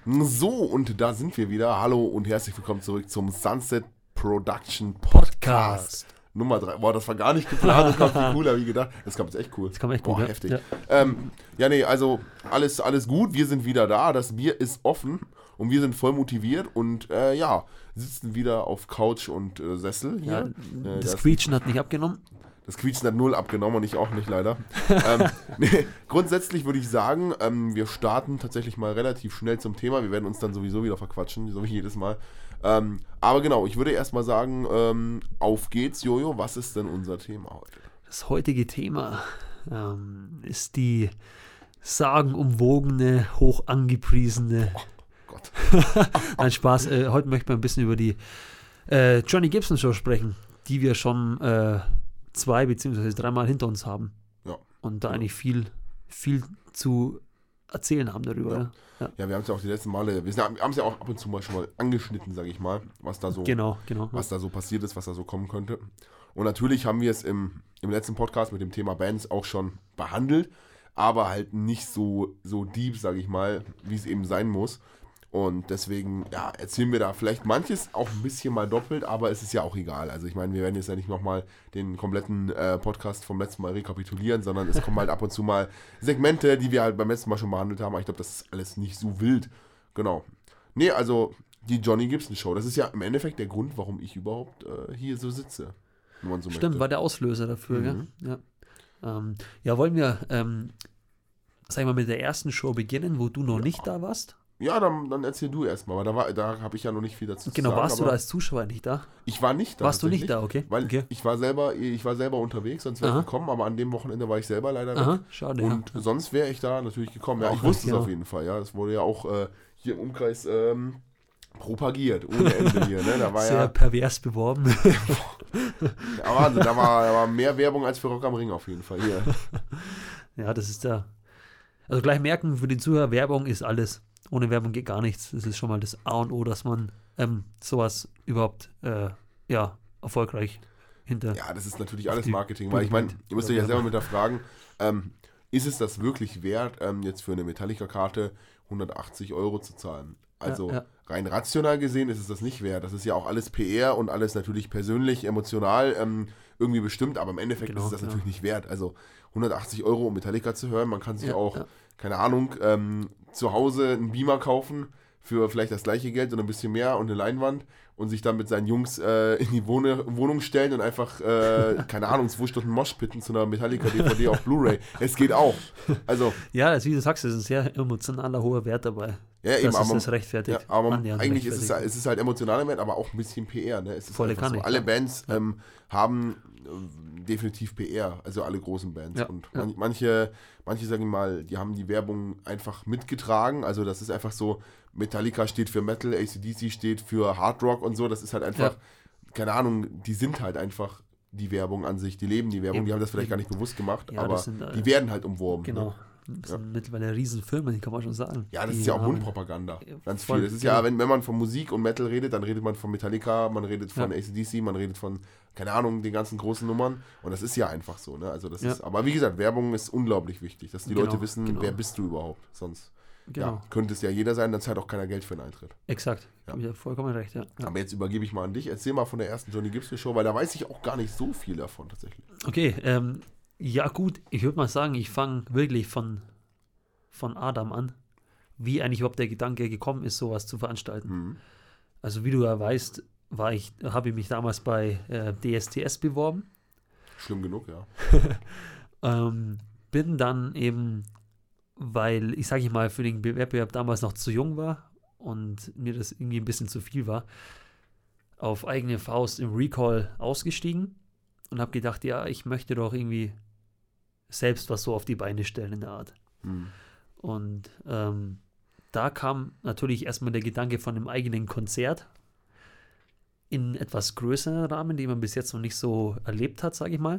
So, und da sind wir wieder. Hallo und herzlich willkommen zurück zum Sunset Production Podcast. Nummer 3. Boah, das war gar nicht geplant, das kommt viel cooler wie gedacht. Das kommt jetzt echt cool. Das kommt echt gut, Boah, heftig. Ja. Also alles gut. Wir sind wieder da. Das Bier ist offen und wir sind voll motiviert und sitzen wieder auf Couch und Sessel hier. Das Quietschen hat nicht abgenommen. Das Quietschen hat 0 abgenommen und ich auch nicht, leider. Grundsätzlich würde ich sagen, wir starten tatsächlich mal relativ schnell zum Thema. Wir werden uns dann sowieso wieder verquatschen, so wie jedes Mal. Aber genau, ich würde erstmal sagen, auf geht's, Jojo. Was ist denn unser Thema heute? Das heutige Thema ist die sagenumwogene, hoch angepriesene... Gott. Nein, Spaß. Heute möchten wir ein bisschen über die Johnny Gibson Show sprechen, die wir schon 2 bzw. 3 Mal hinter uns haben. Ja. Und da eigentlich viel zu erzählen haben darüber. Ja, wir haben es ja auch die letzten Male, wir haben es ja auch ab und zu mal schon mal angeschnitten, sage ich mal, was da so was da so passiert ist, was da so kommen könnte. Und natürlich haben wir es im letzten Podcast mit dem Thema Bands auch schon behandelt, aber halt nicht so deep, sage ich mal, wie es eben sein muss. Und deswegen, erzählen wir da vielleicht manches auch ein bisschen mal doppelt, aber es ist ja auch egal. Also ich meine, wir werden jetzt ja nicht nochmal den kompletten Podcast vom letzten Mal rekapitulieren, sondern es kommen halt ab und zu mal Segmente, die wir halt beim letzten Mal schon behandelt haben. Aber ich glaube, das ist alles nicht so wild. Genau. Nee, also die Johnny Gibson Show, das ist ja im Endeffekt der Grund, warum ich überhaupt hier so sitze. Wenn man so Stimmt, möchte. war der Auslöser dafür, gell? Ja. Wollen wir, sag ich mal, mit der ersten Show beginnen, wo du noch nicht da warst? Ja, dann erzähl du erstmal, weil da habe ich ja noch nicht viel dazu zu sagen. Genau, warst du da als Zuschauer nicht da? Ich war nicht da. Warst du nicht da, okay? Weil ich war selber unterwegs, sonst wäre ich gekommen, aber an dem Wochenende war ich selber leider weg. Schade. Und sonst wäre ich da natürlich gekommen. Ja, ich wusste es auf jeden Fall, ja. Das wurde ja auch hier im Umkreis propagiert, ohne Ende hier. Ne? Da war sehr pervers beworben. Ja, Wahnsinn, da war mehr Werbung als für Rock am Ring auf jeden Fall hier. Ja, das ist da. Also gleich merken für den Zuhörer, Werbung ist alles. Ohne Werbung geht gar nichts. Das ist schon mal das A und O, dass man sowas überhaupt erfolgreich hinter... Ja, das ist natürlich alles Marketing, weil ich meine, ihr müsst euch ja selber mit der fragen, ist es das wirklich wert, jetzt für eine Metallica-Karte 180 € zu zahlen? Also rein rational gesehen ist es das nicht wert. Das ist ja auch alles PR und alles natürlich persönlich, emotional irgendwie bestimmt, aber im Endeffekt ist es das natürlich nicht wert. Also 180 €, um Metallica zu hören, man kann sich auch, keine Ahnung, zu Hause einen Beamer kaufen für vielleicht das gleiche Geld und ein bisschen mehr und eine Leinwand und sich dann mit seinen Jungs in die Wohnung stellen und einfach, keine Ahnung, 2 Stunden Moshpitten zu einer Metallica-DVD auf Blu-ray. Es geht auch. Also, ja, wie du sagst, es ist ein sehr emotionaler, hoher Wert dabei. Ja, eben, das ist rechtfertigt. Ja, aber eigentlich ist es halt emotionaler Wert, aber auch ein bisschen PR. Ne? Es ist Volle so. Alle Bands haben definitiv PR, also alle großen Bands. Ja, und manche, sagen wir mal, die haben die Werbung einfach mitgetragen. Also das ist einfach so, Metallica steht für Metal, AC/DC steht für Hard Rock und so. Das ist halt einfach, keine Ahnung, die sind halt einfach die Werbung an sich, die leben die Werbung, die haben das vielleicht gar nicht bewusst gemacht, aber die werden halt umworben. Genau. Ne? Das sind mittlerweile Riesenfilme, die kann man schon sagen. Ja, das ist ja auch Mundpropaganda. Ganz viel. Das ist ja, wenn man von Musik und Metal redet, dann redet man von Metallica, man redet von AC/DC, man redet von, keine Ahnung, den ganzen großen Nummern. Und das ist ja einfach so. Ne? Also das ist, aber wie gesagt, Werbung ist unglaublich wichtig, dass die Leute wissen, wer bist du überhaupt. Sonst könnte es ja jeder sein, dann zahlt auch keiner Geld für einen Eintritt. Exakt. Ja. Ich habe vollkommen recht, ja. Aber jetzt übergebe ich mal an dich. Erzähl mal von der ersten Johnny Gibson Show, weil da weiß ich auch gar nicht so viel davon tatsächlich. Okay, ja gut, ich würde mal sagen, ich fange wirklich von Adam an, wie eigentlich überhaupt der Gedanke gekommen ist, sowas zu veranstalten. Mhm. Also wie du ja weißt, habe ich mich damals bei DSDS beworben. Schlimm genug, ja. Bin dann eben, weil ich sage mal, für den Wettbewerb damals noch zu jung war und mir das irgendwie ein bisschen zu viel war, auf eigene Faust im Recall ausgestiegen und habe gedacht, ja, ich möchte doch irgendwie selbst was so auf die Beine stellen in der Art. Mhm. Und da kam natürlich erstmal der Gedanke von einem eigenen Konzert in etwas größeren Rahmen, den man bis jetzt noch nicht so erlebt hat, sage ich mal.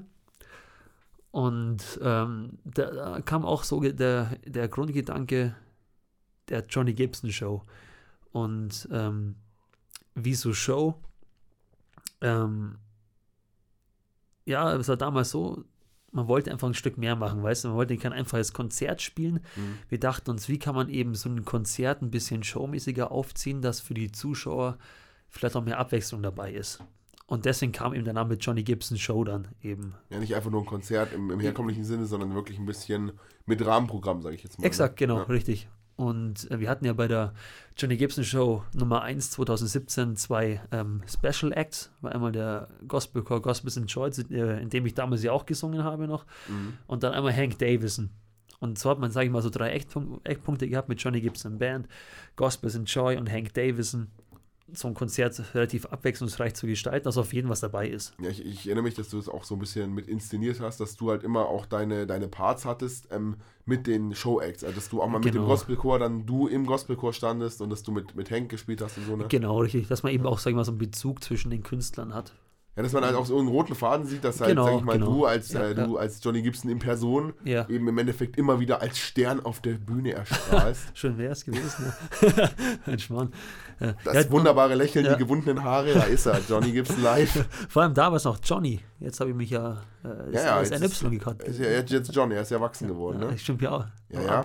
Und da kam auch so der Grundgedanke der Johnny Gibson Show. Und wie so Show, es war damals so, man wollte einfach ein Stück mehr machen, weißt du, man wollte kein einfaches Konzert spielen. Wir dachten uns, wie kann man eben so ein Konzert ein bisschen showmäßiger aufziehen, dass für die Zuschauer vielleicht noch mehr Abwechslung dabei ist. Und deswegen kam eben der Name Johnny Gibson Show dann eben. Ja, nicht einfach nur ein Konzert im herkömmlichen Sinne, sondern wirklich ein bisschen mit Rahmenprogramm, sage ich jetzt mal. Exakt, genau, richtig. Und wir hatten ja bei der Johnny Gibson Show Nummer 1 2017 2 Special Acts. War einmal der Gospelchor Gospels Enjoyed, in dem ich damals ja auch gesungen habe noch. Und dann einmal Hank Davison. Und so hat man, sage ich mal, so 3 Eckpunkte gehabt mit Johnny Gibson Band, Gospels Enjoy und Hank Davison. So ein Konzert relativ abwechslungsreich zu gestalten, dass auf jeden was dabei ist. Ja, ich erinnere mich, dass du es auch so ein bisschen mit inszeniert hast, dass du halt immer auch deine Parts hattest mit den Show-Acts. Also, dass du auch mal mit dem Gospelchor dann du im Gospelchor standest und dass du mit Hank gespielt hast und so, ne? Genau, richtig. Dass man eben auch, sag ich mal, so einen Bezug zwischen den Künstlern hat. Ja, dass man halt auch so einen roten Faden sieht, dass halt, sag ich mal, du als Johnny Gibson in Person eben im Endeffekt immer wieder als Stern auf der Bühne erstrahlst. Schön wäre es gewesen, ne? Ein Schmarrn. Das wunderbare Lächeln, die gewundenen Haare, da ist er, Johnny Gibson live. Vor allem damals noch Johnny. Jetzt habe ich mich als NY gekannt. Jetzt Johnny, er ist ja erwachsen geworden, ne? Stimmt ja auch. Ja.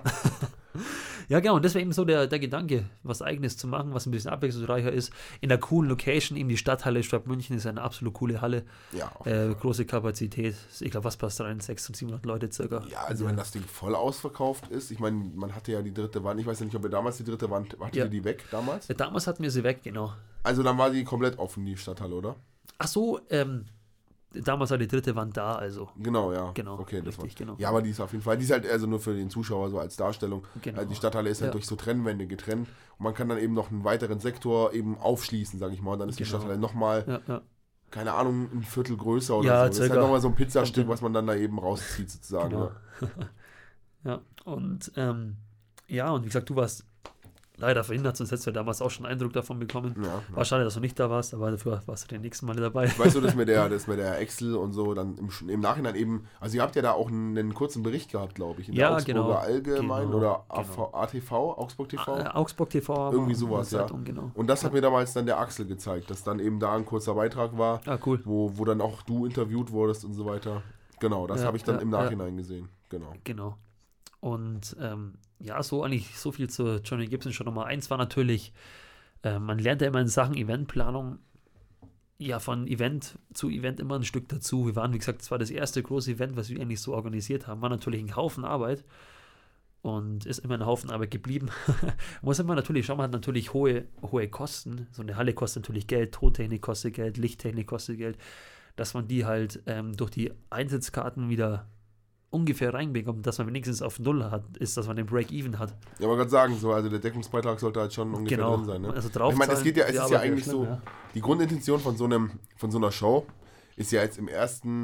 Ja, genau, und das wäre eben so der Gedanke, was Eigenes zu machen, was ein bisschen abwechslungsreicher ist. In der coolen Location, eben die Stadthalle Stadtmünchen ist eine absolut coole Halle. Ja. Große Kapazität. Ich glaube, was passt da rein? 600, 700 Leute circa. Ja, also wenn das Ding voll ausverkauft ist, ich meine, man hatte ja die dritte Wand, ich weiß ja nicht, ob ihr damals die dritte Wand, hattet ihr die weg damals? Ja, damals hatten wir sie weg, genau. Also dann war die komplett offen, die Stadthalle, oder? Ach so, damals war die dritte Wand da, also. Genau, ja. Genau, okay, das richtig, genau. Ja, aber die ist auf jeden Fall, die ist halt also nur für den Zuschauer so als Darstellung. Genau. Also die Stadthalle ist halt durch so Trennwände getrennt und man kann dann eben noch einen weiteren Sektor eben aufschließen, sage ich mal. Und dann ist die Stadthalle nochmal, keine Ahnung, ein Viertel größer oder so. Das ist halt nochmal so ein Pizzastück, was man dann da eben rauszieht sozusagen. Genau. Ja, und und wie gesagt, du warst leider verhindert, sonst hättest du ja damals auch schon einen Eindruck davon bekommen. Ja. War schade, dass du nicht da warst, aber dafür warst du den nächsten Mal dabei. Ich weiß so, dass mir der Excel und so dann im Nachhinein eben, also ihr habt ja da auch einen kurzen Bericht gehabt, glaube ich, in der Augsburger Allgemein oder ATV, Augsburg TV? Augsburg TV. Irgendwie sowas, Zeitung, genau. Und das hat mir damals dann der Axel gezeigt, dass dann eben da ein kurzer Beitrag war, cool. wo dann auch du interviewt wurdest und so weiter. Genau, das habe ich dann im Nachhinein gesehen. Genau. Und so eigentlich so viel zu Johnny Gibson schon Nummer 1 war natürlich, man lernt ja immer in Sachen Eventplanung von Event zu Event immer ein Stück dazu. Wir waren, wie gesagt, das war das erste große Event, was wir eigentlich so organisiert haben, war natürlich ein Haufen Arbeit und ist immer ein Haufen Arbeit geblieben. Muss immer natürlich schauen, man hat natürlich hohe Kosten. So eine Halle kostet natürlich Geld, Tontechnik kostet Geld, Lichttechnik kostet Geld, dass man die halt durch die Eintrittskarten wieder ungefähr reinbekommt, dass man wenigstens auf Null hat, ist, dass man den Break-Even hat. Ja, aber gerade sagen, so, also der Deckungsbeitrag sollte halt schon ungefähr drin sein. Ne? Also drauf. Ich meine, es ist ja eigentlich so, die Grundintention von so einer Show ist ja jetzt in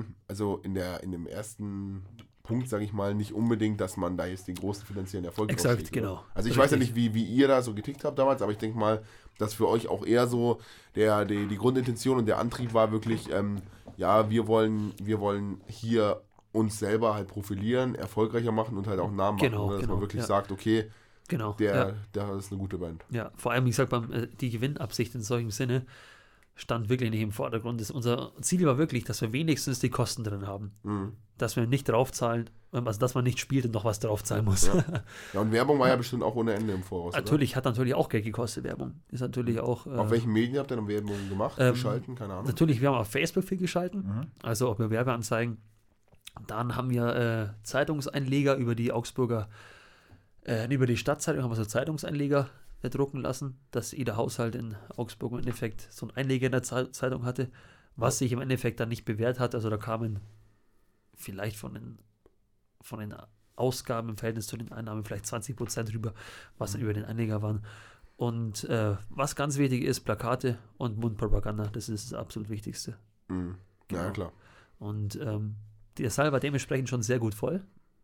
dem ersten Punkt, sage ich mal, nicht unbedingt, dass man da jetzt den großen finanziellen Erfolg Exakt, genau. Oder? Also ich weiß ja nicht, wie ihr da so getickt habt damals, aber ich denke mal, dass für euch auch eher so die Grundintention und der Antrieb war wirklich, wir wollen hier uns selber halt profilieren, erfolgreicher machen und halt auch Namen machen. Dass man wirklich sagt, okay, der ist eine gute Band. Ja, vor allem, wie gesagt, die Gewinnabsicht in solchem Sinne stand wirklich nicht im Vordergrund. Unser Ziel war wirklich, dass wir wenigstens die Kosten drin haben. Mhm. Dass wir nicht draufzahlen, also dass man nicht spielt und noch was draufzahlen muss. Ja, und Werbung war ja bestimmt auch ohne Ende im Voraus. Natürlich, hat natürlich auch Geld gekostet, Werbung. Ist natürlich auch. Auf welchen Medien habt ihr dann Werbung gemacht, geschalten? Keine Ahnung. Natürlich, wir haben auf Facebook viel geschalten, also auch über Werbeanzeigen. Dann haben wir Zeitungseinleger über die Augsburger, über die Stadtzeitung haben wir so Zeitungseinleger drucken lassen, dass jeder Haushalt in Augsburg im Endeffekt so einen Einleger in der Zeitung hatte, was sich im Endeffekt dann nicht bewährt hat. Also da kamen vielleicht von den Ausgaben im Verhältnis zu den Einnahmen vielleicht 20% rüber, was dann über den Einleger waren. Und was ganz wichtig ist, Plakate und Mundpropaganda, das ist das absolut Wichtigste. Mhm. Ja, genau. Klar. Und der Saal war dementsprechend schon sehr gut voll.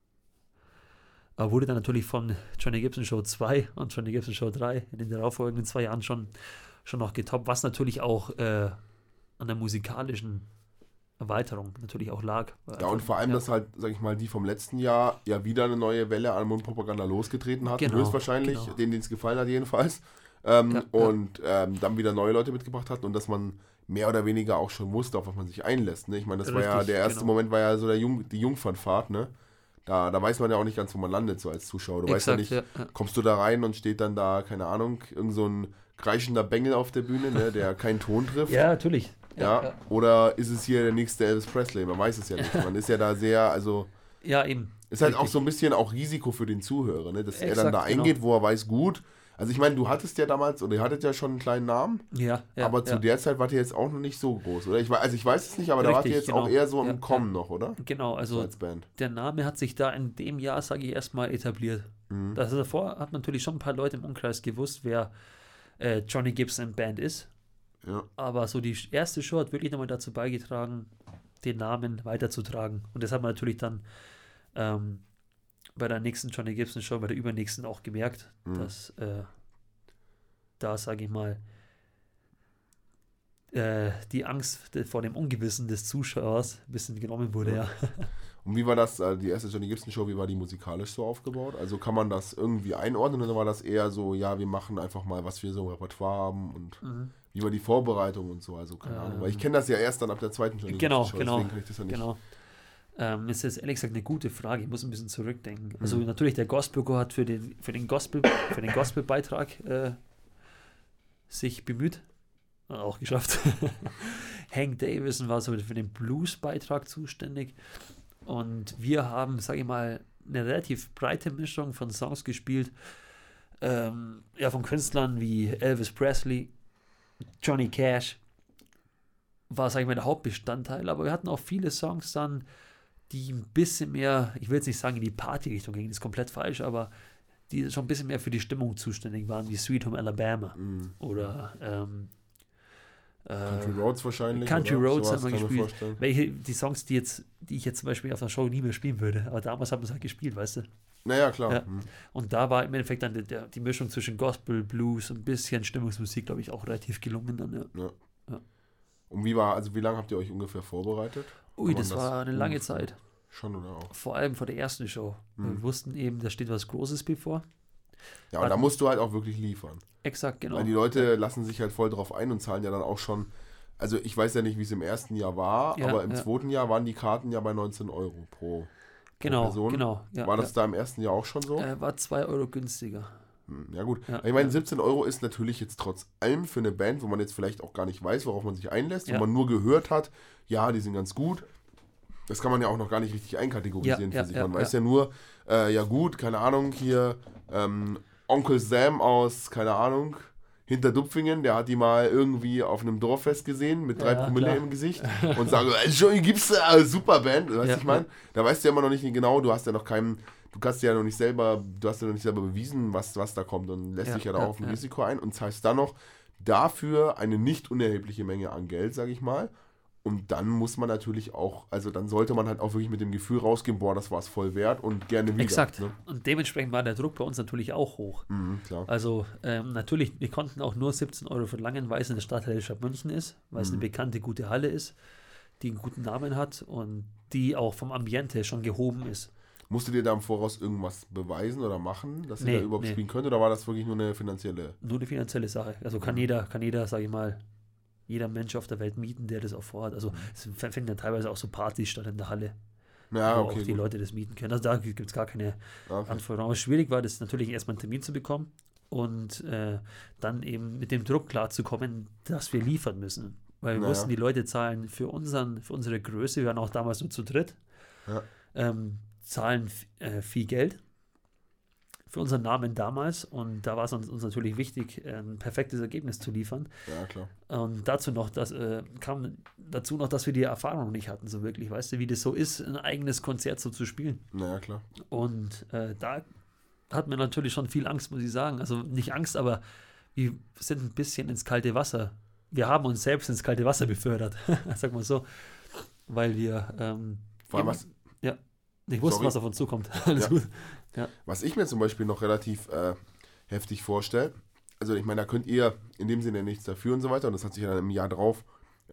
Aber wurde dann natürlich von Johnny Gibson Show 2 und Johnny Gibson Show 3 in den darauffolgenden 2 Jahren schon noch getoppt, was natürlich auch an der musikalischen Erweiterung natürlich auch lag. Ja, und vor allem, dass halt, sag ich mal, die vom letzten Jahr ja wieder eine neue Welle an Mundpropaganda losgetreten hatten, höchstwahrscheinlich, denen es gefallen hat jedenfalls. Dann wieder neue Leute mitgebracht hatten und dass man mehr oder weniger auch schon wusste, auf was man sich einlässt. Ne? Ich meine, das war ja, der erste Moment war ja so die Jungfernfahrt, ne? Da weiß man ja auch nicht ganz, wo man landet, so als Zuschauer. Du weißt ja nicht, kommst du da rein und steht dann da, keine Ahnung, irgend so ein kreischender Bengel auf der Bühne, ne, der keinen Ton trifft. Ja, natürlich. Ja. Oder ist es hier der nächste Elvis Presley? Man weiß es ja nicht. Man ist ja da sehr, also... Ja, eben. Ist halt auch so ein bisschen auch Risiko für den Zuhörer, ne? Dass er dann da eingeht, wo er weiß, gut. Also ich meine, du hattest ja damals, oder ihr hattet ja schon einen kleinen Namen. Ja. Aber zu der Zeit wart ihr jetzt auch noch nicht so groß, oder? Ich weiß es nicht, aber da wart ihr jetzt auch eher so im Kommen noch, oder? Genau, also als Band. Der Name hat sich da in dem Jahr, sage ich erstmal, etabliert. Das davor hat natürlich schon ein paar Leute im Umkreis gewusst, wer Johnny Gibson Band ist. Ja. Aber so die erste Show hat wirklich nochmal dazu beigetragen, den Namen weiterzutragen. Und das hat man natürlich dann bei der nächsten Johnny Gibson Show, bei der übernächsten auch gemerkt, dass da, sage ich mal, die Angst vor dem Ungewissen des Zuschauers ein bisschen genommen wurde, ja. Und wie war das, die erste Johnny Gibson Show, wie war die musikalisch so aufgebaut? Also kann man das irgendwie einordnen oder war das eher so, ja, wir machen einfach mal, was wir so im Repertoire haben und wie war die Vorbereitung und so? Also keine Ahnung, weil ich kenne das ja erst dann ab der zweiten Johnny Gibson Show, deswegen kann ich das ja nicht. Genau. Ist jetzt ehrlich gesagt eine gute Frage, ich muss ein bisschen zurückdenken. Also natürlich, der Gospelchor hat für den Gospelbeitrag sich bemüht, auch geschafft. Hank Davison war so für den Blues-Beitrag zuständig und wir haben, sage ich mal, eine relativ breite Mischung von Songs gespielt, von Künstlern wie Elvis Presley, Johnny Cash war, sage ich mal, der Hauptbestandteil, aber wir hatten auch viele Songs dann, die ein bisschen mehr, ich will jetzt nicht sagen in die Party-Richtung gingen, das ist komplett falsch, aber die schon ein bisschen mehr für die Stimmung zuständig waren, wie Sweet Home Alabama oder Country Roads wahrscheinlich. Country Roads haben wir gespielt. Die Songs, die ich jetzt zum Beispiel auf der Show nie mehr spielen würde, aber damals haben wir es halt gespielt, weißt du? Naja, klar. Ja. Und da war im Endeffekt dann die Mischung zwischen Gospel, Blues und ein bisschen Stimmungsmusik, glaube ich, auch relativ gelungen dann, ja. Und wie lange habt ihr euch ungefähr vorbereitet? Ui, das war eine lange Zeit. Schon, oder auch? Vor allem vor der ersten Show. Wir wussten eben, da steht was Großes bevor. Ja, und da musst du halt auch wirklich liefern. Exakt, genau. Weil die Leute lassen sich halt voll drauf ein und zahlen ja dann auch schon, also ich weiß ja nicht, wie es im ersten Jahr war, aber im zweiten Jahr waren die Karten ja bei 19 Euro pro Person. Genau. Ja, war das da im ersten Jahr auch schon so? War 2 Euro günstiger. Ja gut, ich meine 17 Euro ist natürlich jetzt trotz allem für eine Band, wo man jetzt vielleicht auch gar nicht weiß, worauf man sich einlässt, wo man nur gehört hat, ja, die sind ganz gut. Das kann man ja auch noch gar nicht richtig einkategorisieren für sich. Man weiß ja nur, ja gut, keine Ahnung, hier Onkel Sam aus, keine Ahnung, Hinterdupfingen, der hat die mal irgendwie auf einem Dorffest gesehen mit 3 Promille im Gesicht und sagt, Johnny Gibson, super Band, weißt du, ich meine? Da weißt du ja immer noch nicht genau, du hast ja noch nicht selber bewiesen, was da kommt und lässt dich ja da auf ein Risiko ein und zahlst dann noch dafür eine nicht unerhebliche Menge an Geld, sag ich mal. Und dann muss man natürlich auch, also dann sollte man halt auch wirklich mit dem Gefühl rausgehen, boah, das war es voll wert und gerne wieder. Exakt. Ne? Und dementsprechend war der Druck bei uns natürlich auch hoch. Klar. Also natürlich, wir konnten auch nur 17 Euro verlangen, weil es in der Stadthalle Stadt München ist, weil es eine bekannte, gute Halle ist, die einen guten Namen hat und die auch vom Ambiente schon gehoben ist. Musstet ihr da im Voraus irgendwas beweisen oder machen, dass ihr da überhaupt spielen könnt, oder war das wirklich nur eine finanzielle? Nur eine finanzielle Sache. Also kann jeder, sage ich mal, jeder Mensch auf der Welt mieten, der das auch vorhat. Also es finden ja teilweise auch so Partys statt in der Halle, wo auch die Leute das mieten können. Also da gibt es gar keine Anforderungen. Aber schwierig war das natürlich erstmal einen Termin zu bekommen und dann eben mit dem Druck klarzukommen, dass wir liefern müssen. Weil wir wussten, die Leute zahlen für unsere Größe, wir waren auch damals nur zu dritt, zahlen viel Geld für unseren Namen damals und da war es uns natürlich wichtig, ein perfektes Ergebnis zu liefern. Ja, klar. Und kam dazu noch, dass wir die Erfahrung nicht hatten, so wirklich, weißt du, wie das so ist, ein eigenes Konzert so zu spielen. Naja, klar. Und da hatten wir natürlich schon viel Angst, muss ich sagen. Also nicht Angst, aber wir sind ein bisschen ins kalte Wasser. Wir haben uns selbst ins kalte Wasser befördert, sag mal so, weil wir vor allem nicht wussten, was auf uns zukommt. Alles gut. Ja. Was ich mir zum Beispiel noch relativ heftig vorstelle, also ich meine, da könnt ihr in dem Sinne nichts dafür und so weiter, und das hat sich ja dann im Jahr drauf,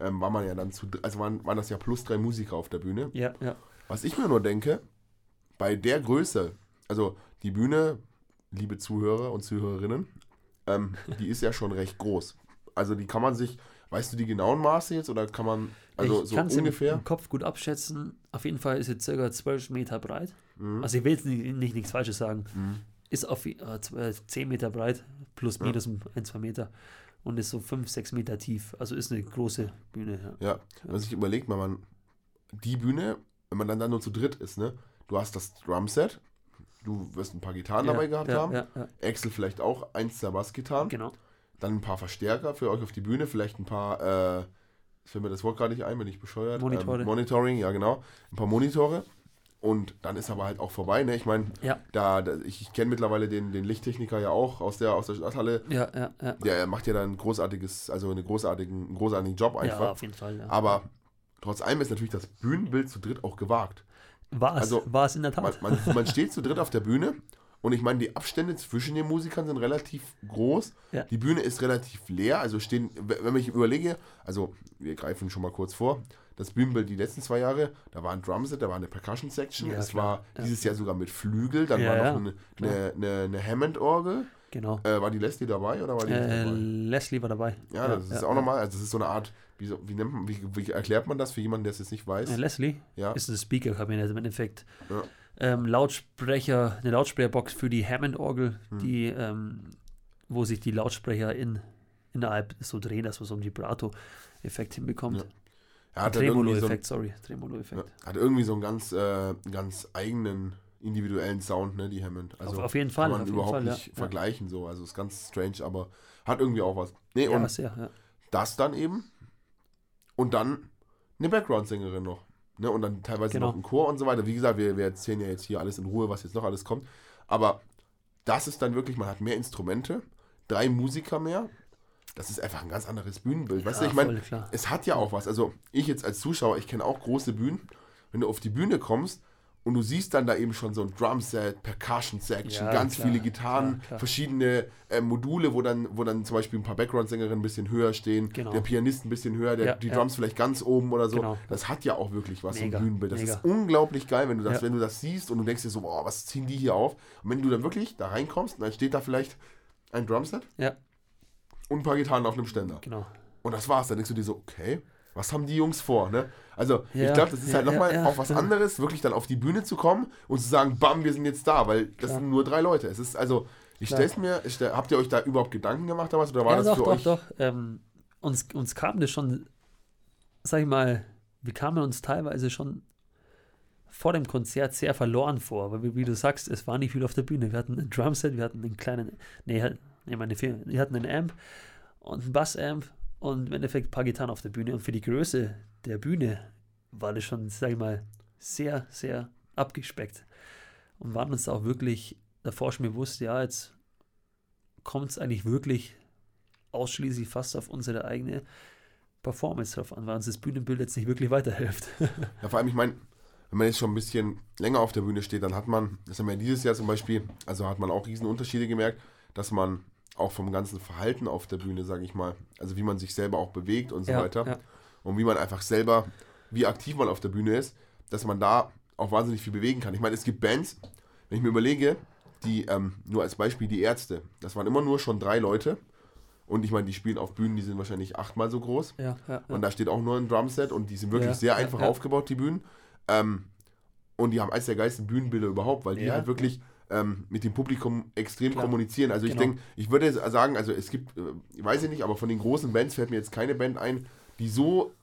waren das ja plus 3 Musiker auf der Bühne. Ja. Was ich mir nur denke, bei der Größe, also die Bühne, liebe Zuhörer und Zuhörerinnen, die ist ja schon recht groß. Also die kann man sich, Weißt du die genauen Maße jetzt oder kann man, also ich so kann's ungefähr? Im Kopf gut abschätzen. Auf jeden Fall ist es ca. 12 Meter breit. Also ich will jetzt nicht nichts Falsches sagen. Ist auf 10 Meter breit, plus minus 1-2 Meter. Und ist so 5-6 Meter tief. Also ist eine große Bühne. Ja, wenn man sich überlegt, die Bühne, wenn man dann nur zu dritt ist, ne? Du hast das Drumset, du wirst ein paar Gitarren dabei gehabt haben. Ja. Axel vielleicht auch 1-2 Bassgitarren. Genau. Dann ein paar Verstärker für euch auf die Bühne, vielleicht ein paar, fällt mir das Wort gerade nicht ein, bin ich bescheuert. Monitoring, ja genau. Ein paar Monitore. Und dann ist aber halt auch vorbei, ne? Ich meine, ich kenne mittlerweile den Lichttechniker ja auch aus der Stadthalle. Ja. Der macht ja dann einen großartigen Job einfach. Ja, auf jeden Fall, ja. Aber trotz allem ist natürlich das Bühnenbild zu dritt auch gewagt. War es in der Tat. Man steht zu dritt auf der Bühne und ich meine, die Abstände zwischen den Musikern sind relativ groß. Ja. Die Bühne ist relativ leer, also wenn ich überlege, also wir greifen schon mal kurz vor, das Bühnenbild die letzten 2 Jahre, da war ein Drumset, da war eine Percussion-Section, es war dieses Jahr sogar mit Flügel, dann war noch eine Hammond-Orgel. Genau. War die Leslie dabei oder war die nicht dabei? Leslie war dabei. Ja, das ist auch nochmal, also das ist so eine Art, wie erklärt man das für jemanden, der es jetzt nicht weiß? Leslie ist ein Speaker-Kabinett im Endeffekt. Ja. Eine Lautsprecherbox für die Hammond-Orgel, wo sich die Lautsprecher innerhalb so drehen, dass man so einen Vibrato-Effekt hinbekommt. Ja. Tremolo-Effekt. Ja, hat irgendwie so einen ganz eigenen individuellen Sound, ne, die Hammond. Also auf jeden Fall. Kann man überhaupt nicht vergleichen, so. Also ist ganz strange, aber hat irgendwie auch was. Nee, und das dann eben und dann eine Background-Sängerin noch. Ne, und dann teilweise noch ein Chor und so weiter. Wie gesagt, wir erzählen ja jetzt hier alles in Ruhe, was jetzt noch alles kommt. Aber das ist dann wirklich, man hat mehr Instrumente, 3 Musiker mehr. Das ist einfach ein ganz anderes Bühnenbild. Weißt du, ich meine, es hat ja auch was. Also ich jetzt als Zuschauer, ich kenne auch große Bühnen. Wenn du auf die Bühne kommst und du siehst dann da eben schon so ein Drumset, Percussion-Section, ganz viele Gitarren, verschiedene Module, wo dann zum Beispiel ein paar Background-Sängerinnen ein bisschen höher stehen, der Pianist ein bisschen höher, die Drums vielleicht ganz oben oder so. Genau. Das hat ja auch wirklich was im Bühnenbild. Das ist unglaublich geil, wenn du das siehst und du denkst dir so, boah, was ziehen die hier auf? Und wenn du dann wirklich da reinkommst, dann steht da vielleicht ein Drumset und ein paar Gitarren auf einem Ständer. Genau. Und das war's. Dann denkst du dir so, okay, was haben die Jungs vor, ne? Also, ich glaube, das ist halt nochmal auch was anderes, wirklich dann auf die Bühne zu kommen und zu sagen, bam, wir sind jetzt da, weil das sind nur 3 Leute. Es ist, also, habt ihr euch da überhaupt Gedanken gemacht damals oder war das für euch? Doch. Uns kam das schon, sag ich mal, wir kamen uns teilweise schon vor dem Konzert sehr verloren vor, weil, wie du sagst, es war nicht viel auf der Bühne. Wir hatten ein Drumset, wir hatten einen kleinen, wir hatten einen Amp und einen Bassamp und im Endeffekt ein paar Gitarren auf der Bühne. Und für die Größe der Bühne war das schon, sag ich mal, sehr, sehr abgespeckt. Und waren uns auch wirklich davor schon bewusst, ja, jetzt kommt es eigentlich wirklich ausschließlich fast auf unsere eigene Performance drauf an, weil uns das Bühnenbild jetzt nicht wirklich weiterhilft. Ja, vor allem, ich meine, wenn man jetzt schon ein bisschen länger auf der Bühne steht, dann hat man, das haben wir dieses Jahr zum Beispiel, also hat man auch riesen Unterschiede gemerkt, dass man auch vom ganzen Verhalten auf der Bühne, sage ich mal, also wie man sich selber auch bewegt und so weiter und wie man einfach selber, wie aktiv man auf der Bühne ist, dass man da auch wahnsinnig viel bewegen kann. Ich meine, es gibt Bands, wenn ich mir überlege, die, nur als Beispiel die Ärzte, das waren immer nur schon 3 Leute und ich meine, die spielen auf Bühnen, die sind wahrscheinlich 8-mal so groß und da steht auch nur ein Drumset und die sind wirklich sehr einfach aufgebaut, die Bühnen. Und die haben eines der geilsten Bühnenbilder überhaupt, weil die halt wirklich mit dem Publikum extrem kommunizieren. Also ich würde sagen, also es gibt, ich weiß nicht, aber von den großen Bands fällt mir jetzt keine Band ein, die so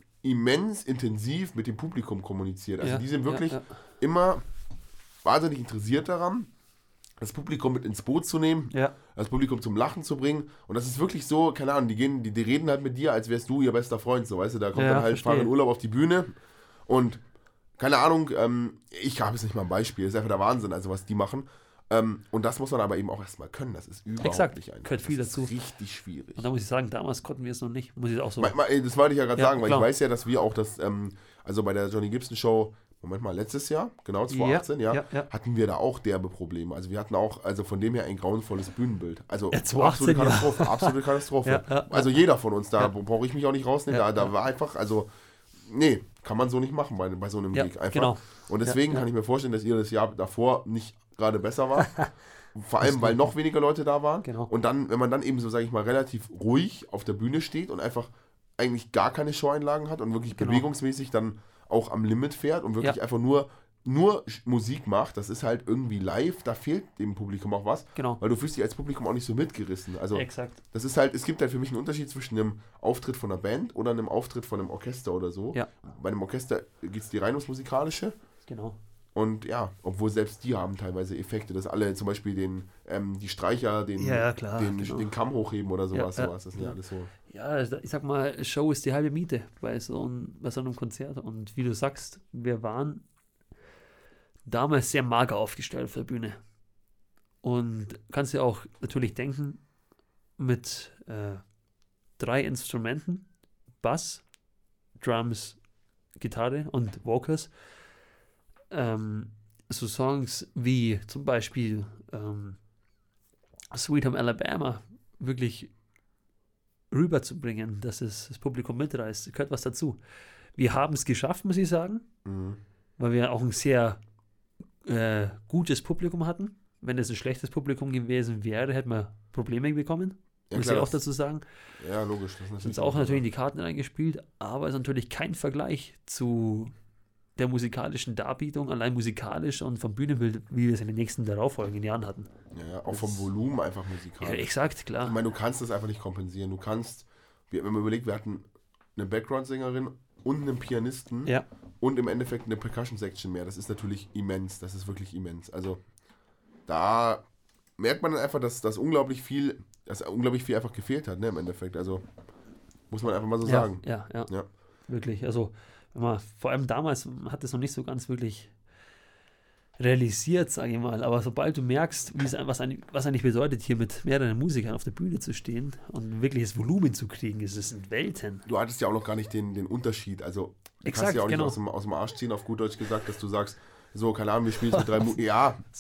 immens intensiv mit dem Publikum kommuniziert. Also die sind wirklich immer wahnsinnig interessiert daran, das Publikum mit ins Boot zu nehmen, das Publikum zum Lachen zu bringen. Und das ist wirklich so, keine Ahnung, die reden halt mit dir, als wärst du ihr bester Freund, so, weißt du, da kommt dann halt, fahren in Urlaub auf die Bühne und keine Ahnung, ich habe jetzt nicht mal ein Beispiel, das ist einfach der Wahnsinn, also was die machen. Und das muss man aber eben auch erstmal können, das ist überhaupt nicht einfach. Gehört viel dazu. Das ist richtig schwierig. Und da muss ich sagen, damals konnten wir es noch nicht, muss ich auch so... Das wollte ich ja gerade sagen, weil ich weiß ja, dass wir auch das, also bei der Johnny Gibson Show, letztes Jahr, genau, 2018, hatten wir da auch derbe Probleme. Also wir hatten auch, also von dem her ein grauenvolles Bühnenbild. Also absolute Katastrophe. Also jeder von uns, da brauche ich mich auch nicht rausnehmen, da war einfach, also... Nee, kann man so nicht machen bei so einem Gig einfach. Genau. Und deswegen kann ich mir vorstellen, dass ihr das Jahr davor nicht gerade besser war. Vor allem, weil noch weniger Leute da waren. Genau. Und dann, wenn man dann eben so, sage ich mal, relativ ruhig auf der Bühne steht und einfach eigentlich gar keine Showeinlagen hat und wirklich bewegungsmäßig dann auch am Limit fährt und wirklich einfach nur Musik macht, das ist halt irgendwie live, da fehlt dem Publikum auch was, weil du fühlst dich als Publikum auch nicht so mitgerissen. Also das ist halt, es gibt halt für mich einen Unterschied zwischen einem Auftritt von einer Band oder einem Auftritt von einem Orchester oder so. Ja. Bei einem Orchester geht es die rein ums Musikalische. Genau. Und ja, obwohl selbst die haben teilweise Effekte, dass alle zum Beispiel die Streicher den Kamm hochheben oder sowas. Das ist ja alles so. Ja, ich sag mal, Show ist die halbe Miete bei so einem Konzert. Und wie du sagst, wir waren damals sehr mager aufgestellt auf der Bühne. Und kannst dir auch natürlich denken, mit 3 Instrumenten, Bass, Drums, Gitarre und Vocals, so Songs wie zum Beispiel Sweet Home Alabama wirklich rüberzubringen, dass es das Publikum mitreißt, gehört was dazu. Wir haben es geschafft, muss ich sagen, weil wir auch ein sehr gutes Publikum hatten. Wenn es ein schlechtes Publikum gewesen wäre, hätten wir Probleme bekommen. Muss ich auch dazu sagen. Ja, logisch. Das sind auch natürlich in die Karten reingespielt, aber es ist natürlich kein Vergleich zu der musikalischen Darbietung, allein musikalisch und vom Bühnenbild, wie wir es in den nächsten darauffolgenden Jahren hatten. Ja, auch vom Volumen einfach musikalisch. Ja, exakt, klar. Ich meine, du kannst das einfach nicht kompensieren. Du kannst, wenn man überlegt, wir hatten eine Background-Sängerin und einen Pianisten und im Endeffekt eine Percussion-Section mehr. Das ist natürlich immens. Das ist wirklich immens. Also da merkt man dann einfach, dass unglaublich viel einfach gefehlt hat, ne, im Endeffekt. Also muss man einfach mal so sagen. Ja. Wirklich. Also vor allem damals hat es noch nicht so ganz wirklich realisiert, sage ich mal. Aber sobald du merkst, was eigentlich bedeutet, hier mit mehreren Musikern auf der Bühne zu stehen und wirkliches Volumen zu kriegen, ist es in Welten. Du hattest ja auch noch gar nicht den Unterschied. Also du kannst ja auch nicht aus dem Arsch ziehen, auf gut Deutsch gesagt, dass du sagst, so, keine Ahnung, wir spielen mit 3 Musikern.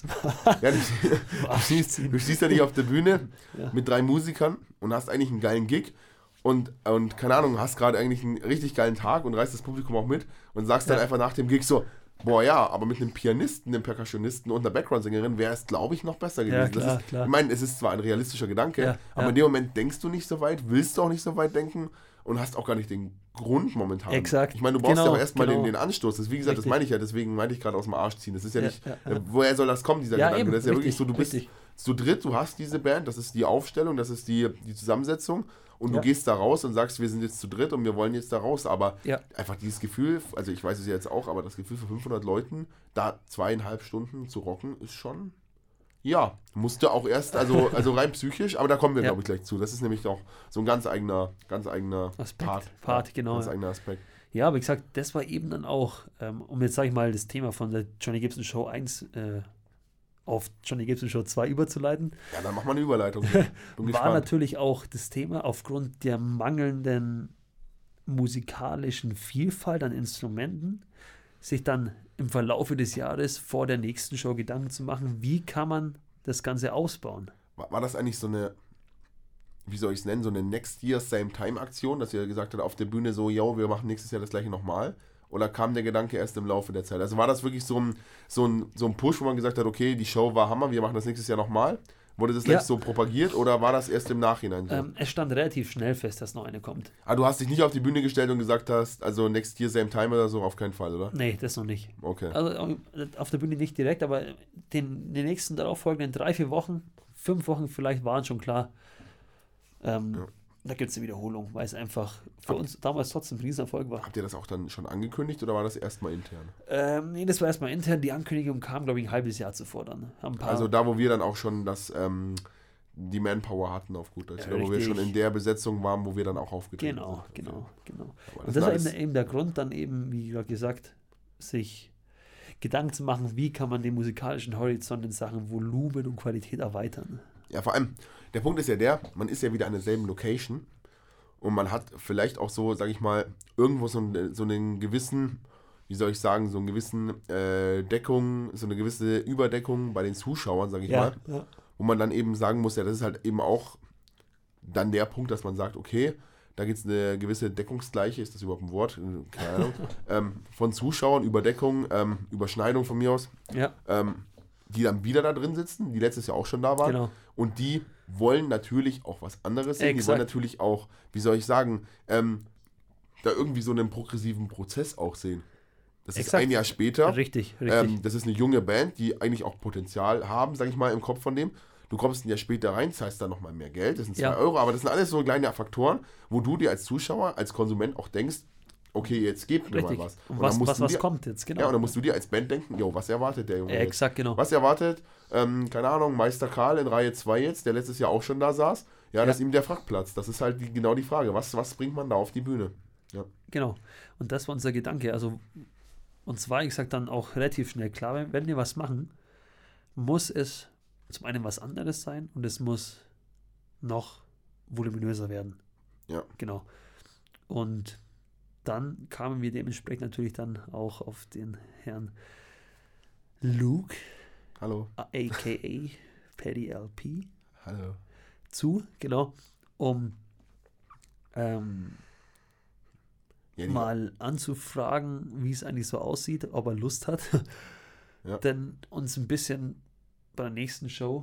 Du stehst ja nicht auf der Bühne mit 3 Musikern und hast eigentlich einen geilen Gig. Und keine Ahnung, hast gerade eigentlich einen richtig geilen Tag und reißt das Publikum auch mit und sagst dann einfach nach dem Gig so, boah ja, aber mit einem Pianisten, einem Percussionisten und einer Background-Sängerin wäre es, glaube ich, noch besser gewesen. Ja, klar. Ich meine, es ist zwar ein realistischer Gedanke, aber in dem Moment denkst du nicht so weit, willst du auch nicht so weit denken und hast auch gar nicht den Grund momentan. Exakt. Ich meine, du brauchst ja auch erstmal den Anstoß. Das, wie gesagt, das meine ich ja, deswegen meinte ich gerade aus dem Arsch ziehen. Das ist ja nicht, woher soll das kommen, dieser Gedanke? Eben, das ist ja wirklich so, du bist zu dritt, du hast diese Band, das ist die Aufstellung, das ist die Zusammensetzung. Und du gehst da raus und sagst, wir sind jetzt zu dritt und wir wollen jetzt da raus. Aber einfach dieses Gefühl, also ich weiß es ja jetzt auch, aber das Gefühl für 500 Leuten, da 2,5 Stunden zu rocken, ist schon, musste auch erst, also rein psychisch, aber da kommen wir, glaube ich, gleich zu. Das ist nämlich auch so ein ganz eigener Part, genau. Ganz eigener Aspekt. Ja, aber wie gesagt, das war eben dann auch, um jetzt, sage ich mal, das Thema von der Johnny Gibson Show 1 auf Johnny Gibson Show 2 überzuleiten. Ja, dann mach mal eine Überleitung. War natürlich auch das Thema aufgrund der mangelnden musikalischen Vielfalt an Instrumenten, sich dann im Verlaufe des Jahres vor der nächsten Show Gedanken zu machen, wie kann man das Ganze ausbauen. War das eigentlich so eine, wie soll ich es nennen, so eine Next Year Same Time Aktion, dass ihr gesagt habt auf der Bühne so, wir machen nächstes Jahr das gleiche nochmal? Oder kam der Gedanke erst im Laufe der Zeit? Also war das wirklich so ein Push, wo man gesagt hat, okay, die Show war Hammer, wir machen das nächstes Jahr nochmal? Wurde das gleich so propagiert oder war das erst im Nachhinein so? Es stand relativ schnell fest, dass noch eine kommt. Du hast dich nicht auf die Bühne gestellt und gesagt hast, also next year same time oder so, auf keinen Fall, oder? Nee, das noch nicht. Okay. Also auf der Bühne nicht direkt, aber die nächsten darauffolgenden 3-4 Wochen, 5 Wochen vielleicht waren schon klar. Da gibt es eine Wiederholung, weil es einfach für uns damals trotzdem ein Riesenerfolg war. Habt ihr das auch dann schon angekündigt oder war das erstmal intern? Nee, das war erstmal intern. Die Ankündigung kam, glaube ich, ein halbes Jahr zuvor dann. Also da, wo wir dann auch schon die Manpower hatten auf gut Deutsch. Wo wir schon in der Besetzung waren, wo wir dann auch aufgetreten sind. Genau. Und das war eben der Grund, dann eben, wie gesagt, sich Gedanken zu machen, wie kann man den musikalischen Horizont in Sachen Volumen und Qualität erweitern. Ja, vor allem, der Punkt ist ja man ist ja wieder an derselben Location und man hat vielleicht auch so, sag ich mal, irgendwo so einen gewissen, wie soll ich sagen, so einen gewissen Deckung, so eine gewisse Überdeckung bei den Zuschauern, sag ich mal, wo man dann eben sagen muss, ja, das ist halt eben auch dann der Punkt, dass man sagt, okay, da gibt es eine gewisse Deckungsgleiche, ist das überhaupt ein Wort? Keine Ahnung. Von Zuschauern, Überdeckung, Überschneidung von mir aus. Ja. Die dann wieder da drin sitzen, die letztes Jahr auch schon da waren. Genau. Und die wollen natürlich auch was anderes sehen. Die wollen natürlich auch, wie soll ich sagen, da irgendwie so einen progressiven Prozess auch sehen. Das ist ein Jahr später. Richtig. Das ist eine junge Band, die eigentlich auch Potenzial haben, sag ich mal, im Kopf von dem. Du kommst ein Jahr später rein, zahlst dann nochmal mehr Geld, das sind 2 Euro, aber das sind alles so kleine Faktoren, wo du dir als Zuschauer, als Konsument auch denkst, okay, jetzt gebt mir mal was. Und was kommt jetzt, genau. Ja, und dann musst du dir als Band denken, was erwartet der Junge exakt, genau. Was erwartet, keine Ahnung, Meister Karl in Reihe 2 jetzt, der letztes Jahr auch schon da saß, dass ihm der Frack platzt. Das ist halt genau die Frage, was bringt man da auf die Bühne? Ja. Genau, und das war unser Gedanke, also uns war, ich sag dann auch relativ schnell klar, wenn wir was machen, muss es zum einen was anderes sein und es muss noch voluminöser werden. Ja. Genau. Und dann kamen wir dementsprechend natürlich dann auch auf den Herrn Luke. Hallo. A.k.a. Paddy LP. Hallo. Zu, genau, um mal anzufragen, wie es eigentlich so aussieht, ob er Lust hat, denn uns ein bisschen bei der nächsten Show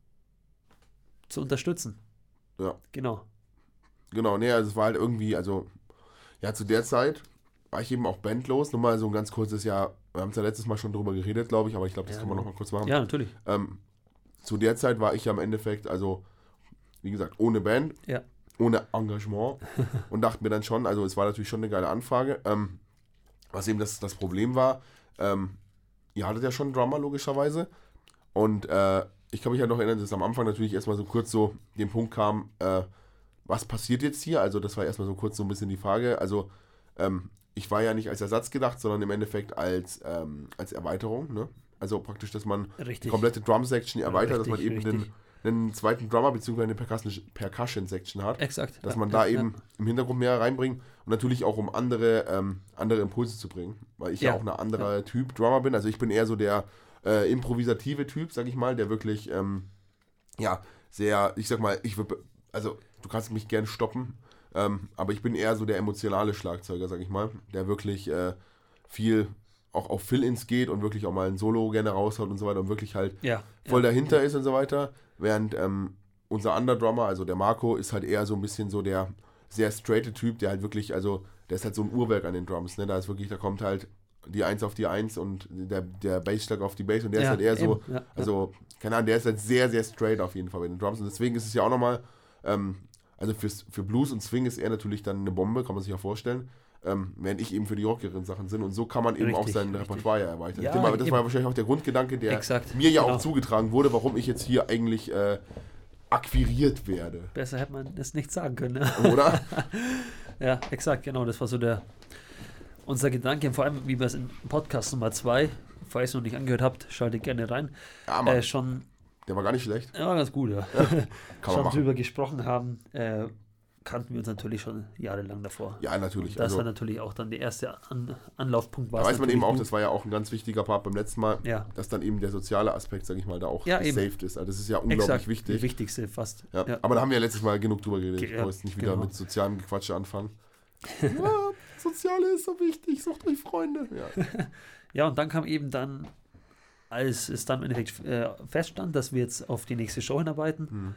zu unterstützen. Ja. Genau. Genau, also es war halt irgendwie, zu der Zeit war ich eben auch bandlos, nur mal so ein ganz kurzes Jahr, wir haben es ja letztes Mal schon drüber geredet, glaube ich, aber ich glaube, das kann man noch mal kurz machen. Ja, natürlich. Zu der Zeit war ich ja im Endeffekt, wie gesagt, ohne Band. Ja. Ohne Engagement und dachte mir dann schon, also es war natürlich schon eine geile Anfrage, was eben das Problem war, ihr hattet ja schon einen Drummer logischerweise und ich kann mich halt noch erinnern, dass am Anfang natürlich erstmal so kurz so den Punkt kam, was passiert jetzt hier, also das war erstmal so kurz so ein bisschen die Frage, also ich war ja nicht als Ersatz gedacht, sondern im Endeffekt als Erweiterung, ne? Also praktisch, dass man die komplette Drum-Section erweitert, dass man eben einen zweiten Drummer bzw. eine Percussion-Section hat. Exakt. Dass man da eben im Hintergrund mehr reinbringt und natürlich auch um andere Impulse zu bringen, weil ich ja auch ein anderer Typ Drummer bin. Also ich bin eher so der improvisative Typ, sag ich mal, der wirklich sehr, ich sag mal, du kannst mich gern stoppen, aber ich bin eher so der emotionale Schlagzeuger, sag ich mal, der wirklich viel auch auf Fill-Ins geht und wirklich auch mal ein Solo gerne raushaut und so weiter und wirklich halt voll dahinter ist und so weiter. Während unser Underdrummer, also der Marco, ist halt eher so ein bisschen so der sehr straighte Typ, der halt wirklich, also der ist halt so ein Uhrwerk an den Drums, ne? Da ist wirklich, da kommt halt die 1 auf die 1 und der Bassschlag auf die Bass und der ist halt eher so, keine Ahnung, der ist halt sehr, sehr straight auf jeden Fall bei den Drums und deswegen ist es ja auch nochmal, also für Blues und Swing ist er natürlich dann eine Bombe, kann man sich ja vorstellen. Während ich eben für die rockeren Sachen sind und so kann man eben auch sein Repertoire erweitern. Ja, das war wahrscheinlich auch der Grundgedanke, der mir auch zugetragen wurde, warum ich jetzt hier eigentlich akquiriert werde. Besser hätte man das nicht sagen können. Ne? Oder? Ja, exakt, genau, das war so unser Gedanke, vor allem wie wir es in Podcast Nummer 2, falls ihr noch nicht angehört habt, schaltet gerne rein. Ja, Mann. Der war gar nicht schlecht. Ja, ganz gut, ja. Kann schon drüber gesprochen haben, kannten wir uns natürlich schon jahrelang davor. Ja, natürlich. Und das war natürlich auch dann der erste Anlaufpunkt. Da weiß man eben auch, das war ja auch ein ganz wichtiger Part beim letzten Mal, dass dann eben der soziale Aspekt, sag ich mal, da auch gesaved ist. Also das ist ja unglaublich wichtig. Die wichtigste fast. Ja. Ja. Aber da haben wir ja letztes Mal genug drüber geredet. Ich wollte jetzt nicht wieder mit sozialem Gequatsche anfangen. Soziale ist so wichtig, sucht euch Freunde. Ja. Ja, und dann kam eben dann, als es dann im Endeffekt feststand, dass wir jetzt auf die nächste Show hinarbeiten,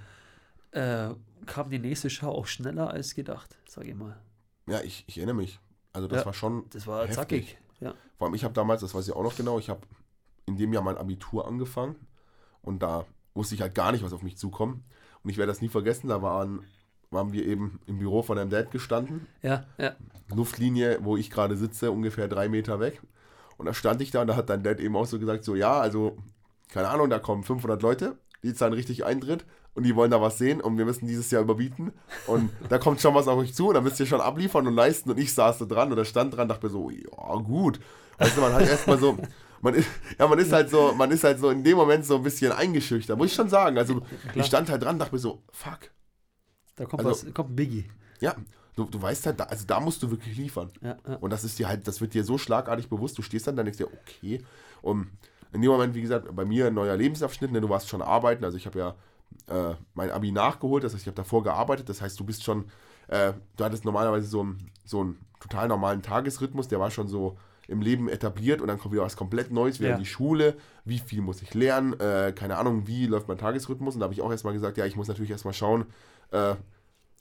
kam die nächste Show auch schneller als gedacht, sage ich mal. Ja, ich erinnere mich. Also das war schon das war heftig. Zackig. Ja. Vor allem, ich habe damals, das weiß ich auch noch genau, ich habe in dem Jahr mein Abitur angefangen und da wusste ich halt gar nicht, was auf mich zukommt. Und ich werde das nie vergessen, da waren wir eben im Büro von einem Dad gestanden. Ja. Luftlinie, wo ich gerade sitze, ungefähr 3 Meter weg. Und da stand ich da und da hat dein Dad eben auch so gesagt, so ja, also, keine Ahnung, da kommen 500 Leute, die zahlen richtig Eintritt und die wollen da was sehen und wir müssen dieses Jahr überbieten und da kommt schon was auf euch zu und da müsst ihr schon abliefern und leisten und ich saß da dran oder stand dran, dachte mir so, ja gut. Weißt du, man hat erstmal so, man ist halt so in dem Moment so ein bisschen eingeschüchtert, muss ich schon sagen. Also ich stand halt dran, dachte mir so, fuck. Da kommt ein Biggie. Ja, du weißt halt, da musst du wirklich liefern. Ja. Und das wird dir so schlagartig bewusst, du stehst dann denkst dir, okay. Und in dem Moment, wie gesagt, bei mir ein neuer Lebensabschnitt, ne, du warst schon arbeiten, also ich habe ja mein Abi nachgeholt, das heißt, ich habe davor gearbeitet, das heißt, du bist schon, du hattest normalerweise so einen total normalen Tagesrhythmus, der war schon so im Leben etabliert und dann kommt wieder was komplett Neues, wieder in die Schule, wie viel muss ich lernen, keine Ahnung, wie läuft mein Tagesrhythmus und da habe ich auch erstmal gesagt, ja, ich muss natürlich erstmal schauen,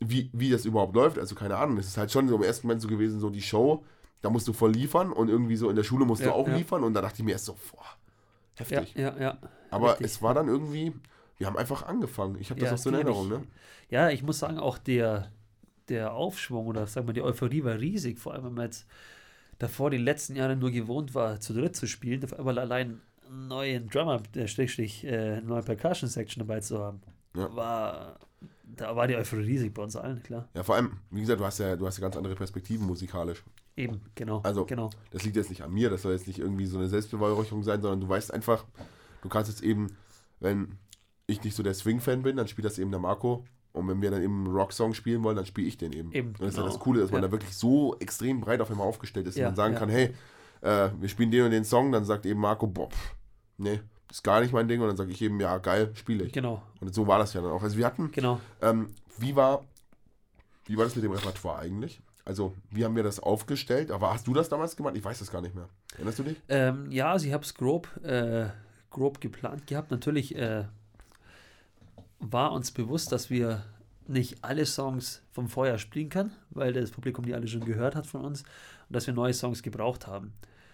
wie das überhaupt läuft, also keine Ahnung. Es ist halt schon so im ersten Moment so gewesen, so die Show, da musst du voll liefern und irgendwie so in der Schule musst du auch liefern und da dachte ich mir erst so, boah, heftig. Ja. Aber richtig. es war dann irgendwie, wir haben einfach angefangen. Ich habe das auch so in Erinnerung, ne? Ja, ich muss sagen, auch der Aufschwung oder sagen wir die Euphorie war riesig, vor allem wenn man jetzt davor die letzten Jahre nur gewohnt war, zu dritt zu spielen, auf einmal allein einen neuen Drummer, neue Percussion-Section dabei zu haben. Ja. Da war die Euphorie riesig bei uns allen, klar. Ja, vor allem, wie gesagt, du hast ja ganz andere Perspektiven musikalisch. Eben, genau. Also, das liegt jetzt nicht an mir, das soll jetzt nicht irgendwie so eine Selbstbeweihräucherung sein, sondern du weißt einfach, du kannst jetzt eben, wenn ich nicht so der Swing-Fan bin, dann spielt das eben der Marco. Und wenn wir dann eben einen Rock-Song spielen wollen, dann spiele ich den eben. Und das ist ja das Coole, dass man da wirklich so extrem breit auf einmal aufgestellt ist, dass man sagen kann, hey, wir spielen den und den Song, dann sagt eben Marco, nee, das ist gar nicht mein Ding. Und dann sage ich eben, ja, geil, spiele ich. Genau. Und so war das ja dann auch. Also wir hatten, wie war das mit dem Repertoire eigentlich? Also, wie haben wir das aufgestellt? Aber hast du das damals gemacht? Ich weiß das gar nicht mehr. Erinnerst du dich? Ja, also ich habe es grob geplant gehabt. Natürlich war uns bewusst, dass wir nicht alle Songs vom Vorjahr spielen können, weil das Publikum die alle schon gehört hat von uns und dass wir neue Songs gebraucht haben.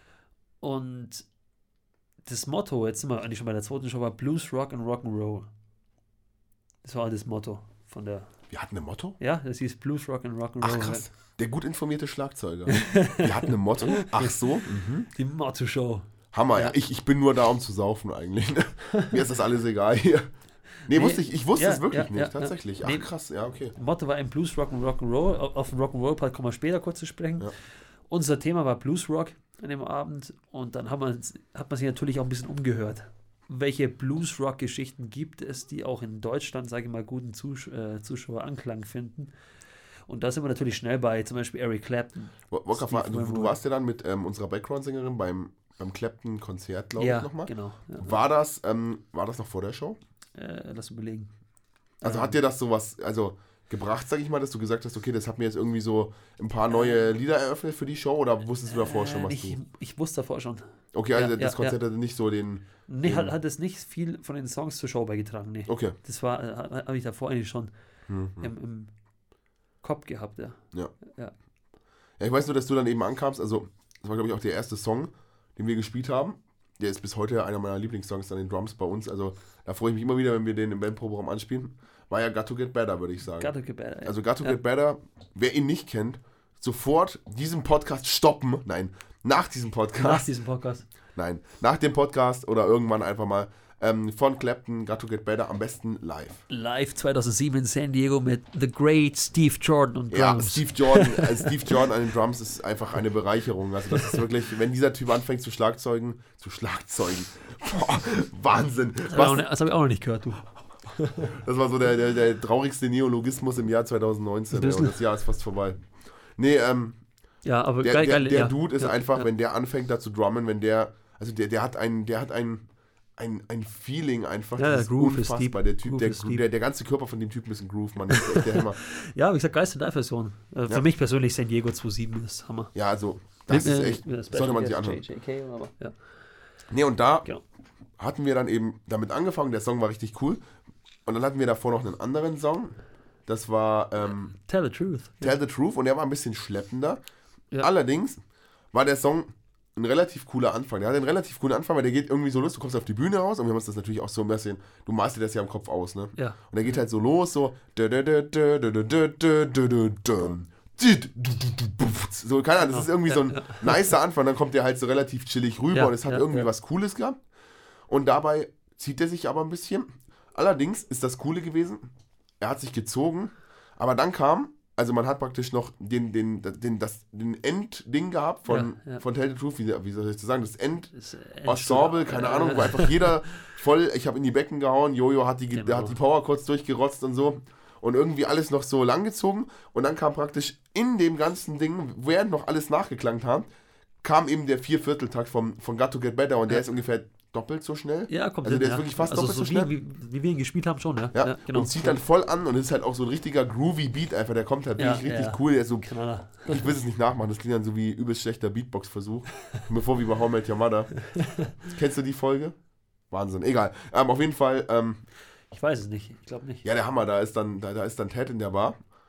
Und das Motto, jetzt sind wir eigentlich schon bei der zweiten Show, war Blues, Rock und Rock'n'Roll. Das war das Motto von der... Wir hatten ein Motto? Ja, das hieß Blues, Rock und Rock'n'Roll. Ach krass, der gut informierte Schlagzeuger. Wir hatten ein Motto? Ach so? Mhm. Die Motto-Show. Hammer, ja. Ich bin nur da, um zu saufen eigentlich. Mir ist das alles egal hier. Nee, ich wusste es wirklich nicht, tatsächlich. Ach krass, ja, okay. Motto war ein Blues, Rock und Rock'n'Roll. Auf den Rock'n'Roll-Part kommen wir später kurz zu sprechen. Ja. Unser Thema war Blues Rock an dem Abend und dann hat man sich natürlich auch ein bisschen umgehört. Welche Blues-Rock-Geschichten gibt es, die auch in Deutschland, sage ich mal, guten Zuschaueranklang finden? Und da sind wir natürlich schnell bei zum Beispiel Eric Clapton. Du warst ja dann mit unserer Background-Sängerin beim Clapton-Konzert, glaube ich, nochmal. Genau. Ja. War das noch vor der Show? Lass überlegen. Also hat dir das sowas gebracht, sag ich mal, dass du gesagt hast, okay, das hat mir jetzt irgendwie so ein paar neue Lieder eröffnet für die Show oder wusstest du davor schon, was ich wusste davor schon. Okay, also das Konzert hatte nicht so den... Nee, hat es nicht viel von den Songs zur Show beigetragen, nee. Okay. Das habe ich davor eigentlich schon im Kopf gehabt, Ja, ich weiß nur, dass du dann eben ankamst, also das war, glaube ich, auch der erste Song, den wir gespielt haben. Der ist bis heute einer meiner Lieblingssongs an den Drums bei uns, also da freue ich mich immer wieder, wenn wir den im Bandprogramm anspielen. War ja Got to Get Better, würde ich sagen. Got to Get Better, ja. Also Got to Get Better, wer ihn nicht kennt, sofort diesen Podcast stoppen. Nein, nach diesem Podcast. Nein, nach dem Podcast oder irgendwann einfach mal von Clapton, Got to Get Better, am besten live. Live 2007 in San Diego mit The Great Steve Jordan und Drums. Ja, Steve Jordan an den Drums ist einfach eine Bereicherung. Also das ist wirklich, wenn dieser Typ anfängt zu Schlagzeugen. Boah, Wahnsinn. Das habe ich auch noch nicht gehört, du. Das war so der traurigste Neologismus im Jahr 2019. Ja, und das Jahr ist fast vorbei. Nee, ja, aber der Dude ist einfach, wenn der anfängt da zu drummen, wenn der hat ein Feeling einfach, das ist unfassbar. Der Typ, der ganze Körper von dem Typen ist ein Groove, Mann. Das ist echt der Hammer. Ja, wie gesagt, geilste Live-Version. Für mich persönlich San Diego 2007 ist Hammer. Ja, also, das ist echt, sollte man sich anschauen. Nee, und da hatten wir dann eben damit angefangen, der Song war richtig cool. Und dann hatten wir davor noch einen anderen Song. Das war Tell the Truth. Tell the Truth und der war ein bisschen schleppender. Ja. Allerdings war der Song ein relativ cooler Anfang. Der hat einen relativ coolen Anfang, weil der geht irgendwie so los, du kommst auf die Bühne raus und wir haben uns das natürlich auch so ein bisschen, du malst dir das ja im Kopf aus, ne? Ja. Und der geht halt so los, so so, keine Ahnung, das ist irgendwie so ein nicer Anfang, dann kommt der halt so relativ chillig rüber und es hat irgendwie was Cooles gehabt. Und dabei zieht er sich aber ein bisschen. Allerdings ist das Coole gewesen, er hat sich gezogen, aber dann kam, also man hat praktisch noch den Endding gehabt von Tell the Truth, wie soll ich das sagen, das Ensemble, keine Ahnung, wo einfach jeder voll, ich habe in die Becken gehauen, Jojo hat die Power kurz durchgerotzt und so und irgendwie alles noch so langgezogen und dann kam praktisch in dem ganzen Ding, während noch alles nachgeklangt haben, kam eben der 4/4-Takt von Got to Get Better und der ist ungefähr doppelt so schnell. Ja, kommt also hin, der ist wirklich fast doppelt so schnell. Wie wir ihn gespielt haben schon, ja. Ja, genau. Und zieht dann voll an und ist halt auch so ein richtiger groovy Beat einfach, der kommt halt wirklich richtig cool. Der ist so, ich will es nicht nachmachen, das klingt dann so wie übelst schlechter Beatbox-Versuch. Bevor wie bei How I Met Your Mother. Kennst du die Folge? Wahnsinn, egal. Auf jeden Fall. Ich weiß es nicht, ich glaube nicht. Ja, der Hammer, da ist dann Ted in der Bar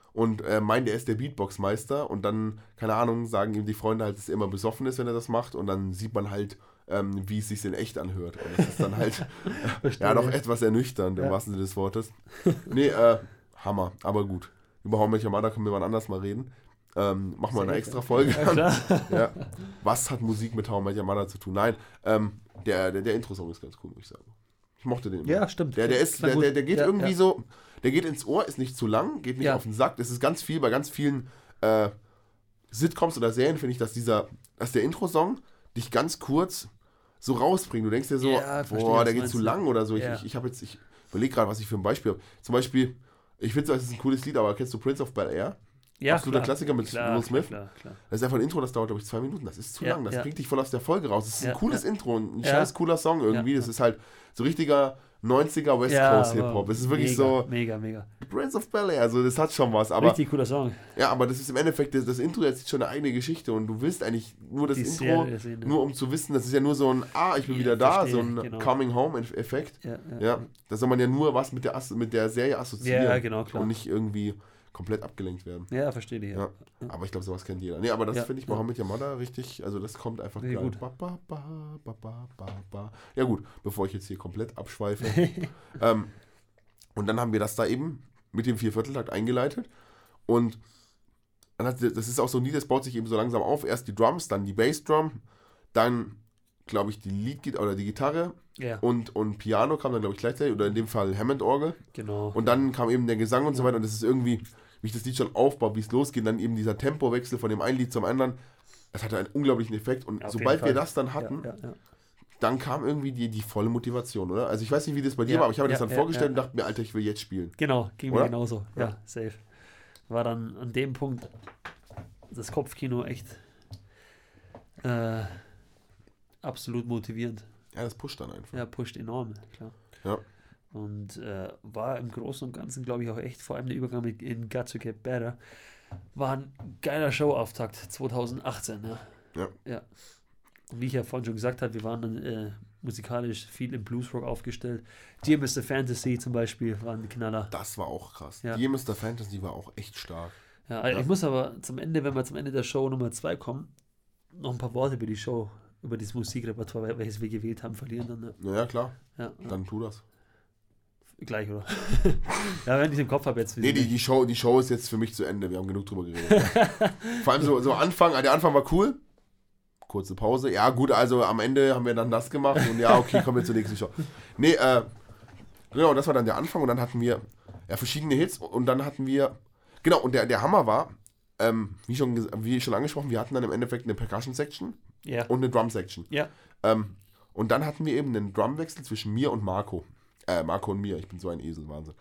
und meint, er ist der Beatbox-Meister und dann, keine Ahnung, sagen ihm die Freunde halt, dass er immer besoffen ist, wenn er das macht und dann sieht man halt, wie es sich in echt anhört. Und das ist dann halt ja doch etwas ernüchternd, im wahrsten Sinne des Wortes. Nee, Hammer, aber gut. Über How I Met Your Mother können wir wann anders mal reden. Machen wir eine extra Folge. Ja. Was hat Musik mit How I Met Your Mother zu tun? Nein, der Intro-Song ist ganz cool, muss ich sagen. Ich mochte den immer. Ja, stimmt. Der geht irgendwie so, der geht ins Ohr, ist nicht zu lang, geht nicht auf den Sack. Das ist ganz viel, bei ganz vielen Sitcoms oder Serien finde ich, dass der Intro-Song dich ganz kurz so rausbringt. Du denkst dir so, boah, der geht zu lang oder so. Ich überlege gerade, was ich für ein Beispiel habe. Zum Beispiel, ich finde es ist ein cooles Lied, aber kennst du Prince of Bel-Air? Ja, absoluter Klassiker mit Will Smith. Klar. Das ist einfach ein Intro, das dauert, glaube ich, 2 Minuten. Das ist zu lang. Das bringt dich voll aus der Folge raus. Das ist ein cooles Intro und ein scheiß cooler Song irgendwie. Das ist halt so richtiger 90er West Coast Hip-Hop. Es ist wirklich mega. Prince of Bel-Air, also das hat schon was. Aber, richtig cooler Song. Ja, aber das ist im Endeffekt, das Intro jetzt schon eine eigene Geschichte und du willst eigentlich nur das Intro, nur um zu wissen, das ist ja nur so ein, ich bin wieder da, so ein Coming-Home-Effekt. Ja, da soll man ja nur was mit der Serie assoziieren. Ja, genau, klar. Und nicht irgendwie komplett abgelenkt werden. Ja, verstehe ich. Ja. Aber ich glaube, sowas kennt jeder. Nee, aber das finde ich bei How I Met Your Mother richtig, also das kommt einfach geil. Gut. Ja gut, bevor ich jetzt hier komplett abschweife. Und dann haben wir das da eben mit dem 4/4-Takt eingeleitet und das ist auch so ein Lied, das baut sich eben so langsam auf. Erst die Drums, dann die Bassdrum, dann, glaube ich, die Leadgitarre oder die Gitarre und Piano kam dann, glaube ich, gleichzeitig oder in dem Fall Hammond-Orgel. Genau. Und dann kam eben der Gesang und so weiter und das ist irgendwie, wie ich das Lied schon aufbaue, wie es losgeht, dann eben dieser Tempowechsel von dem einen Lied zum anderen. Das hatte einen unglaublichen Effekt und sobald wir das dann hatten, dann kam irgendwie die volle Motivation, oder? Also ich weiß nicht, wie das bei dir war, aber ich habe mir das dann vorgestellt und dachte mir, Alter, ich will jetzt spielen. Genau, ging mir genauso. Ja, safe. War dann an dem Punkt das Kopfkino echt absolut motivierend. Ja, das pusht dann einfach. Ja, pusht enorm, klar. Ja. Und war im Großen und Ganzen, glaube ich, auch echt, vor allem der Übergang in Got to Get Better, war ein geiler Showauftakt 2018. Ja. Und wie ich ja vorhin schon gesagt habe, wir waren dann musikalisch viel im Bluesrock aufgestellt. Dear Mr. Fantasy zum Beispiel waren die Knaller. Das war auch krass. Ja. Dear Mr. Fantasy war auch echt stark. Ja, ich muss aber wenn wir zum Ende der Show Nummer 2 kommen, noch ein paar Worte über die Show, über dieses Musikrepertoire, welches wir gewählt haben, verlieren dann. Ne? Ja, klar. Ja. Dann tu das. Gleich, oder? Ja, wenn ich den Kopf habe jetzt. Nee, die Show ist jetzt für mich zu Ende. Wir haben genug drüber geredet. Vor allem so Anfang, der Anfang war cool. Kurze Pause. Ja, gut, also am Ende haben wir dann das gemacht und ja, okay, kommen wir zur nächsten Show. Nee, genau, das war dann der Anfang und dann hatten wir verschiedene Hits und dann hatten wir, genau, und der Hammer war, wie schon angesprochen, wir hatten dann im Endeffekt eine Percussion-Section und eine Drum-Section. Ja. Und dann hatten wir eben einen Drumwechsel zwischen mir und Marco. Marco und mir, ich bin so ein Esel, Wahnsinn.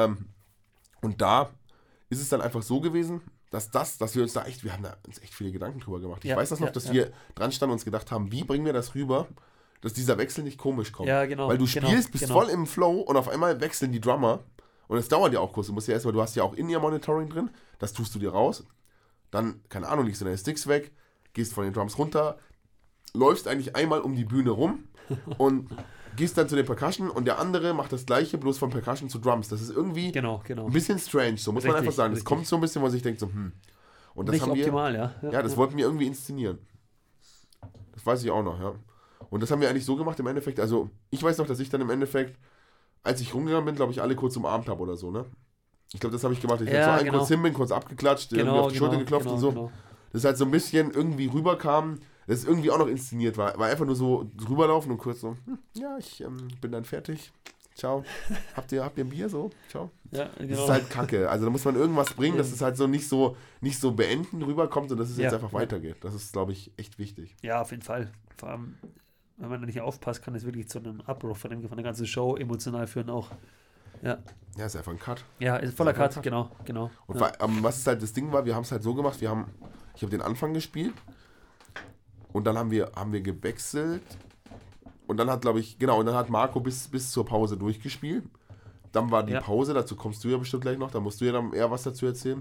Und da ist es dann einfach so gewesen, dass wir uns wir haben da uns echt viele Gedanken drüber gemacht. Ich weiß das noch, dass wir dran standen und uns gedacht haben, wie bringen wir das rüber, dass dieser Wechsel nicht komisch kommt. Ja, genau. Weil du spielst, bist voll im Flow und auf einmal wechseln die Drummer und es dauert ja auch kurz. Du hast ja auch In-Ear-Monitoring drin, das tust du dir raus, dann, keine Ahnung, legst du deine Sticks weg, gehst von den Drums runter, läufst eigentlich einmal um die Bühne rum und gehst dann zu den Percussion und der andere macht das gleiche, bloß von Percussion zu Drums. Das ist irgendwie ein bisschen strange, so muss man einfach sagen. Das kommt so ein bisschen, wo sich denkt, so, Und das nicht haben optimal, ja. Das wollten wir irgendwie inszenieren. Das weiß ich auch noch, ja. Und das haben wir eigentlich so gemacht im Endeffekt, also ich weiß noch, dass ich dann im Endeffekt, als ich rumgegangen bin, glaube ich, alle kurz umarmt habe oder so, ne? Ich glaube, das habe ich gemacht. Ich habe kurz hin bin, kurz abgeklatscht, irgendwie auf die Schulter geklopft und so. Genau. Das ist halt so ein bisschen irgendwie rüberkam, dass es irgendwie auch noch inszeniert war. War einfach nur so rüberlaufen und kurz so, ja, ich bin dann fertig. Ciao. Habt ihr ein Bier so? Ciao. Ja, genau. Das ist halt Kacke. Also da muss man irgendwas bringen, dass es halt so nicht so beenden rüberkommt und dass es jetzt einfach weitergeht. Das ist, glaube ich, echt wichtig. Ja, auf jeden Fall. Vor allem, wenn man da nicht aufpasst, kann es wirklich zu einem Abbruch von der ganzen Show emotional führen auch. Ja. Ja, ist einfach ein Cut. Ja, ist voller Cut, genau. Und was ist halt das Ding war, wir haben es halt so gemacht, ich habe den Anfang gespielt und dann haben wir gewechselt und dann hat, glaube ich, und dann hat Marco bis zur Pause durchgespielt. Dann war die Pause, dazu kommst du ja bestimmt gleich noch, da musst du ja dann eher was dazu erzählen.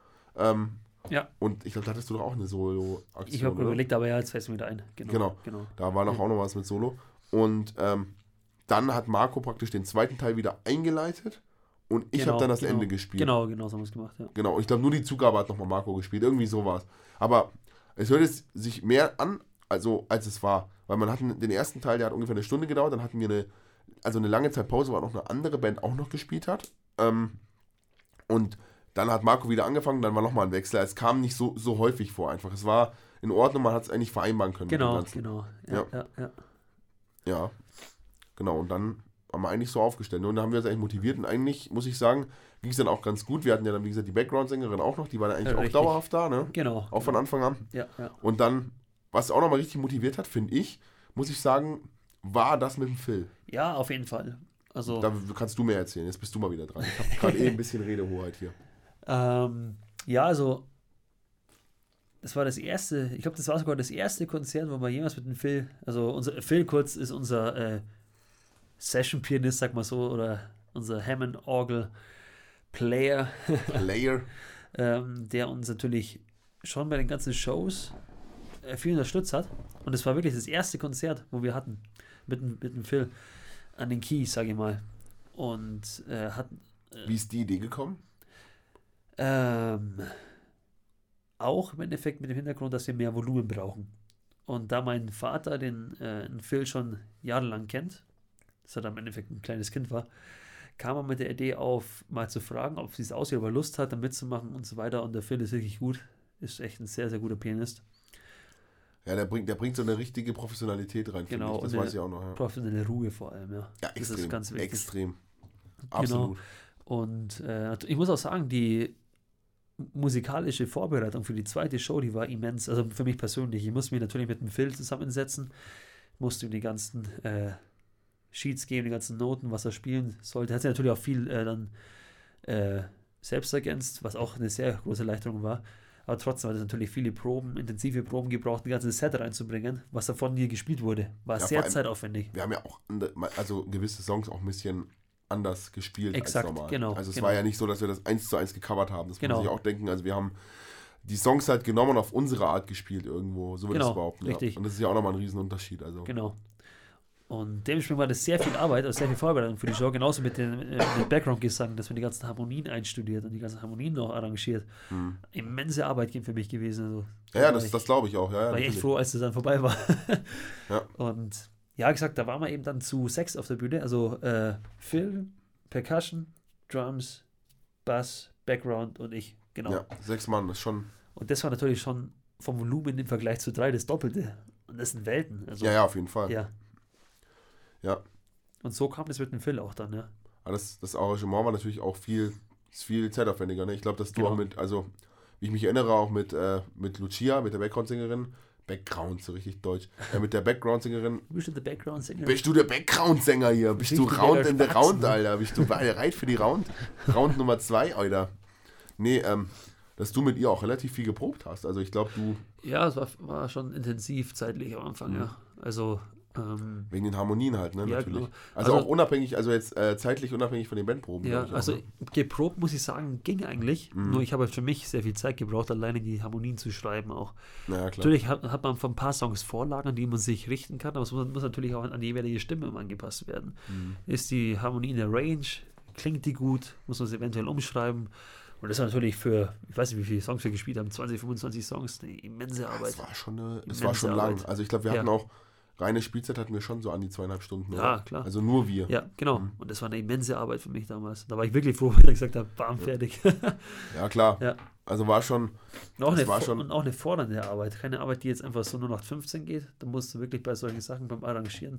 Und ich glaube, da hattest du doch auch eine Solo-Aktion. Ich habe überlegt, aber jetzt fällt es mir wieder ein. Genau. Da war auch noch was mit Solo. Und dann hat Marco praktisch den zweiten Teil wieder eingeleitet und ich habe dann das Ende gespielt. Genau, so haben wir es gemacht, ja. Genau, und ich glaube, nur die Zugabe hat nochmal Marco gespielt, irgendwie sowas. Aber es hört sich mehr an, also als es war. Weil man hatten den ersten Teil, der hat ungefähr eine Stunde gedauert, dann hatten wir eine lange Zeit Pause, weil noch eine andere Band auch noch gespielt hat. Und dann hat Marco wieder angefangen, dann war nochmal ein Wechsel. Es kam nicht so häufig vor einfach. Es war in Ordnung, man hat es eigentlich vereinbaren können. Genau. Ja, genau. Und dann haben wir eigentlich so aufgestellt. Und dann haben wir uns eigentlich motiviert. Und eigentlich, muss ich sagen, ging es dann auch ganz gut. Wir hatten ja dann, wie gesagt, die Background-Sängerin auch noch. Die war dann eigentlich auch dauerhaft da, ne? Genau. Auch von Anfang an. Ja. Und dann, was auch nochmal richtig motiviert hat, finde ich, muss ich sagen, war das mit dem Phil. Ja, auf jeden Fall. Also, da kannst du mehr erzählen. Jetzt bist du mal wieder dran. Ich habe gerade ein bisschen Redehoheit hier. Ja, also das war das erste, ich glaube, das war sogar das erste Konzert, wo wir jemals mit dem Phil, also Phil Kurz ist unser Session-Pianist, sag mal so, oder unser Hammond-Orgel-Player, der uns natürlich schon bei den ganzen Shows viel unterstützt hat. Und es war wirklich das erste Konzert, wo wir hatten mit dem Phil an den Keys, sage ich mal. Und wie ist die Idee gekommen? Auch im Endeffekt mit dem Hintergrund, dass wir mehr Volumen brauchen. Und da mein Vater den Phil schon jahrelang kennt, dass er da im Endeffekt ein kleines Kind war, kam er mit der Idee auf, mal zu fragen, ob es aussieht, ob er Lust hat, da mitzumachen und so weiter. Und der Phil ist wirklich gut, ist echt ein sehr, sehr guter Pianist. Ja, der bringt so eine richtige Professionalität rein. Genau, das weiß ich auch noch. Ja. Professionelle Ruhe vor allem, ja. Ja, extrem. Das ist ganz wichtig. Extrem. Absolut. Genau. Und ich muss auch sagen, die musikalische Vorbereitung für die zweite Show, die war immens. Also für mich persönlich. Ich musste mich natürlich mit dem Phil zusammensetzen, musste ihm die ganzen Sheets geben, die ganzen Noten, was er spielen sollte. Er hat sich natürlich auch viel dann selbst ergänzt, was auch eine sehr große Erleichterung war. Aber trotzdem hat es natürlich viele Proben, intensive Proben gebraucht, ein ganzes Set reinzubringen, was da von dir gespielt wurde. War sehr zeitaufwendig. Wir haben ja auch gewisse Songs auch ein bisschen anders gespielt als normal. Genau. Also es war ja nicht so, dass wir das 1:1 gecovert haben. Das muss man sich auch denken. Also wir haben die Songs halt genommen und auf unsere Art gespielt irgendwo. So würde ich es behaupten. Richtig. Ja. Und das ist ja auch nochmal ein Riesenunterschied. Also. Genau. Und dementsprechend war das sehr viel Arbeit, also sehr viel Vorbereitung für die Show, genauso mit Background-Gesang, dass wir die ganzen Harmonien einstudiert und die ganzen Harmonien noch arrangiert. Immense Arbeit für mich gewesen. Also, ja, das glaube ich auch. Ja, war ich echt froh, als das dann vorbei war. Ja. Und ja, gesagt, da waren wir eben dann zu 6 auf der Bühne, also Phil, Percussion, Drums, Bass, Background und ich, genau. Ja, 6 Mann, das ist schon... Und das war natürlich schon vom Volumen im Vergleich zu 3 das Doppelte. Und das sind Welten. Also, ja, auf jeden Fall. Ja. Ja. Und so kam das mit dem Phil auch dann, ja. Aber das Arrangement war natürlich auch viel zeitaufwendiger, ne? Ich glaube, dass du auch wie ich mich erinnere, auch mit Lucia, mit der Background-Sängerin, so richtig deutsch, mit der Background-Sängerin. Bist du der Background-Sänger? Bist du der Background-Sänger hier? Bist du Round in der Round, Alter? Bist du bereit für die Round? Round Nummer 2, Alter. Nee, dass du mit ihr auch relativ viel geprobt hast. Also ich glaube, du... Ja, es war schon intensiv zeitlich am Anfang, ja. Also... wegen den Harmonien halt, ne? Ja, natürlich. genau. Also auch unabhängig, also jetzt zeitlich unabhängig von den Bandproben. Ja, auch, also ne? geprobt, muss ich sagen, ging eigentlich. Nur ich habe für mich sehr viel Zeit gebraucht, alleine die Harmonien zu schreiben auch. Naja, klar. Natürlich hat man von ein paar Songs Vorlagen, an die man sich richten kann, aber es muss natürlich auch an die jeweilige Stimme angepasst werden. Ist die Harmonie in der Range? Klingt die gut? Muss man es eventuell umschreiben? Und das war natürlich für, ich weiß nicht, wie viele Songs wir gespielt haben, 20, 25 Songs, eine immense Arbeit. Es war schon lang. Also ich glaube, wir hatten auch reine Spielzeit hatten wir schon so an die 2,5 Stunden. Ja, oder? Klar. Also nur wir. Ja, genau. Und das war eine immense Arbeit für mich damals. Da war ich wirklich froh, weil ich gesagt habe, bam, fertig. Ja, klar. Ja. Also war schon... Und auch eine fordernde Arbeit. Keine Arbeit, die jetzt einfach so nur nach 15 geht. Da musst du wirklich bei solchen Sachen beim Arrangieren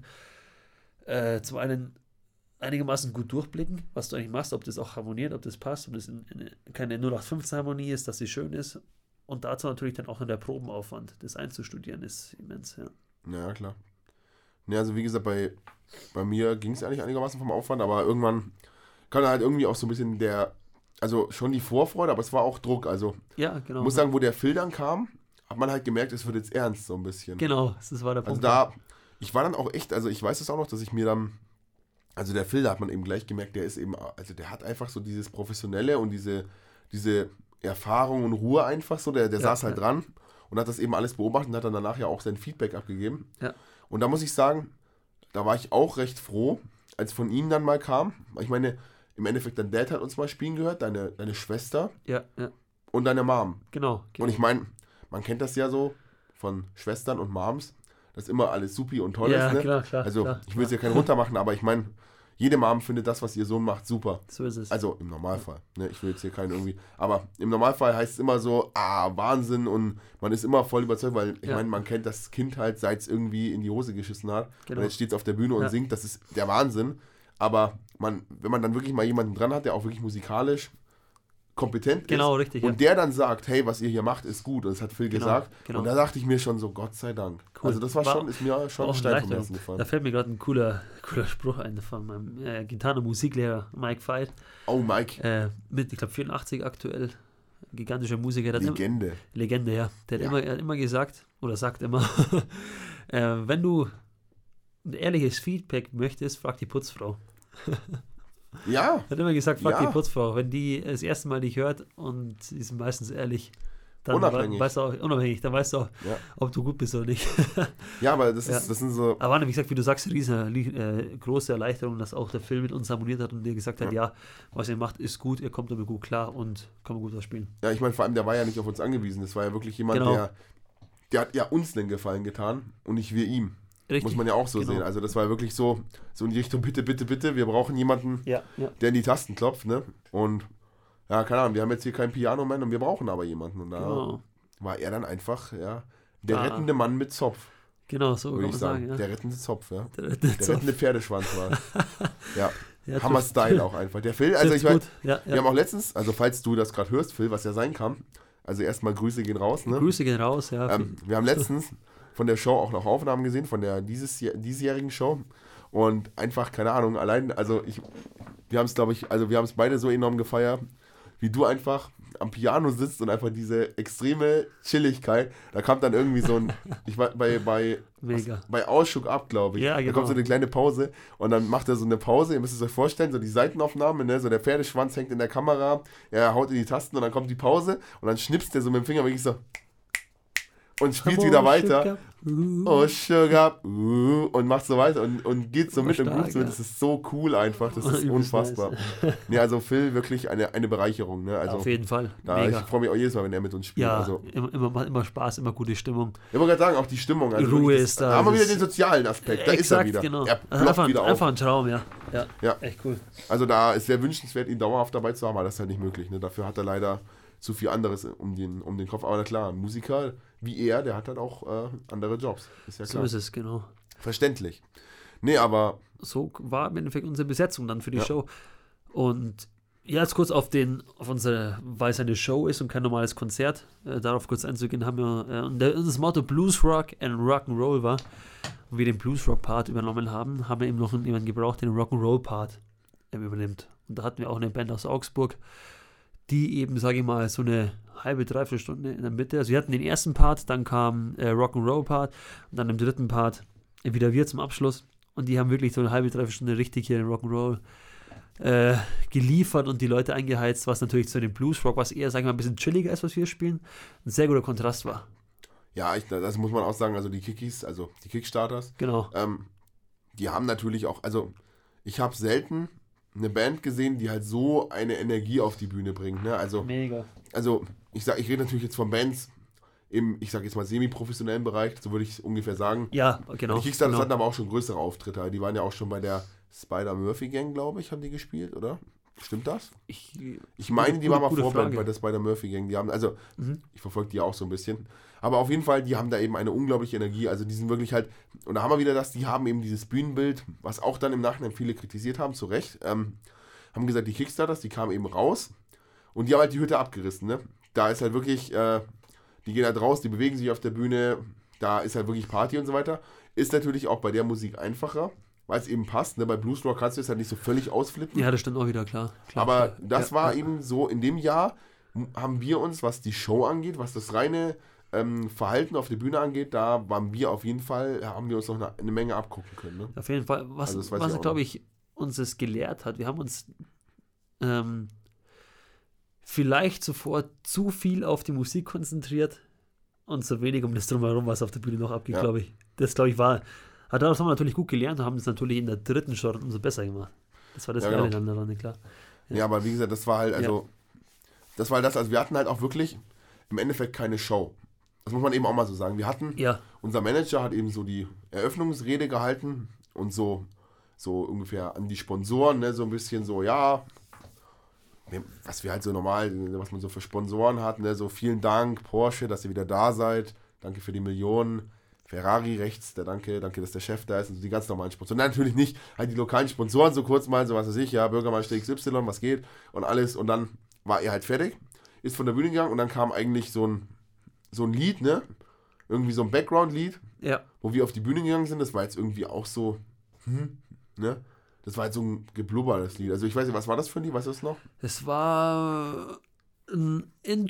zum einen einigermaßen gut durchblicken, was du eigentlich machst, ob das auch harmoniert, ob das passt, ob das keine 0815 Harmonie ist, dass sie schön ist. Und dazu natürlich dann auch noch der Probenaufwand, das einzustudieren, ist immens, ja. Ja, klar. Ne, also wie gesagt, bei mir ging es eigentlich einigermaßen vom Aufwand, aber irgendwann kann halt irgendwie auch so ein bisschen also schon die Vorfreude, aber es war auch Druck. Also ja, genau. Ich muss sagen, wo der Phil dann kam, hat man halt gemerkt, es wird jetzt ernst so ein bisschen. Genau, das war der Punkt. Also ich war dann auch echt, also ich weiß es auch noch, dass ich mir dann, also der Phil, da hat man eben gleich gemerkt, der hat einfach so dieses Professionelle und diese Erfahrung und Ruhe einfach so, der saß halt dran und hat das eben alles beobachtet und hat dann danach ja auch sein Feedback abgegeben. Ja. Und da muss ich sagen, da war ich auch recht froh, als von ihm dann mal kam. Ich meine, im Endeffekt dein Dad hat uns mal spielen gehört, deine Schwester ja. und deine Mom. Genau. Und ich meine, man kennt das ja so von Schwestern und Moms, dass immer alles supi und toll ist. Ne? Klar. Also klar, ich will es ja keinen runter machen, aber ich meine, jede Mom findet das, was ihr Sohn macht, super. So ist es. Also im Normalfall. Ne? Ich will jetzt hier keinen irgendwie. Aber im Normalfall heißt es immer so, Wahnsinn, und man ist immer voll überzeugt, weil ich meine, man kennt das Kind halt, seit es irgendwie in die Hose geschissen hat. Genau. Und jetzt steht es auf der Bühne und singt, das ist der Wahnsinn. Aber wenn man dann wirklich mal jemanden dran hat, der auch wirklich musikalisch kompetent ist. Richtig. Und der dann sagt, hey, was ihr hier macht, ist gut. Und das hat Phil gesagt. Genau. Und da dachte ich mir schon so, Gott sei Dank. Cool. Also das ist mir schon ein Stein vom Herzen gefallen. Da fällt mir gerade ein cooler Spruch ein von meinem Gitarren-Musiklehrer Mike Veit. Oh, Mike. Mit, ich glaube, 84 aktuell. Gigantischer Musiker. Legende. Legende, ja. Der hat immer gesagt, oder sagt immer, wenn du ein ehrliches Feedback möchtest, frag die Putzfrau. Ja. Hat immer gesagt, frag die Putzfrau. Wenn die das erste Mal dich hört und sie ist meistens ehrlich, dann weißt du auch, dann weißt du auch, ob du gut bist oder nicht. Ja, aber das sind so... Aber wie gesagt, wie du sagst, große Erleichterung, dass auch der Film mit uns harmoniert hat und dir gesagt hat, was ihr macht, ist gut, ihr kommt damit gut klar und kann man gut was spielen. Ja, ich meine, vor allem, der war ja nicht auf uns angewiesen. Das war ja wirklich jemand, der hat ja uns den Gefallen getan und nicht wir ihm. Richtig. Muss man ja auch so sehen. Also das war wirklich so in die Richtung, bitte, wir brauchen jemanden, der in die Tasten klopft, ne? Und ja, keine Ahnung, wir haben jetzt hier keinen Piano-Man und wir brauchen aber jemanden. Und da war er dann einfach, der rettende Mann mit Zopf. Genau, so würde ich sagen. Der rettende Zopf, ja. Der rettende Pferdeschwanz war. Ja, Hammer-Style auch einfach. Der Phil, also ich meine, wir haben auch letztens, also falls du das gerade hörst, Phil, was ja sein kann, also erstmal Grüße gehen raus, ne? Grüße gehen raus, ja. Wir haben letztens von der Show auch noch Aufnahmen gesehen, von der diesjährigen Show. Und einfach, keine Ahnung, allein, also wir haben es, glaube ich, wir haben es beide so enorm gefeiert, wie du einfach am Piano sitzt und einfach diese extreme Chilligkeit. Da kam dann irgendwie so ein, ich war bei Ausschuk ab, glaube ich. Ja, genau. Da kommt so eine kleine Pause und dann macht er so eine Pause, ihr müsst es euch vorstellen, so die Seitenaufnahme, ne? So der Pferdeschwanz hängt in der Kamera, er haut in die Tasten und dann kommt die Pause und dann schnipst er so mit dem Finger wirklich so und spielt wieder weiter. Oh, Sugar. Und macht so weiter und geht so mit im Groove. Das ist so cool einfach. Das ist unfassbar. Nice. Nee, also Phil, wirklich eine Bereicherung. Ne? Also, auf jeden Fall. Ich freue mich auch jedes Mal, wenn er mit uns spielt. Ja, also, immer Spaß, immer gute Stimmung. Ich wollte gerade sagen, auch die Stimmung. Also Ruhe wirklich, ist da. Da haben wir wieder den sozialen Aspekt. Da ist er wieder. Genau. Er ploppt wieder auf. Einfach ein Traum, ja. Echt cool. Also da ist sehr wünschenswert, ihn dauerhaft dabei zu haben, aber das ist halt nicht möglich. Ne? Dafür hat er leider zu viel anderes um den Kopf. Aber na klar, ein Musiker wie er, der hat halt auch andere Jobs. Ist ja klar. So ist es, genau. Verständlich. Nee, aber... So war im Endeffekt unsere Besetzung dann für die Show. Und jetzt kurz weil es eine Show ist und kein normales Konzert, darauf kurz einzugehen, haben wir, und das Motto Blues Rock and Rock'n'Roll war, und wir den Blues Rock Part übernommen haben wir eben noch jemanden gebraucht, der den Rock'n'Roll Part übernimmt. Und da hatten wir auch eine Band aus Augsburg, die eben, sage ich mal, so eine halbe, dreiviertel Stunde in der Mitte. Also wir hatten den ersten Part, dann kam Rock'n'Roll-Part und dann im dritten Part wieder wir zum Abschluss. Und die haben wirklich so eine halbe, dreiviertel Stunde richtig hier den Rock'n'Roll geliefert und die Leute eingeheizt, was natürlich zu dem Blues-Rock, was eher, sagen wir mal, ein bisschen chilliger ist, was wir spielen, ein sehr guter Kontrast war. Ja, das muss man auch sagen, also die Kickies, also die Kickstarters, genau. Die haben natürlich auch, also ich habe selten eine Band gesehen, die halt so eine Energie auf die Bühne bringt. Ne? Also, mega. Also ich rede natürlich jetzt von Bands im, ich sage jetzt mal, semi-professionellen Bereich, so würde ich es ungefähr sagen. Ja, genau. Die Kickstarters hatten aber auch schon größere Auftritte. Die waren ja auch schon bei der Spider-Murphy-Gang, glaube ich, haben die gespielt, oder? Stimmt das? Ich meine, die waren mal Vorband bei der Spider-Murphy-Gang. Die haben, also, ich verfolge die auch so ein bisschen. Aber auf jeden Fall, die haben da eben eine unglaubliche Energie. Also die sind wirklich halt, und da haben wir wieder die haben eben dieses Bühnenbild, was auch dann im Nachhinein viele kritisiert haben, zu Recht, haben gesagt, die Kickstarters, die kamen eben raus und die haben halt die Hütte abgerissen, ne? Da ist halt wirklich, die gehen halt raus, die bewegen sich auf der Bühne, da ist halt wirklich Party und so weiter. Ist natürlich auch bei der Musik einfacher, weil es eben passt, ne? Bei Bluesrock kannst du es halt nicht so völlig ausflippen. Ja, das stimmt auch wieder, klar. Aber das war eben so, in dem Jahr haben wir uns, was die Show angeht, was das reine Verhalten auf der Bühne angeht, da waren wir auf jeden Fall, haben wir uns noch eine Menge abgucken können. Ne? Auf jeden Fall, was glaube ich, uns das gelehrt hat. Wir haben uns vielleicht sofort zu viel auf die Musik konzentriert und zu wenig um das Drumherum, was auf der Bühne noch abgeht, glaube ich. Das, glaube ich, hat daraus haben wir natürlich gut gelernt und haben es natürlich in der dritten Show umso besser gemacht. Das war das Geile dann daran, klar. Ja, aber wie gesagt, das war halt, also wir hatten halt auch wirklich im Endeffekt keine Show. Das muss man eben auch mal so sagen. Wir hatten, unser Manager hat eben so die Eröffnungsrede gehalten und so ungefähr an die Sponsoren, ne, so ein bisschen so, was wir halt so normal, was man so für Sponsoren hat, ne, so vielen Dank, Porsche, dass ihr wieder da seid, danke für die Millionen, Ferrari rechts, danke, dass der Chef da ist und so die ganz normalen Sponsoren. Natürlich nicht, halt die lokalen Sponsoren so kurz mal, so was weiß ich, Bürgermeister XY, was geht und alles und dann war er halt fertig, ist von der Bühne gegangen und dann kam eigentlich so ein Lied, ne, irgendwie so ein Background-Lied, wo wir auf die Bühne gegangen sind, das war jetzt irgendwie auch so, ne, das war halt so ein geblubbertes Lied. Also ich weiß nicht, was war das für ein Lied? Weißt du das noch? Das war ein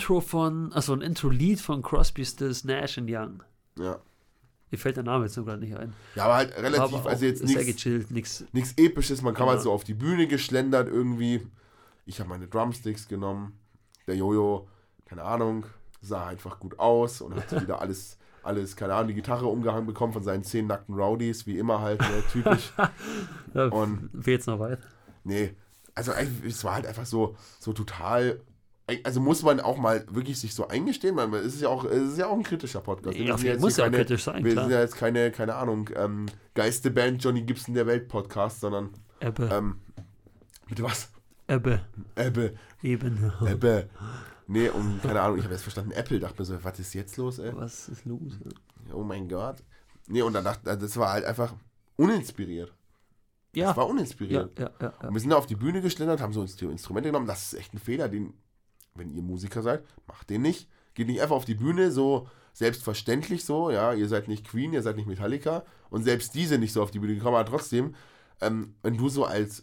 Intro-Lied von Crosby, Stills, Nash & Young. Ja. Mir fällt der Name jetzt noch gar nicht ein. Ja, aber halt relativ, aber also jetzt nichts Episches. Man kam halt so auf die Bühne geschlendert irgendwie. Ich habe meine Drumsticks genommen. Der Jojo, keine Ahnung, sah einfach gut aus und hat wieder alles, keine Ahnung, die Gitarre umgehangen bekommen von seinen 10 nackten Rowdies, wie immer halt, ne, typisch. Und jetzt noch weit? Nee, also es war halt einfach so total, also muss man auch mal wirklich sich so eingestehen, weil es ist ja auch ein kritischer Podcast. Muss ja auch kritisch sein, wir sind ja jetzt keine Ahnung, geilste Band Johnny Gibson der Welt Podcast, sondern Ebbe. Bitte was? Ebbe. Eben. Ebbe. Nee, und keine Ahnung, ich habe jetzt verstanden, Apple, dachte mir so, was ist jetzt los, ey? Was ist los? Oh mein Gott. Nee, und dann dachte, das war halt einfach uninspiriert. Ja. Das war uninspiriert. Ja. Und wir sind da auf die Bühne geschlendert, haben so uns die Instrumente genommen. Das ist echt ein Fehler, wenn ihr Musiker seid, macht den nicht. Geht nicht einfach auf die Bühne, so selbstverständlich so, ja, ihr seid nicht Queen, ihr seid nicht Metallica. Und selbst die sind nicht so auf die Bühne gekommen, aber trotzdem, wenn du so als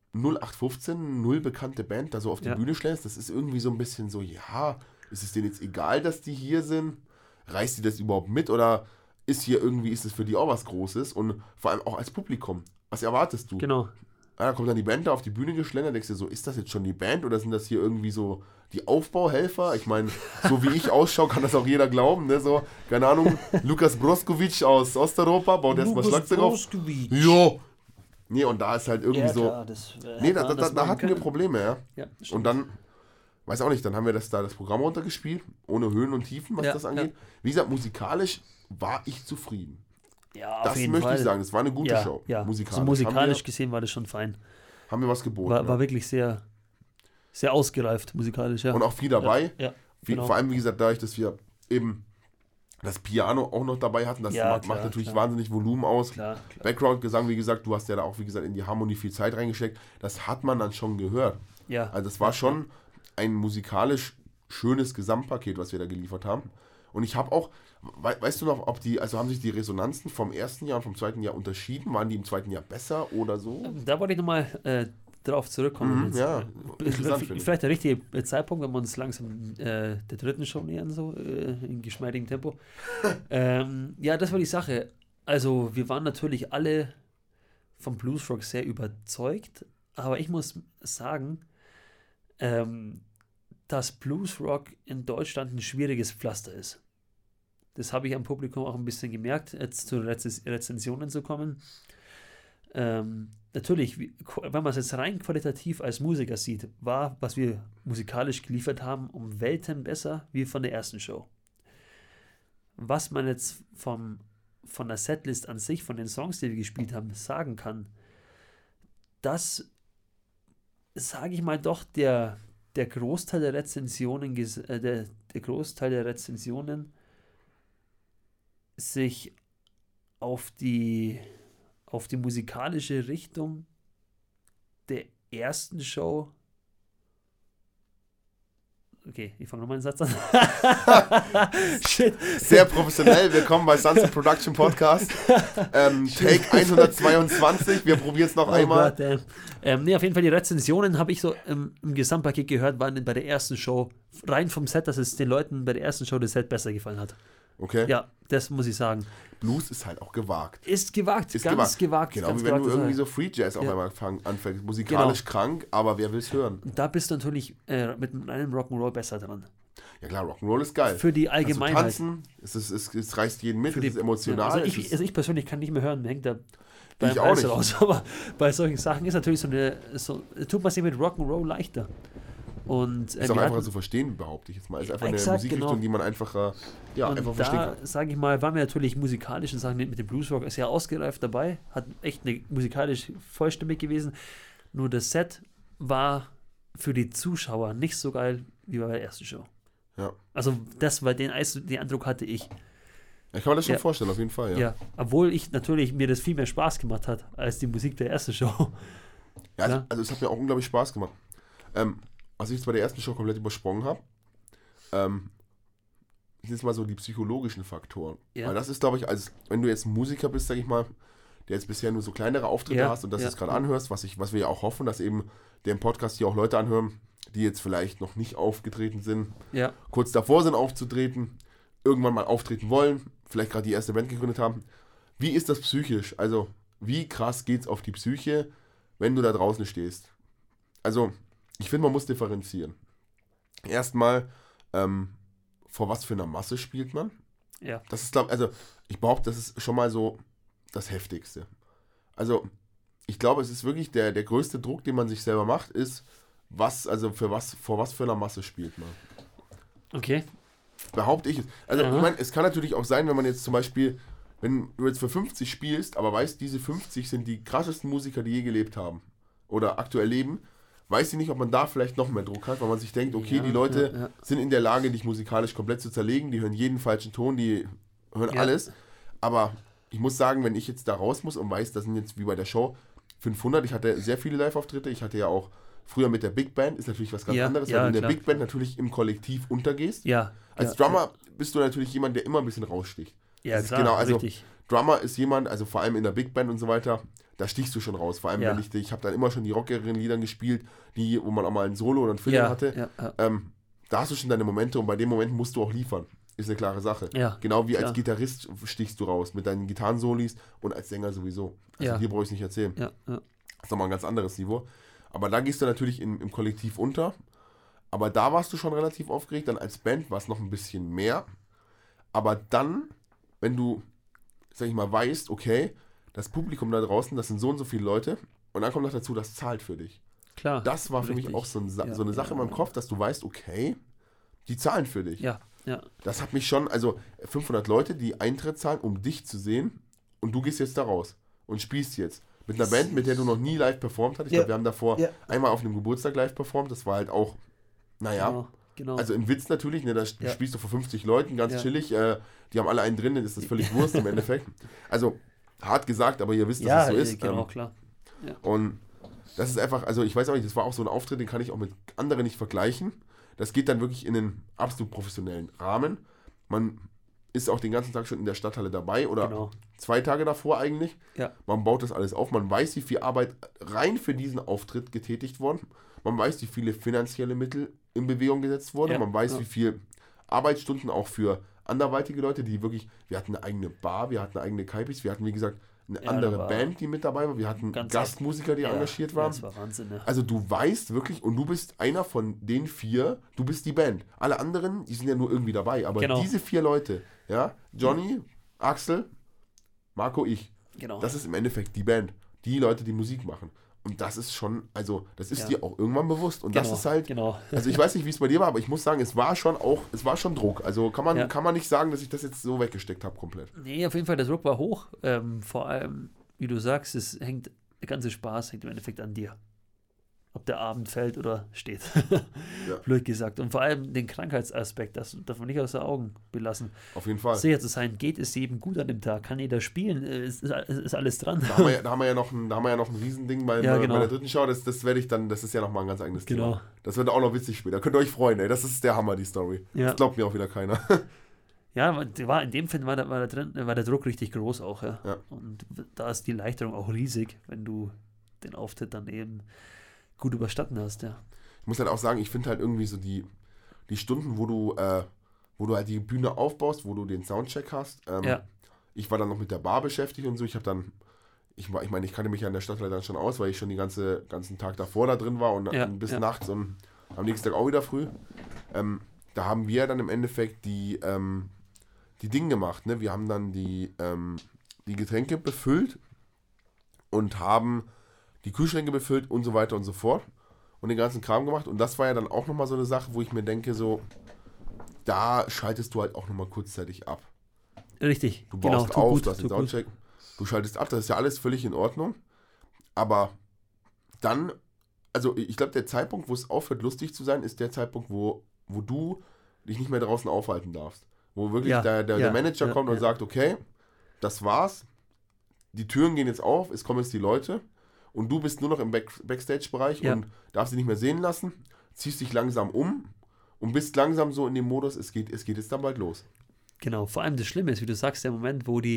0815, null bekannte Band da so auf die Bühne stellst, das ist irgendwie so ein bisschen so, ist es denen jetzt egal, dass die hier sind? Reißt die das überhaupt mit? Oder ist es für die auch was Großes? Und vor allem auch als Publikum. Was erwartest du? Genau. Da kommt dann die Band da auf die Bühne geschlendert, denkst du so, ist das jetzt schon die Band oder sind das hier irgendwie so die Aufbauhelfer? Ich meine, so wie ich ausschaue, kann das auch jeder glauben, ne? So, keine Ahnung, Lukas Broskovic aus Osteuropa baut erstmal Schlagzeug auf. Jo! Nee, und da ist halt irgendwie so. Klar, da hatten wir Probleme, ja und dann, weiß auch nicht, dann haben wir das Programm runtergespielt, ohne Höhen und Tiefen, was das angeht. Wie gesagt, musikalisch war ich zufrieden. Ja, das möchte ich sagen, das war eine gute Show. Ja, musikalisch gesehen war das schon fein. Haben wir was geboten. War wirklich sehr, sehr ausgereift musikalisch, ja. Und auch viel dabei. Ja, genau. Vor allem, wie gesagt, dadurch, dass wir eben das Piano auch noch dabei hatten, das macht natürlich wahnsinnig Volumen aus. Klar. Background-Gesang, wie gesagt, du hast ja da auch, wie gesagt, in die Harmonie viel Zeit reingesteckt. Das hat man dann schon gehört. Ja. Also das war schon ein musikalisch schönes Gesamtpaket, was wir da geliefert haben. Und ich habe auch, weißt du noch, haben sich die Resonanzen vom ersten Jahr und vom zweiten Jahr unterschieden? Waren die im zweiten Jahr besser oder so? Da wollte ich nochmal drauf zurückkommen. Vielleicht der richtige Zeitpunkt, wenn wir uns langsam der dritten Show nähern, so in geschmeidigem Tempo. Das war die Sache. Also wir waren natürlich alle vom Bluesrock sehr überzeugt, aber ich muss sagen, dass Bluesrock in Deutschland ein schwieriges Pflaster ist. Das habe ich am Publikum auch ein bisschen gemerkt, jetzt zu Rezensionen zu kommen. Natürlich, wenn man es jetzt rein qualitativ als Musiker sieht, war, was wir musikalisch geliefert haben, um Welten besser wie von der ersten Show. Was man jetzt von der Setlist an sich, von den Songs, die wir gespielt haben, sagen kann, dass, sage ich mal doch, der Großteil der Rezensionen, der Großteil der Rezensionen sich auf die musikalische Richtung der ersten Show. Okay, ich fange nochmal einen Satz an. Shit. Sehr professionell. Willkommen bei Sunset Production Podcast. Take 122. Wir probieren es noch einmal. Gott, auf jeden Fall die Rezensionen habe ich so im Gesamtpaket gehört, waren bei der ersten Show rein vom Set, dass es den Leuten bei der ersten Show das Set besser gefallen hat. Okay. Ja, das muss ich sagen. Blues ist halt auch gewagt. Ist gewagt. Genau, wie wenn du irgendwie so Free Jazz auf einmal anfängst. Musikalisch krank, aber wer will es hören? Da bist du natürlich mit einem Rock'n'Roll besser dran. Ja klar, Rock'n'Roll ist geil. Für die Allgemeinheit. Tanzen, es reißt jeden mit, es ist emotional. Also ich persönlich kann nicht mehr hören, mir hängt der beim Eis raus. Aber bei solchen Sachen ist natürlich tut man sich mit Rock'n'Roll leichter. Und, ist auch einfacher zu verstehen, behaupte ich jetzt mal. Ist einfach eine Musikrichtung, die man einfach verstehen kann. Sage ich mal, waren wir natürlich musikalisch und sagen mit dem Bluesrock sehr ausgereift dabei, hat echt musikalisch vollstimmig gewesen. Nur das Set war für die Zuschauer nicht so geil wie bei der ersten Show. Ja. Also das war den Eindruck hatte ich. Ich kann mir das schon vorstellen, auf jeden Fall. Ja, obwohl mir das viel mehr Spaß gemacht hat als die Musik der ersten Show. Ja, also es hat mir auch unglaublich Spaß gemacht. Was ich jetzt bei der ersten Show komplett übersprungen habe, sind jetzt mal so die psychologischen Faktoren. Ja. Weil das ist, glaube ich, wenn du jetzt Musiker bist, sag ich mal, der jetzt bisher nur so kleinere Auftritte hast und das jetzt gerade anhörst, was wir ja auch hoffen, dass eben der im Podcast hier auch Leute anhören, die jetzt vielleicht noch nicht aufgetreten sind, kurz davor sind aufzutreten, irgendwann mal auftreten wollen, vielleicht gerade die erste Band gegründet haben. Wie ist das psychisch? Also, wie krass geht's auf die Psyche, wenn du da draußen stehst? Also, ich finde, man muss differenzieren. Erstmal, vor was für einer Masse spielt man? Ja. Das ist, ich behaupte, das ist schon mal so das Heftigste. Also, ich glaube, es ist wirklich der größte Druck, den man sich selber macht, ist, vor was für einer Masse spielt man. Okay. Behaupte ich. Also, ich meine, es kann natürlich auch sein, wenn man jetzt zum Beispiel, wenn du jetzt für 50 spielst, aber weißt, diese 50 sind die krassesten Musiker, die je gelebt haben oder aktuell leben, weiß ich nicht, ob man da vielleicht noch mehr Druck hat, weil man sich denkt, okay, die Leute sind in der Lage, dich musikalisch komplett zu zerlegen, die hören jeden falschen Ton, die hören alles, aber ich muss sagen, wenn ich jetzt da raus muss und weiß, das sind jetzt wie bei der Show 500, ich hatte sehr viele Live-Auftritte, ich hatte ja auch früher mit der Big Band, ist natürlich was ganz anderes, weil du in der Big Band natürlich im Kollektiv untergehst. Ja. Als Drummer bist du natürlich jemand, der immer ein bisschen raussticht. Ja, klar, genau, also richtig. Drummer ist jemand, also vor allem in der Big Band und so weiter, da stichst du schon raus. Vor allem, wenn ich habe dann immer schon die rockigeren Lieder gespielt, wo man auch mal ein Solo oder ein Fiddle hatte. Da hast du schon deine Momente und bei dem Moment musst du auch liefern. Ist eine klare Sache. Ja, genau wie als Gitarrist stichst du raus mit deinen Gitarrensolis und als Sänger sowieso. Also dir brauche ich es nicht erzählen. Ja. Das ist nochmal ein ganz anderes Niveau. Aber da gehst du natürlich im Kollektiv unter. Aber da warst du schon relativ aufgeregt. Dann als Band war es noch ein bisschen mehr. Aber dann, wenn du, sag ich mal, weißt, okay, das Publikum da draußen, das sind so und so viele Leute. Und dann kommt noch dazu, das zahlt für dich. Klar. Das war für mich auch so eine Sache in meinem Kopf, dass du weißt, okay, die zahlen für dich. Ja. Das hat mich schon, also 500 Leute, die Eintritt zahlen, um dich zu sehen. Und du gehst jetzt da raus und spielst jetzt. Mit einer Band, mit der du noch nie live performt hast. Ich glaube, wir haben davor einmal auf einem Geburtstag live performt. Das war halt auch, genau. Also im Witz natürlich, ne, da spielst du vor 50 Leuten, ganz chillig. Die haben alle einen drin, dann ist das völlig Wurst im Endeffekt. Also, hart gesagt, aber ihr wisst, dass es so ist. Genau, klar. Ja. Und das ist einfach, also ich weiß auch nicht, das war auch so ein Auftritt, den kann ich auch mit anderen nicht vergleichen. Das geht dann wirklich in einen absolut professionellen Rahmen. Man ist auch den ganzen Tag schon in der Stadthalle dabei oder 2 Tage davor eigentlich. Ja. Man baut das alles auf, man weiß, wie viel Arbeit rein für diesen Auftritt getätigt worden. Man weiß, wie viele finanzielle Mittel in Bewegung gesetzt wurden. Man weiß, wie viel Arbeitsstunden auch für anderweitige Leute, die wirklich, wir hatten eine eigene Bar, wir hatten eine eigene Kaipis, wir hatten, wie gesagt, eine andere Band, die mit dabei war, wir hatten Gastmusiker, die engagiert waren. Das war Wahnsinn, ne? Also du weißt wirklich, und du bist einer von den 4, du bist die Band. Alle anderen, die sind ja nur irgendwie dabei, aber diese 4 Leute, Johnny, Axel, Marco, ich, das ist im Endeffekt die Band, die Leute, die Musik machen. Und das ist schon, also das ist dir auch irgendwann bewusst. Und das ist halt, also ich weiß nicht, wie es bei dir war, aber ich muss sagen, es war schon Druck. Also kann man nicht sagen, dass ich das jetzt so weggesteckt habe komplett. Nee, auf jeden Fall, der Druck war hoch. Vor allem, wie du sagst, der ganze Spaß hängt im Endeffekt an dir. Ob der Abend fällt oder steht. Blöd gesagt. Und vor allem den Krankheitsaspekt, das darf man nicht aus den Augen belassen. Auf jeden Fall. Sicher zu sein, geht es jedem gut an dem Tag, kann jeder spielen, ist alles dran. Da haben wir ja noch ein Riesending bei der dritten Show, das ist ja nochmal ein ganz eigenes Thema. Das wird auch noch witzig später. Könnt ihr euch freuen, ey. Das ist der Hammer, die Story. Ja. Das glaubt mir auch wieder keiner. Ja, in dem Film war der Druck richtig groß auch. Ja. Und da ist die Erleichterung auch riesig, wenn du den Auftritt dann eben gut überstanden hast, ja. Ich muss halt auch sagen, ich finde halt irgendwie so die Stunden, wo du halt die Bühne aufbaust, wo du den Soundcheck hast. Ich war dann noch mit der Bar beschäftigt und so. Ich meine, ich kannte mich ja an der Stadthalle dann schon aus, weil ich schon den ganzen Tag davor da drin war und bis nachts und am nächsten Tag auch wieder früh. Da haben wir dann im Endeffekt die Dinge gemacht, ne? Wir haben dann die Getränke befüllt und haben die Kühlschränke befüllt und so weiter und so fort und den ganzen Kram gemacht. Und das war ja dann auch nochmal so eine Sache, wo ich mir denke, so, da schaltest du halt auch nochmal kurzzeitig ab. Richtig. Du baust auf, du hast den Soundcheck, du schaltest ab, das ist ja alles völlig in Ordnung. Aber dann, also ich glaube, der Zeitpunkt, wo es aufhört, lustig zu sein, ist der Zeitpunkt, wo du dich nicht mehr draußen aufhalten darfst. Wo wirklich der Manager kommt und sagt, okay, das war's, die Türen gehen jetzt auf, es kommen jetzt die Leute und du bist nur noch im Backstage-Bereich und darfst sie nicht mehr sehen lassen, ziehst dich langsam um und bist langsam so in dem Modus, es geht jetzt dann bald los. Genau, vor allem das Schlimme ist, wie du sagst, der Moment, wo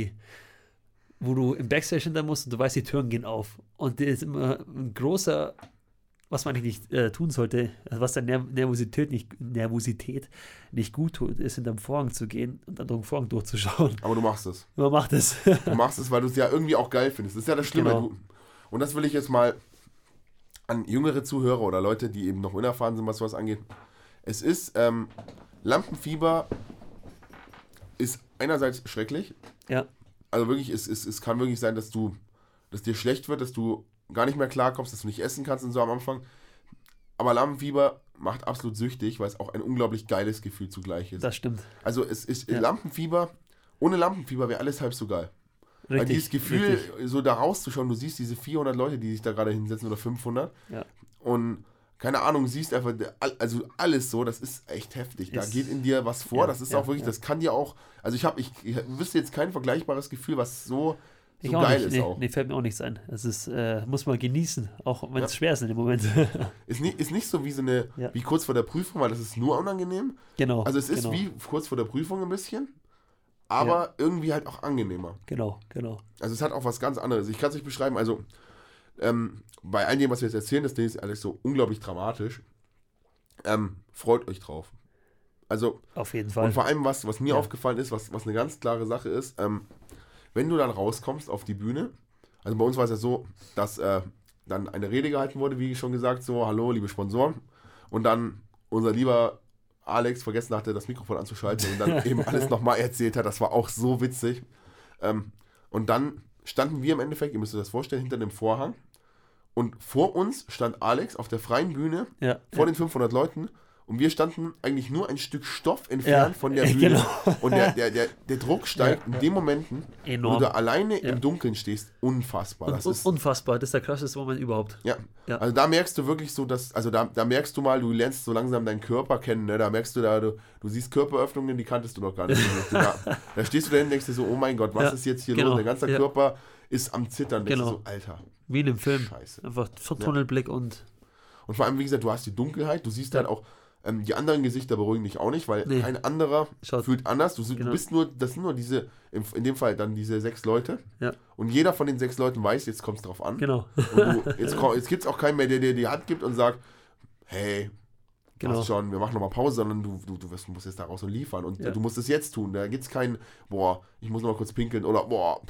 du im Backstage hinter musst und du weißt, die Türen gehen auf. Und das ist immer ein großer, was man eigentlich nicht tun sollte, also was der Nervosität nicht gut tut, ist hinterm Vorhang zu gehen und dann durch den Vorhang durchzuschauen. Aber du machst es. Man macht es. Du machst es, weil du es ja irgendwie auch geil findest. Das ist ja das Schlimme. Genau. Und das will ich jetzt mal an jüngere Zuhörer oder Leute, die eben noch unerfahren sind, was sowas angeht. Es ist, Lampenfieber ist einerseits schrecklich. Ja. Also wirklich, es kann wirklich sein, dass dir schlecht wird, dass du gar nicht mehr klarkommst, dass du nicht essen kannst und so am Anfang. Aber Lampenfieber macht absolut süchtig, weil es auch ein unglaublich geiles Gefühl zugleich ist. Das stimmt. Also es ist Lampenfieber, ohne Lampenfieber wäre alles halb so geil. Richtig, weil dieses Gefühl, so da rauszuschauen, du siehst diese 400 Leute, die sich da gerade hinsetzen oder 500 und keine Ahnung, siehst einfach, also alles so, das ist echt heftig. Da geht in dir was vor, das ist auch wirklich, das kann dir auch, also ich wüsste jetzt kein vergleichbares Gefühl, was so geil ist auch. Nee, fällt mir auch nichts ein. Es ist, muss man genießen, auch wenn es schwer ist in dem Moment. Ist nicht so wie wie kurz vor der Prüfung, weil das ist nur unangenehm. Genau. Also es ist wie kurz vor der Prüfung ein bisschen, aber irgendwie halt auch angenehmer. Genau. Also es hat auch was ganz anderes. Ich kann es euch beschreiben, also bei all dem, was wir jetzt erzählen, das Ding ist alles so unglaublich dramatisch. Freut euch drauf. Also auf jeden Fall. Und vor allem, was mir aufgefallen ist, was eine ganz klare Sache ist, wenn du dann rauskommst auf die Bühne, also bei uns war es ja so, dass dann eine Rede gehalten wurde, wie schon gesagt, so, hallo, liebe Sponsoren, und dann unser lieber Alex vergessen hatte, das Mikrofon anzuschalten und dann eben alles nochmal erzählt hat, das war auch so witzig. Und dann standen wir im Endeffekt, ihr müsst euch das vorstellen, hinter dem Vorhang und vor uns stand Alex auf der freien Bühne vor den 500 Leuten und wir standen eigentlich nur ein Stück Stoff entfernt von der Bühne. Genau. Und der Druck steigt in den Momenten, enorm, wo du alleine im Dunkeln stehst, unfassbar. Das ist unfassbar, das ist der krasseste Moment überhaupt. Ja. Also da merkst du wirklich so, dass, also da merkst du mal, du lernst so langsam deinen Körper kennen, ne? Da merkst du du siehst Körperöffnungen, die kanntest du noch gar nicht. Da stehst du da hin und denkst dir so, oh mein Gott, was ist jetzt hier los? Der ganze Körper ist am Zittern, denkst du so, Alter. Wie in einem Film. Scheiße. Einfach Tunnelblick und vor allem, wie gesagt, du hast die Dunkelheit, du siehst halt auch, die anderen Gesichter beruhigen dich auch nicht, weil kein anderer fühlt anders. Du bist nur, das sind nur diese, in dem Fall dann diese 6 Leute. Ja. Und jeder von den 6 Leuten weiß, jetzt kommt es drauf an. Genau. Und jetzt gibt es auch keinen mehr, der dir die Hand gibt und sagt, hey, passt schon, wir machen nochmal Pause, sondern du musst jetzt da raus und liefern. Und du musst es jetzt tun. Da gibt es kein, ich muss nochmal kurz pinkeln oder,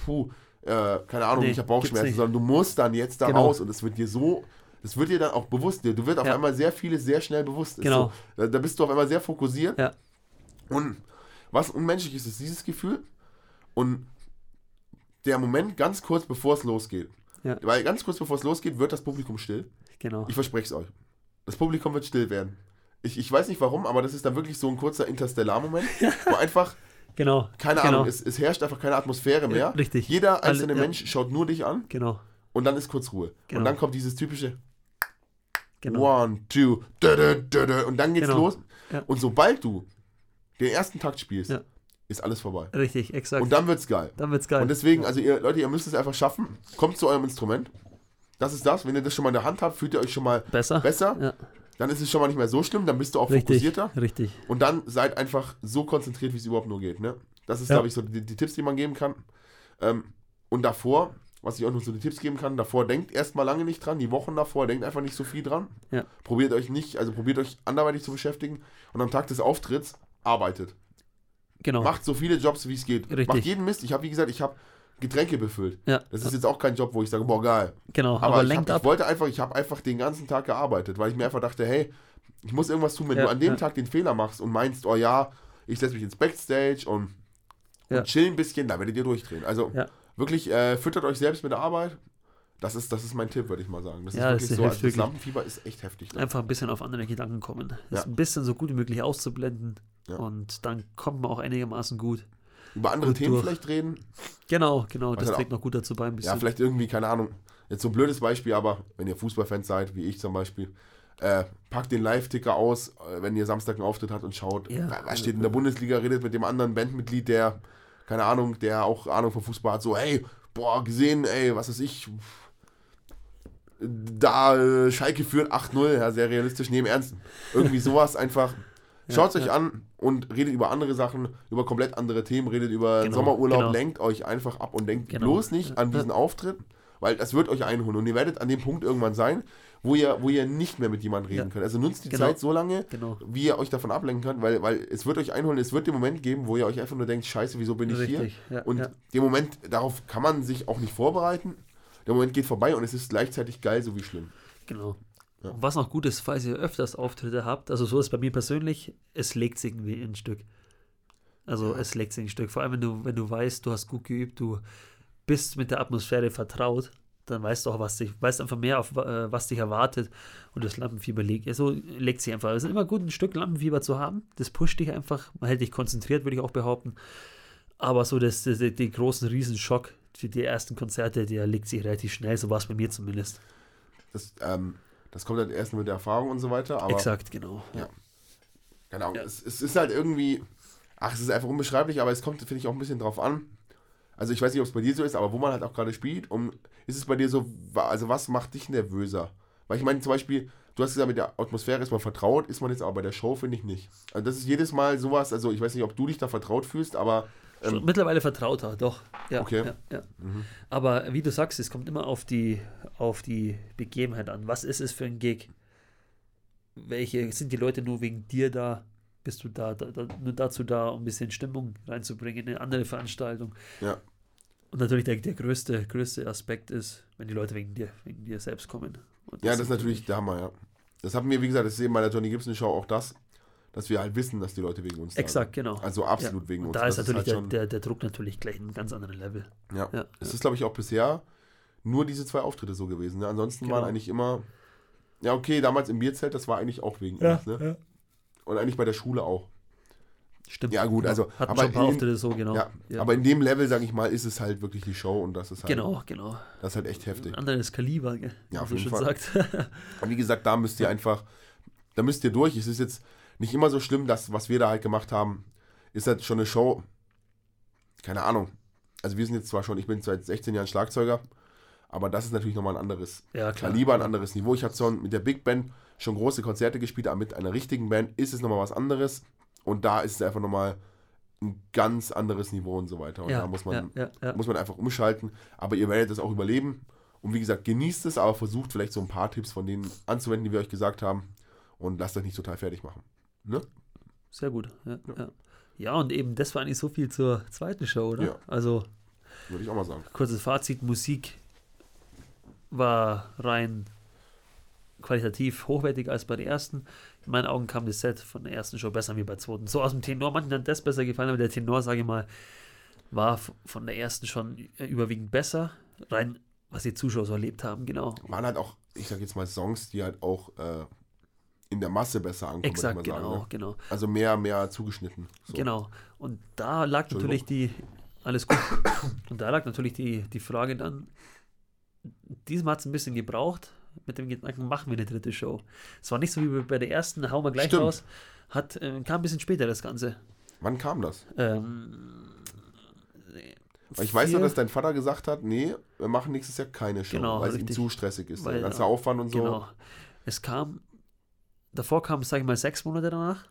keine Ahnung, ich habe Bauchschmerzen, sondern du musst dann jetzt da raus und es wird dir so... Das wird dir dann auch bewusst. Du wirst auf einmal sehr schnell bewusst. Genau. So, da bist du auf einmal sehr fokussiert. Ja. Und was unmenschlich ist dieses Gefühl. Und der Moment ganz kurz bevor es losgeht. Ja. Weil ganz kurz bevor es losgeht, wird das Publikum still. Genau. Ich verspreche es euch. Das Publikum wird still werden. Ich weiß nicht warum, aber das ist dann wirklich so ein kurzer Interstellar-Moment, wo einfach... Keine Ahnung, es herrscht einfach keine Atmosphäre mehr. Richtig. Jeder einzelne Mensch schaut nur dich an. Genau. Und dann ist kurz Ruhe. Und dann kommt dieses typische 1, 2, und dann geht's los. Ja. Und sobald du den ersten Takt spielst, ist alles vorbei. Richtig, exakt. Und dann wird's geil. Und deswegen, also ihr müsst es einfach schaffen. Kommt zu eurem Instrument. Das ist das. Wenn ihr das schon mal in der Hand habt, fühlt ihr euch schon mal besser. Ja. Dann ist es schon mal nicht mehr so schlimm. Dann bist du auch fokussierter. Richtig. Und dann seid einfach so konzentriert, wie es überhaupt nur geht. Ne? Das ist, glaube ich, so die Tipps, die man geben kann. Und davor... Was ich auch noch so die Tipps geben kann, davor denkt erstmal lange nicht dran, die Wochen davor, denkt einfach nicht so viel dran. Ja. Probiert euch anderweitig zu beschäftigen und am Tag des Auftritts arbeitet. Genau. Macht so viele Jobs, wie es geht. Richtig. Macht jeden Mist. Ich habe Getränke befüllt. Ja. Das ist jetzt auch kein Job, wo ich sage, boah, geil. Genau, aber ich habe einfach den ganzen Tag gearbeitet, weil ich mir einfach dachte, hey, ich muss irgendwas tun, wenn du an dem Tag den Fehler machst und meinst, oh ja, ich setze mich ins Backstage und chill ein bisschen, da werdet ihr durchdrehen. Also wirklich, füttert euch selbst mit der Arbeit, Das ist mein Tipp, würde ich mal sagen. Das ja, ist wirklich so, also das Lampenfieber ist echt heftig. Dann. Einfach ein bisschen auf andere Gedanken kommen. Das ein bisschen so gut wie möglich auszublenden und dann kommt man auch einigermaßen gut. Über andere Themen vielleicht reden? Genau, das trägt noch gut dazu bei. Ein bisschen. Ja, vielleicht irgendwie, keine Ahnung, jetzt so ein blödes Beispiel, aber wenn ihr Fußballfans seid, wie ich zum Beispiel, packt den Live-Ticker aus, wenn ihr Samstag einen Auftritt habt und schaut, was steht in der Bundesliga, redet mit dem anderen Bandmitglied, der, keine Ahnung, der auch Ahnung vom Fußball hat, so, hey, gesehen, was weiß ich, da Schalke führt 8-0, ja, sehr realistisch, neben Ernst. Irgendwie sowas einfach. Schaut es euch an und redet über andere Sachen, über komplett andere Themen, redet über Sommerurlaub, lenkt euch einfach ab und denkt bloß nicht an diesen Auftritt, weil das wird euch einholen und ihr werdet an dem Punkt irgendwann sein, wo ihr nicht mehr mit jemandem reden könnt. Also nutzt die Zeit so lange, wie ihr euch davon ablenken könnt, weil es wird euch einholen, es wird den Moment geben, wo ihr euch einfach nur denkt, scheiße, wieso bin ich hier? Ja, und den Moment, darauf kann man sich auch nicht vorbereiten. Der Moment geht vorbei und es ist gleichzeitig geil, so wie schlimm. Genau. Ja. Und was noch gut ist, falls ihr öfters Auftritte habt, also so ist bei mir persönlich, es legt sich irgendwie ein Stück. Also es legt sich ein Stück. Vor allem, wenn du weißt, du hast gut geübt, du bist mit der Atmosphäre vertraut, dann weißt du auch, weißt einfach mehr auf, was dich erwartet und das Lampenfieber legt sich einfach. Es ist immer gut, ein Stück Lampenfieber zu haben. Das pusht dich einfach, man hält dich konzentriert, würde ich auch behaupten. Aber so die großen Riesenschock, die ersten Konzerte, der legt sich relativ schnell, so war es bei mir zumindest. Das kommt halt erst mit der Erfahrung und so weiter. Aber, exakt, genau. Ja. Keine Ahnung, es ist halt irgendwie, es ist einfach unbeschreiblich, aber es kommt, finde ich, auch ein bisschen drauf an. Also ich weiß nicht, ob es bei dir so ist, aber wo man halt auch gerade spielt, ist es bei dir so, also was macht dich nervöser? Weil ich meine zum Beispiel, du hast gesagt, mit der Atmosphäre ist man vertraut, ist man jetzt aber bei der Show, finde ich nicht. Also das ist jedes Mal sowas, also ich weiß nicht, ob du dich da vertraut fühlst, aber... mittlerweile vertrauter, doch. Ja, okay. Ja. Mhm. Aber wie du sagst, es kommt immer auf die Begebenheit an. Was ist es für ein Gig? Welche sind die Leute nur wegen dir da? Bist du nur dazu da, um ein bisschen Stimmung reinzubringen in eine andere Veranstaltung? Ja. Und natürlich der größte Aspekt ist, wenn die Leute wegen dir selbst kommen. Das ist natürlich der Hammer, ja. Das haben wir, wie gesagt, das ist eben bei der Johnny Gibson Show auch das, dass wir halt wissen, dass die Leute wegen uns exakt, da sind. Genau. Also absolut wegen uns. Da ist natürlich halt der Druck natürlich gleich ein ganz anderes Level. Ja. Es ist, glaube ich, auch bisher nur diese 2 Auftritte so gewesen. Ne? Ansonsten waren eigentlich immer, ja okay, damals im Bierzelt, das war eigentlich auch wegen uns. Ne? Ja. Und eigentlich bei der Schule auch. Stimmt. Ja gut, also hatten schon ein paar Auftritte so, genau. Ja. Aber in dem Level, sage ich mal, ist es halt wirklich die Show und das ist halt... Genau. Das ist halt echt heftig. Ein anderes Kaliber, gell? Ja, auf jeden Fall. Sagt. Und wie gesagt, da müsst ihr einfach, durch. Es ist jetzt nicht immer so schlimm, dass, was wir da halt gemacht haben, ist halt schon eine Show, keine Ahnung. Also wir sind jetzt ich bin seit 16 Jahren Schlagzeuger, aber das ist natürlich nochmal ein anderes Kaliber, ein anderes Niveau. Ich habe schon mit der Big Band schon große Konzerte gespielt, aber mit einer richtigen Band ist es nochmal was anderes. Und da ist es einfach nochmal ein ganz anderes Niveau und so weiter. Und da muss man einfach umschalten. Aber ihr werdet das auch überleben. Und wie gesagt, genießt es, aber versucht vielleicht so ein paar Tipps von denen anzuwenden, die wir euch gesagt haben. Und lasst euch nicht total fertig machen. Ne? Sehr gut. Ja, und eben das war eigentlich so viel zur zweiten Show, oder? Ja. Also, würde ich auch mal sagen. Kurzes Fazit, Musik war rein qualitativ hochwertiger als bei der ersten. In meinen Augen kam das Set von der ersten Show besser wie bei der zweiten. So aus dem Tenor, manchen hat das besser gefallen, aber der Tenor, sage ich mal, war von der ersten schon überwiegend besser. Rein, was die Zuschauer so erlebt haben, genau. Waren halt auch, ich sage jetzt mal, Songs, die halt auch in der Masse besser ankommen. Exakt, genau. Also mehr zugeschnitten. So. Genau. Und da lag natürlich alles gut. Und da lag natürlich die Frage dann, diesmal hat es ein bisschen gebraucht, mit dem Gedanken, machen wir eine dritte Show. Es war nicht so wie bei der ersten, hauen wir gleich raus. Kam ein bisschen später das Ganze. Wann kam das? Weil ich weiß noch, dass dein Vater gesagt hat, nee, wir machen nächstes Jahr keine Show, weil es ihm zu stressig ist. Der ganze Aufwand und so. Genau. Davor kam, sage ich mal, 6 Monate danach.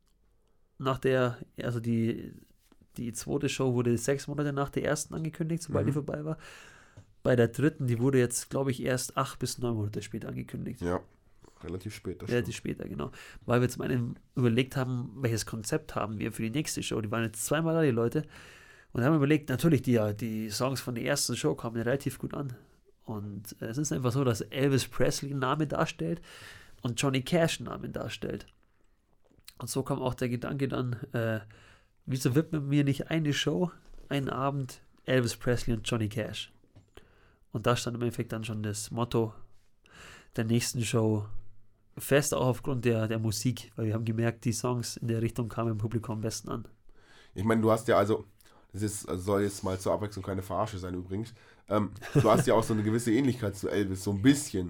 Also die zweite Show wurde 6 Monate nach der ersten angekündigt, sobald die vorbei war. Bei der dritten, die wurde jetzt, glaube ich, erst 8 bis 9 Monate später angekündigt. Ja, relativ spät. Relativ später, genau. Weil wir zum einen überlegt haben, welches Konzept haben wir für die nächste Show. Die waren jetzt 2-mal da, die Leute. Und haben überlegt, natürlich, die Songs von der ersten Show kamen relativ gut an. Und es ist einfach so, dass Elvis Presley einen Namen darstellt und Johnny Cash einen Namen darstellt. Und so kam auch der Gedanke dann, wieso widmen wir nicht eine Show, einen Abend, Elvis Presley und Johnny Cash? Und da stand im Endeffekt dann schon das Motto der nächsten Show fest, auch aufgrund der Musik, weil wir haben gemerkt, die Songs in der Richtung kamen im Publikum am besten an. Ich meine, du hast ja soll jetzt mal zur Abwechslung keine Verarsche sein übrigens, du hast ja auch so eine gewisse Ähnlichkeit zu Elvis, so ein bisschen.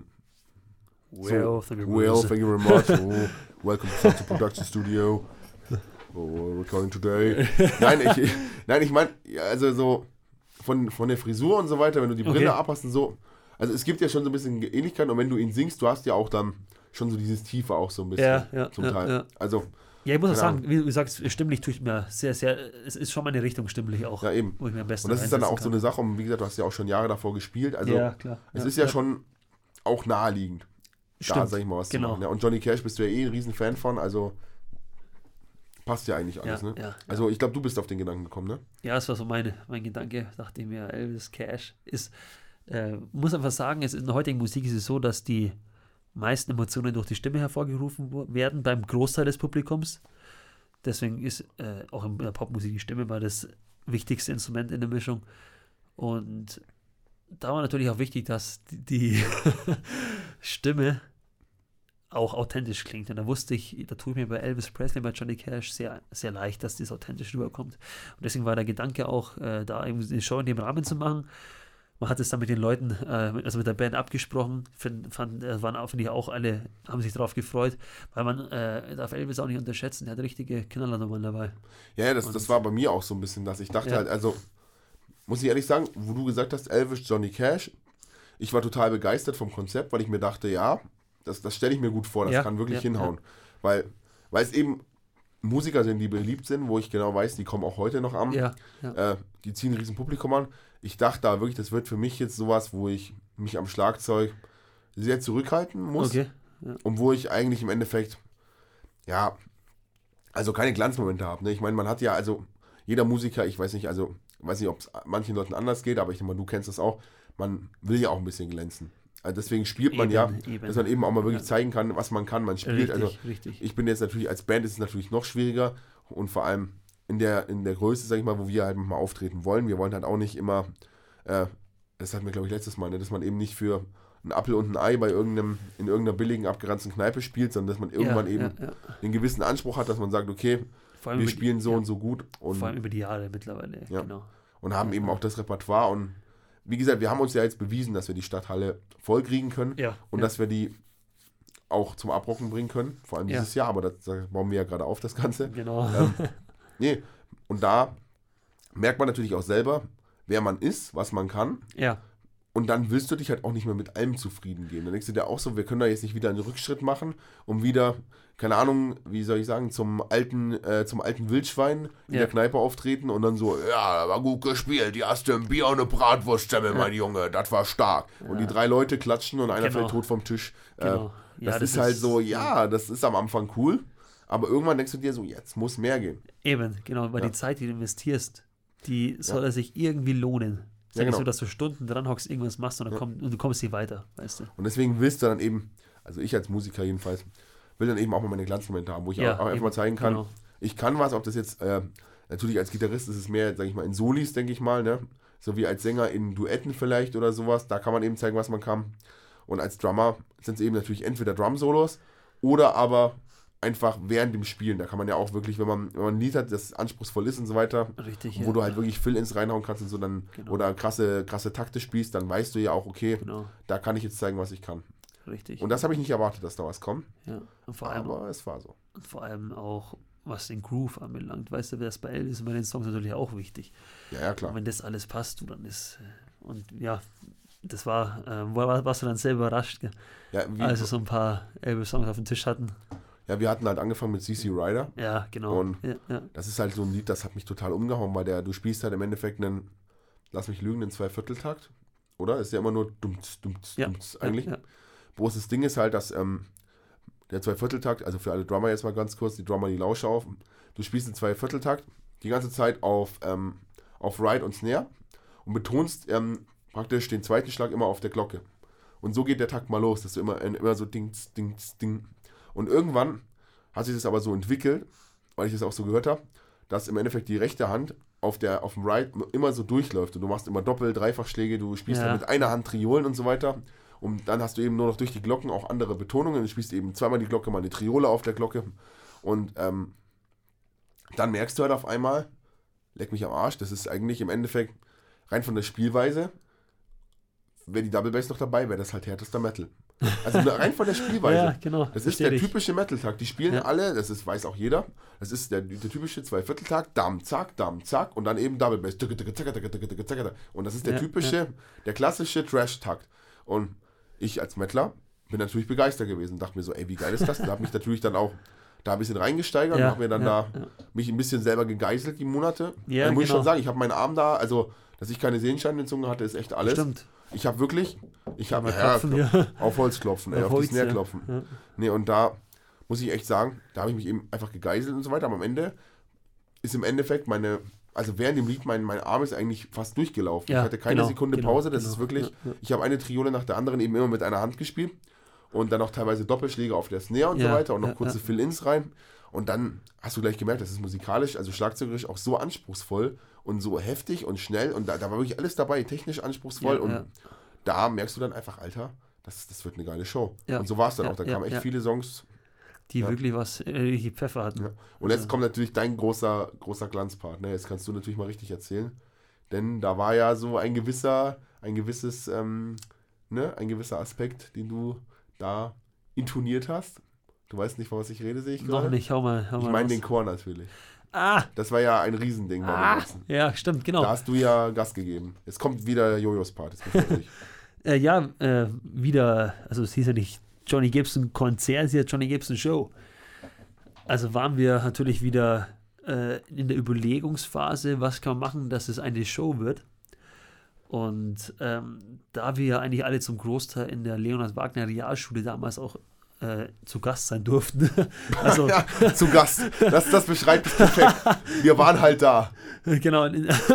Thank you very much. Oh, welcome to Sound Production Studio. Oh, recording today. Nein, ich meine, also so von der Frisur und so weiter, wenn du die Brille abhast und so, also es gibt ja schon so ein bisschen Ähnlichkeit und wenn du ihn singst, du hast ja auch dann schon so dieses Tiefe auch so ein bisschen zum Teil. Ja. Also, ja, ich muss auch sagen, wie du sagst, stimmlich tue ich mir sehr, sehr, es ist schon meine Richtung stimmlich auch. Ja, eben. Wo ich mir am besten und das ist dann auch so eine Sache, und wie gesagt, du hast ja auch schon Jahre davor gespielt, also klar. Es ist ja schon auch naheliegend, da sag ich mal was zu machen. Ja, und Johnny Cash bist du ja ein riesen Fan von, also passt ja eigentlich alles, ne? Ja, also ich glaube, du bist auf den Gedanken gekommen, ne? Ja, das war so mein Gedanke, dachte ich mir, Elvis Cash ist, muss einfach sagen, in der heutigen Musik ist es so, dass die meisten Emotionen durch die Stimme hervorgerufen werden beim Großteil des Publikums. Deswegen ist auch in der Popmusik die Stimme mal das wichtigste Instrument in der Mischung. Und da war natürlich auch wichtig, dass die Stimme auch authentisch klingt. Und da wusste ich, da tue ich mir bei Elvis Presley, bei Johnny Cash sehr, sehr leicht, dass das authentisch rüberkommt. Und deswegen war der Gedanke auch, da eine Show in dem Rahmen zu machen. Man hat es dann mit den Leuten, also mit der Band abgesprochen, finde ich auch alle, haben sich darauf gefreut, weil man darf Elvis auch nicht unterschätzen, er hat richtige Knallernummern dabei. Ja, das war bei mir auch so ein bisschen, dass ich dachte halt, also, muss ich ehrlich sagen, wo du gesagt hast, Elvis, Johnny Cash, ich war total begeistert vom Konzept, weil ich mir dachte, ja, das stelle ich mir gut vor, das kann wirklich hinhauen. Ja. Weil es eben Musiker sind, die beliebt sind, wo ich genau weiß, die kommen auch heute noch an. Die ziehen ein riesen Publikum an. Ich dachte da wirklich, das wird für mich jetzt sowas, wo ich mich am Schlagzeug sehr zurückhalten muss. Okay. Ja. Und wo ich eigentlich im Endeffekt, also keine Glanzmomente habe. Ne? Ich meine, man hat ja, also jeder Musiker, ich weiß nicht, ob es manchen Leuten anders geht, aber ich denke mal, du kennst das auch, man will ja auch ein bisschen glänzen. Also deswegen spielt man dass man eben auch mal wirklich zeigen kann, was man kann. Man spielt, richtig. Ich bin jetzt natürlich, als Band ist es natürlich noch schwieriger und vor allem in der Größe, sag ich mal, wo wir halt mal auftreten wollen. Wir wollen halt auch nicht immer, das hatten wir glaube ich letztes Mal, ne, dass man eben nicht für ein Apfel und ein Ei in irgendeiner billigen, abgeranzten Kneipe spielt, sondern dass man irgendwann einen gewissen Anspruch hat, dass man sagt, okay, wir spielen so und so gut. Und vor allem über die Jahre mittlerweile, genau. Und haben eben auch das Repertoire und wie gesagt, wir haben uns ja jetzt bewiesen, dass wir die Stadthalle voll kriegen können und dass wir die auch zum Abrocken bringen können, vor allem dieses Jahr, aber da bauen wir ja gerade auf, das Ganze. Genau. Und da merkt man natürlich auch selber, wer man ist, was man kann. Ja. Und dann willst du dich halt auch nicht mehr mit allem zufrieden geben. Dann denkst du dir auch so, wir können da jetzt nicht wieder einen Rückschritt machen, um wieder, keine Ahnung, wie soll ich sagen, zum alten Wildschwein in der Kneipe auftreten und dann so, ja, war gut gespielt, die hast du ein Bier und eine Bratwurststämme, mein Junge, das war stark. Ja. Und die 3 Leute klatschen und einer fällt tot vom Tisch. Genau. Das ist halt so, das ist am Anfang cool, aber irgendwann denkst du dir so, jetzt muss mehr gehen. Eben, genau, weil die Zeit, die du investierst, die soll sich irgendwie lohnen. Es ist nicht so, dass du Stunden dran hockst, irgendwas machst und du kommst nicht weiter, weißt du. Und deswegen willst du dann eben, also ich als Musiker jedenfalls, will dann eben auch mal meine Glanzmomente haben, wo ich auch einfach mal zeigen kann, ich kann was, ob das jetzt, natürlich als Gitarrist ist es mehr, sag ich mal, in Solis, denke ich mal, ne? So wie als Sänger in Duetten vielleicht oder sowas, da kann man eben zeigen, was man kann. Und als Drummer sind es eben natürlich entweder Drum-Solos oder aber einfach während dem Spielen. Da kann man ja auch wirklich, wenn man ein Lied hat, das anspruchsvoll ist und so weiter, wo du halt wirklich Fill-Ins reinhauen kannst und so dann oder krasse Takte spielst, dann weißt du ja auch, okay, da kann ich jetzt zeigen, was ich kann. Richtig. Und das habe ich nicht erwartet, dass da was kommt. Ja. Und vor allem, aber es war so. Und vor allem auch, was den Groove anbelangt. Weißt du, das bei Elvis und bei den Songs natürlich auch wichtig. Ja, klar. Und wenn das alles passt, dann ist, und ja, das war, warst du dann sehr überrascht, gell? Ja, als wir so ein paar Elvis-Songs auf dem Tisch hatten. Ja, wir hatten halt angefangen mit CC Rider. Ja, genau. Und das ist halt so ein Lied, das hat mich total umgehauen, weil du spielst halt im Endeffekt einen, lass mich lügen, einen 2/4-Takt, oder? Ist ja immer nur dumts eigentlich. Ja. Bloß das Ding ist halt, dass der 2/4-Takt, also für alle Drummer jetzt mal ganz kurz, die Drummer, die Lausche auf, du spielst einen 2/4-Takt die ganze Zeit auf Ride und Snare und betonst praktisch den zweiten Schlag immer auf der Glocke. Und so geht der Takt mal los, dass du immer so Dings, Dings, Ding. Und irgendwann hat sich das aber so entwickelt, weil ich das auch so gehört habe, dass im Endeffekt die rechte Hand auf dem Ride immer so durchläuft und du machst immer Dreifachschläge, du spielst dann mit einer Hand Triolen und so weiter und dann hast du eben nur noch durch die Glocken auch andere Betonungen, du spielst eben zweimal die Glocke, mal eine Triole auf der Glocke und dann merkst du halt auf einmal, leck mich am Arsch, das ist eigentlich im Endeffekt rein von der Spielweise, wäre die Double Bass noch dabei, wäre das halt härtester Metal. Also rein von der Spielweise. Ja, genau. Das ist der typische Metal-Takt. Die spielen alle, das ist, weiß auch jeder, das ist der typische Zweivierteltakt, Dam, zack, und dann eben Double Bass. Und das ist der typische, der klassische Trash-Takt. Und ich als Metaler bin natürlich begeistert gewesen. Dachte mir so, ey, wie geil ist das? Und habe mich natürlich dann auch da ein bisschen reingesteigert und habe mir dann mich ein bisschen selber gegeißelt die Monate. Ja, muss ich schon sagen, ich habe meinen Arm da, also, dass ich keine Sehenscheinentzündung hatte, ist echt alles. Stimmt. Ich habe wirklich, klopfen, auf Holz klopfen, auf die Snare klopfen. Ja. Nee, und da muss ich echt sagen, da habe ich mich eben einfach gegeißelt und so weiter. Aber am Ende ist im Endeffekt also während dem Lied mein Arm ist eigentlich fast durchgelaufen. Ja, ich hatte keine Sekunde Pause, das ist wirklich, ich habe eine Triole nach der anderen eben immer mit einer Hand gespielt und dann auch teilweise Doppelschläge auf der Snare und so weiter und noch kurze Fill-Ins rein. Und dann hast du gleich gemerkt, das ist musikalisch, also schlagzeugerisch auch so anspruchsvoll und so heftig und schnell und da war wirklich alles dabei, technisch anspruchsvoll und da merkst du dann einfach, Alter, das wird eine geile Show. Ja. Und so war es dann auch, da kamen echt viele Songs. Die wirklich richtig Pfeffer hatten. Ja. Und jetzt kommt natürlich dein großer Glanzpart, ne? Jetzt kannst du natürlich mal richtig erzählen, denn da war ja so ein gewisser Aspekt, den du da intoniert hast. Du weißt nicht, von was ich rede, sehe ich gerade. Noch nicht, hau mal Ich meine den Chor natürlich. Ah! Das war ja ein Riesending bei dem Ganzen. Ja, stimmt, genau. Da hast du ja Gas gegeben. Jetzt kommt wieder der Jojos-Part. Wieder, also es hieß ja nicht Johnny Gibson Konzert, es hieß ja Johnny Gibson Show. Also waren wir natürlich wieder in der Überlegungsphase, was kann man machen, dass es eine Show wird. Und da wir ja eigentlich alle zum Großteil in der Leonhard Wagner Realschule damals auch zu Gast sein durften. Also, ja, zu Gast. Das beschreibt es perfekt. Wir waren halt da. Genau,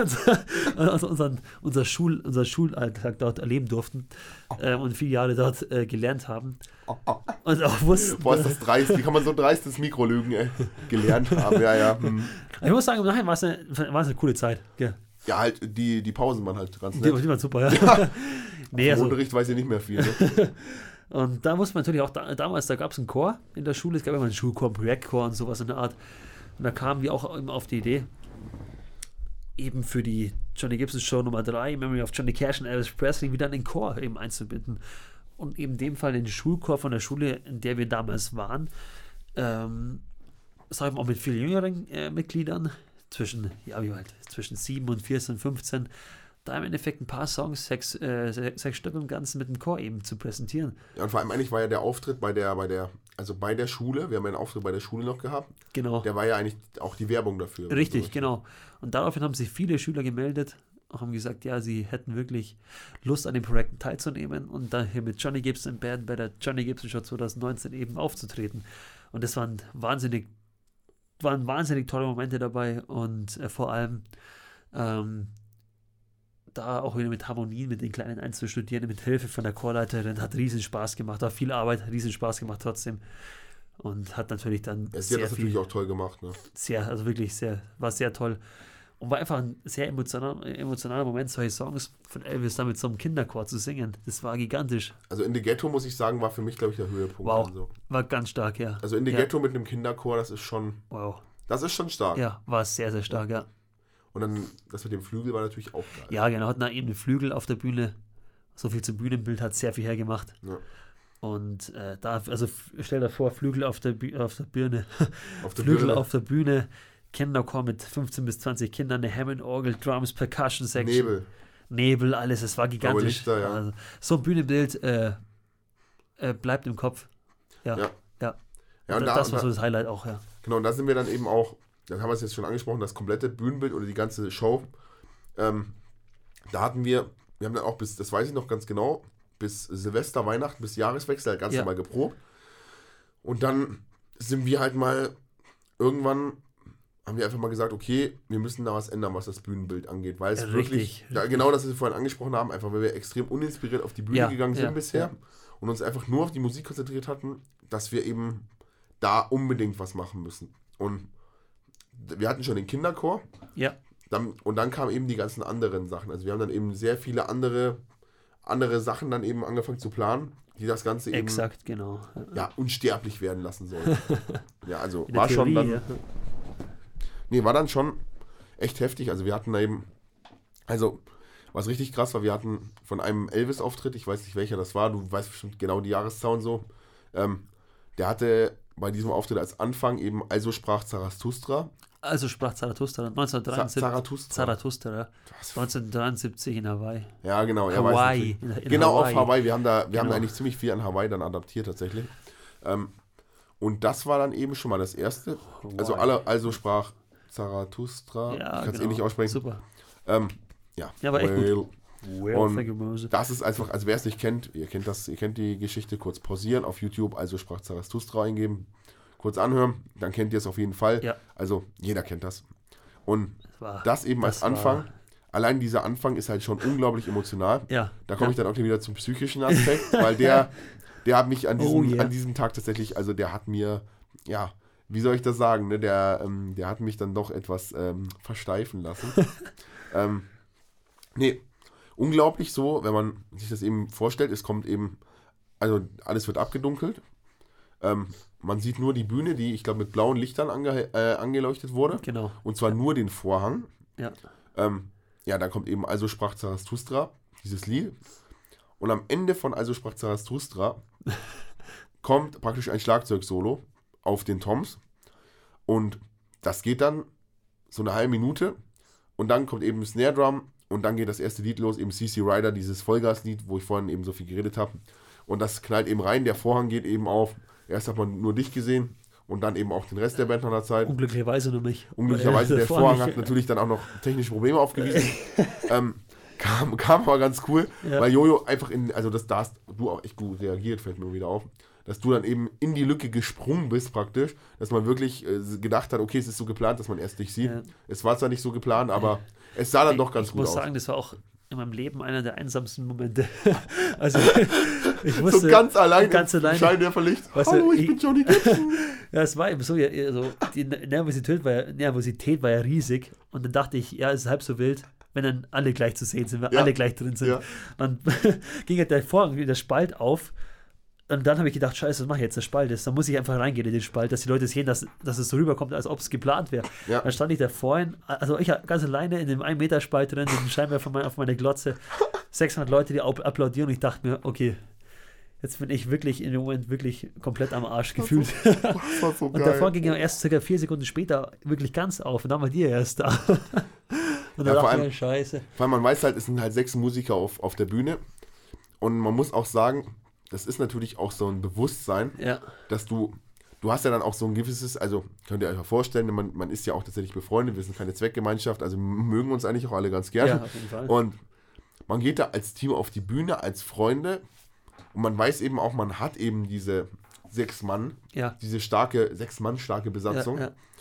unser Schulalltag dort erleben durften und 4 Jahre dort gelernt haben. Und auch wussten. Boah, ist das dreist. Wie kann man so dreist ins Mikro lügen, ey? Gelernt haben, ja. Ich muss sagen, im Nachhinein war es eine coole Zeit. Ja, ja halt, die Pausen waren halt ganz nett. Die waren super, ja. Nee, Im Unterricht weiß ich nicht mehr viel. Ne? Und da muss man natürlich auch, damals, da gab es einen Chor in der Schule, es gab immer einen Schulchor, einen Projektchor und sowas in der Art. Und da kamen wir auch immer auf die Idee, eben für die Johnny Gibson Show Nummer 3, Memory of Johnny Cash und Elvis Presley, wieder einen Chor eben einzubinden. Und eben in dem Fall den Schulchor von der Schule, in der wir damals waren, sagen wir auch mit viel jüngeren Mitgliedern, zwischen 7 und 14, 15, da im Endeffekt ein paar Songs, 6 Stück im Ganzen mit dem Chor eben zu präsentieren. Ja, und vor allem eigentlich war ja der Auftritt bei der Schule, wir haben ja einen Auftritt bei der Schule noch gehabt. Genau. Der war ja eigentlich auch die Werbung dafür. Richtig, so. Genau. Und daraufhin haben sich viele Schüler gemeldet, auch haben gesagt, ja, sie hätten wirklich Lust an den Projekten teilzunehmen und da hier mit Johnny Gibson Band bei der Johnny Gibson Show 2019 eben aufzutreten. Und das waren wahnsinnig tolle Momente dabei und vor allem da auch wieder mit Harmonien mit den Kleinen einzustudieren, mit Hilfe von der Chorleiterin, hat riesen Spaß gemacht, war viel Arbeit, hat riesen Spaß gemacht trotzdem und hat natürlich dann sie hat das natürlich auch toll gemacht, ne? War sehr toll und war einfach ein sehr emotionaler Moment, solche Songs von Elvis da mit so einem Kinderchor zu singen, das war gigantisch. Also In the Ghetto, muss ich sagen, war für mich, glaube ich, der Höhepunkt. Wow, also. War ganz stark, ja. Also In the Ghetto mit einem Kinderchor, das ist schon stark. Ja, war sehr, sehr stark, ja. Und dann, das mit dem Flügel war natürlich auch geil. Ja, genau, hatten da eben einen Flügel auf der Bühne. So viel zum Bühnenbild, hat sehr viel hergemacht. Ja. Und stell dir vor, Flügel auf der Bühne. Auf der Bühne, Kinderchor mit 15 bis 20 Kindern, eine Hammond-Orgel, Drums, Percussion Section. Nebel, alles, es war gigantisch. Lichter, ja. Also, so ein Bühnenbild bleibt im Kopf. Ja. Und das war so das Highlight auch, ja. Genau, und da sind wir dann eben auch, dann haben wir es jetzt schon angesprochen, das komplette Bühnenbild oder die ganze Show. Da hatten wir haben dann auch bis, das weiß ich noch ganz genau, bis Silvester, Weihnachten, bis Jahreswechsel ganz normal geprobt. Und dann sind wir halt mal, irgendwann haben wir einfach mal gesagt, okay, wir müssen da was ändern, was das Bühnenbild angeht. Weil es wirklich, genau das, was wir vorhin angesprochen haben, einfach weil wir extrem uninspiriert auf die Bühne gegangen sind bisher und uns einfach nur auf die Musik konzentriert hatten, dass wir eben da unbedingt was machen müssen. Und wir hatten schon den Kinderchor. Ja. Und dann kamen eben die ganzen anderen Sachen. Also wir haben dann eben sehr viele andere Sachen dann eben angefangen zu planen, die das Ganze eben genau. Ja, unsterblich werden lassen sollen. Ja, also war Theorie, schon dann. ja. Nee, war dann schon echt heftig. Also wir hatten da eben, also was richtig krass war, wir hatten von einem Elvis-Auftritt, ich weiß nicht welcher das war, du weißt bestimmt genau die Jahreszahl und so, der hatte bei diesem Auftritt als Anfang eben Also sprach Zarathustra. Also sprach Zarathustra 1973. Zarathustra 1973 in Hawaii. Ja, genau. Hawaii. Genau, Hawaii. Auf Hawaii. Wir haben da eigentlich ziemlich viel an Hawaii dann adaptiert tatsächlich. Und das war dann eben schon mal das erste. Hawaii. Also sprach Zarathustra. Ja, ich kann es eh nicht aussprechen. Super. Ja, aber echt gut. Und das ist einfach, also wer es nicht kennt, ihr kennt die Geschichte, kurz pausieren, auf YouTube, also sprach Zarathustra eingeben, kurz anhören, dann kennt ihr es auf jeden Fall. Ja. Also jeder kennt das. Und das eben als Anfang, allein dieser Anfang ist halt schon unglaublich emotional. Ja. Da komme ich dann auch wieder zum psychischen Aspekt, weil der hat mich an diesem Tag tatsächlich, also der hat mir, ja, wie soll ich das sagen, ne? Der hat mich dann doch etwas versteifen lassen. Nee, unglaublich so, wenn man sich das eben vorstellt, es kommt eben, also alles wird abgedunkelt. Man sieht nur die Bühne, die, ich glaube, mit blauen Lichtern angeleuchtet wurde. Genau. Und zwar nur den Vorhang. Ja. Ja, dann kommt eben Also sprach Zarathustra, dieses Lied. Und am Ende von Also sprach Zarathustra kommt praktisch ein Schlagzeugsolo auf den Toms. Und das geht dann so eine halbe Minute. Und dann kommt eben Snare Drum. Und dann geht das erste Lied los, eben CC Rider, dieses Vollgaslied, wo ich vorhin eben so viel geredet habe. Und das knallt eben rein, der Vorhang geht eben auf. Erst hat man nur dich gesehen und dann eben auch den Rest der Band nach einer Zeit. Unglücklicherweise nur mich. Unglücklicherweise, der Vorhang hat natürlich dann auch noch technische Probleme aufgewiesen. Kam aber ganz cool, weil Jojo einfach da hast du auch echt gut reagiert, fällt mir wieder auf, dass du dann eben in die Lücke gesprungen bist praktisch, dass man wirklich gedacht hat, okay, es ist so geplant, dass man erst dich sieht. Ja. Es war zwar nicht so geplant, aber es sah dann doch ganz gut aus. Ich muss sagen, das war auch in meinem Leben einer der einsamsten Momente. Also ich wusste... So ganz alleine. Scheinwerferlicht. Hallo, ich bin Johnny Gibson. Ja, es war eben so, also die Nervosität war ja riesig und dann dachte ich, ja, es ist halb so wild, wenn dann alle gleich zu sehen sind, wenn alle gleich drin sind. Ja. Dann ging halt der Vorhang, der Spalt auf. Und dann habe ich gedacht, scheiße, was mache ich jetzt, der Spalt ist. Dann muss ich einfach reingehen in den Spalt, dass die Leute sehen, dass es so rüberkommt, als ob es geplant wäre. Ja. Dann stand ich da vorhin, also ich ganz alleine in dem 1-Meter-Spalt drin, mit dem Scheinwerfer auf meine Glotze, 600 Leute, die applaudieren und ich dachte mir, okay, jetzt bin ich wirklich in dem Moment wirklich komplett am Arsch gefühlt. Das war so geil. Und davor ging er erst ca. 4 Sekunden später wirklich ganz auf und dann war die erst da. Und dann dachte ich, scheiße. Weil man weiß halt, es sind halt 6 Musiker auf der Bühne und man muss auch sagen, das ist natürlich auch so ein Bewusstsein, dass du hast ja dann auch so ein gewisses, also könnt ihr euch mal vorstellen, man ist ja auch tatsächlich befreundet, wir sind keine Zweckgemeinschaft, also mögen uns eigentlich auch alle ganz gerne. Ja, auf jeden Fall. Und man geht da als Team auf die Bühne, als Freunde und man weiß eben auch, man hat eben diese 6 Mann, diese 6 Mann starke Besatzung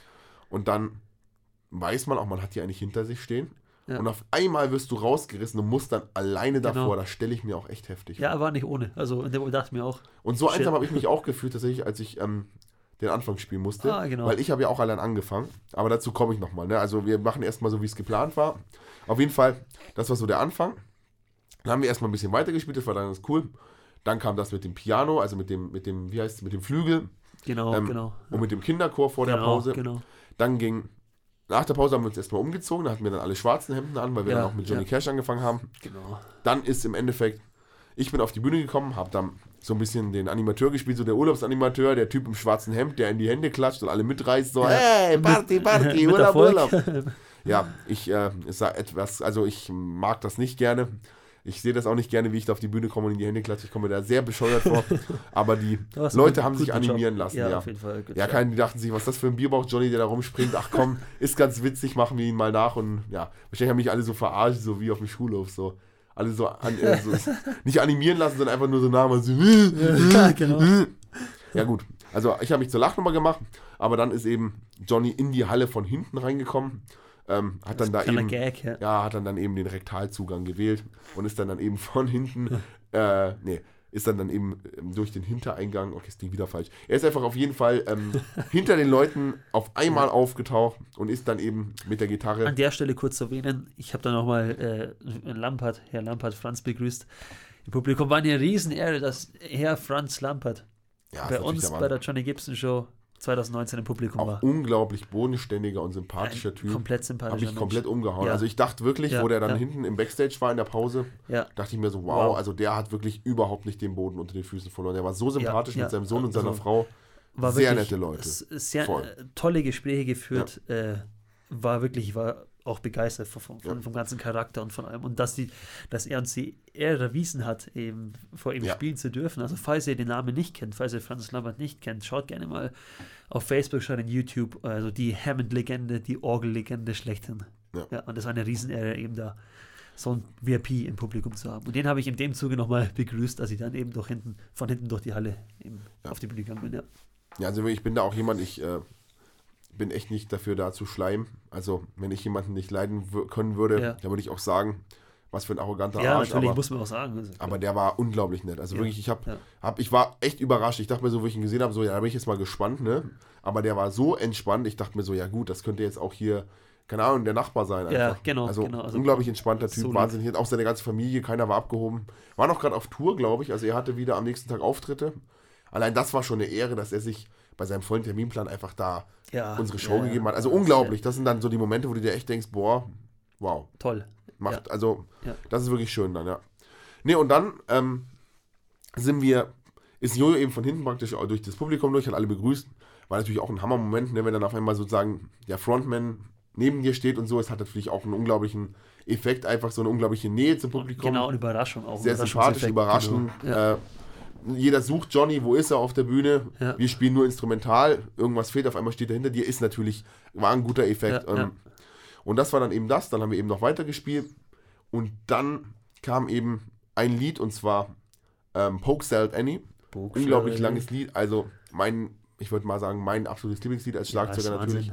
und dann weiß man auch, man hat die eigentlich hinter sich stehen. Ja. Und auf einmal wirst du rausgerissen und musst dann alleine davor. Das stelle ich mir auch echt heftig vor. Ja, war nicht ohne. Also in dem dachte ich mir auch. Und so einsam habe ich mich auch gefühlt, tatsächlich, als ich den Anfang spielen musste. Genau. Weil ich habe ja auch allein angefangen. Aber dazu komme ich nochmal. Ne? Also wir machen erstmal so, wie es geplant war. Auf jeden Fall, das war so der Anfang. Dann haben wir erstmal ein bisschen weitergespielt, das war dann ganz cool. Dann kam das mit dem Piano, also mit dem wie heißt es, mit dem Flügel. Genau. Und mit dem Kinderchor vor der Pause. Genau. Dann nach der Pause haben wir uns erstmal umgezogen, da hatten wir dann alle schwarzen Hemden an, weil wir dann auch mit Johnny Cash angefangen haben. Genau. Dann ist im Endeffekt, ich bin auf die Bühne gekommen, habe dann so ein bisschen den Animateur gespielt, so der Urlaubsanimateur, der Typ im schwarzen Hemd, der in die Hände klatscht und alle mitreißt, so, hey, Party, Urlaub. Ja, ich mag das nicht gerne. Ich sehe das auch nicht gerne, wie ich da auf die Bühne komme und in die Hände klatsche. Ich komme mir da sehr bescheuert vor. Aber die Leute haben sich animieren lassen. Ja, auf jeden Fall. Ja, die dachten sich, was ist das für ein Bierbauch Johnny, der da rumspringt. Ach komm, ist ganz witzig, machen wir ihn mal nach. Und ja, wahrscheinlich haben mich alle so verarscht, so wie auf dem Schulhof. So. Alle so, nicht animieren lassen, sondern einfach nur so nah mal so. Ja, genau. Ja gut, also ich habe mich zur Lachnummer gemacht, aber dann ist eben Johnny in die Halle von hinten reingekommen. Hat dann eben den Rektalzugang gewählt und ist dann eben von hinten, ist dann eben durch den Hintereingang, okay, ist die wieder falsch. Er ist einfach auf jeden Fall hinter den Leuten auf einmal aufgetaucht und ist dann eben mit der Gitarre. An der Stelle kurz zu erwähnen, ich habe da nochmal Herr Lampert, Franz begrüßt. Im Publikum war eine Riesenehre, dass Herr Franz Lampert bei uns bei der Johnny Gibson Show 2019 im Publikum war. Unglaublich bodenständiger und sympathischer Typ. Komplett sympathischer Mensch. Habe ich komplett umgehauen. Ja. Also ich dachte wirklich, wo der dann hinten im Backstage war in der Pause, dachte ich mir so, wow, also der hat wirklich überhaupt nicht den Boden unter den Füßen verloren. Der war so sympathisch mit seinem Sohn und seiner Frau. War sehr nette Leute. Sehr tolle Gespräche geführt. War auch begeistert vom ganzen Charakter und von allem. Und dass er uns die Ehre erwiesen hat, eben vor ihm spielen zu dürfen. Also falls ihr den Namen nicht kennt, falls ihr Franz Lampert nicht kennt, schaut gerne mal auf Facebook, schaut in YouTube, also die Hammond-Legende, die Orgel-Legende schlechthin. Ja, und das war eine Riesenehre, eben da so ein VIP im Publikum zu haben. Und den habe ich in dem Zuge nochmal begrüßt, als ich dann eben von hinten durch die Halle eben auf die Bühne gegangen bin. Ja, also ich bin da auch jemand, ich bin echt nicht dafür da zu schleimen. Also wenn ich jemanden nicht leiden können würde, dann würde ich auch sagen, was für ein arroganter Arsch. Ja, natürlich, muss man auch sagen. Also, aber der war unglaublich nett. Also wirklich, ich war echt überrascht. Ich dachte mir so, wo ich ihn gesehen habe, so, ja, da bin ich jetzt mal gespannt, ne? Aber der war so entspannt. Ich dachte mir so, ja gut, das könnte jetzt auch hier, keine Ahnung, der Nachbar sein einfach. Ja, genau. Also unglaublich entspannter Typ, so wahnsinnig nett. Auch seine ganze Familie, keiner war abgehoben. War noch gerade auf Tour, glaube ich. Also er hatte wieder am nächsten Tag Auftritte. Allein das war schon eine Ehre, dass er sich bei seinem vollen Terminplan einfach da unsere Show gegeben hat. Also unglaublich. Das sind dann so die Momente, wo du dir echt denkst, boah, wow. Toll. Das ist wirklich schön dann, ja. Nee, und dann ist Jojo eben von hinten praktisch durch das Publikum durch, hat alle begrüßt. War natürlich auch ein Hammermoment, ne, wenn dann auf einmal sozusagen der Frontman neben dir steht und so. Es hat natürlich auch einen unglaublichen Effekt, einfach so eine unglaubliche Nähe zum Publikum. Genau, eine Überraschung auch. Sehr sympathisch, überraschend. Genau. Jeder sucht Johnny, wo ist er auf der Bühne? Ja. Wir spielen nur instrumental, irgendwas fehlt, auf einmal steht er hinter dir, war ein guter Effekt. Und das war dann eben das, dann haben wir eben noch weiter gespielt und dann kam eben ein Lied und zwar Poke Salad Annie. Unglaublich langes Lied, also ich würde mal sagen, mein absolutes Lieblingslied als Schlagzeuger natürlich.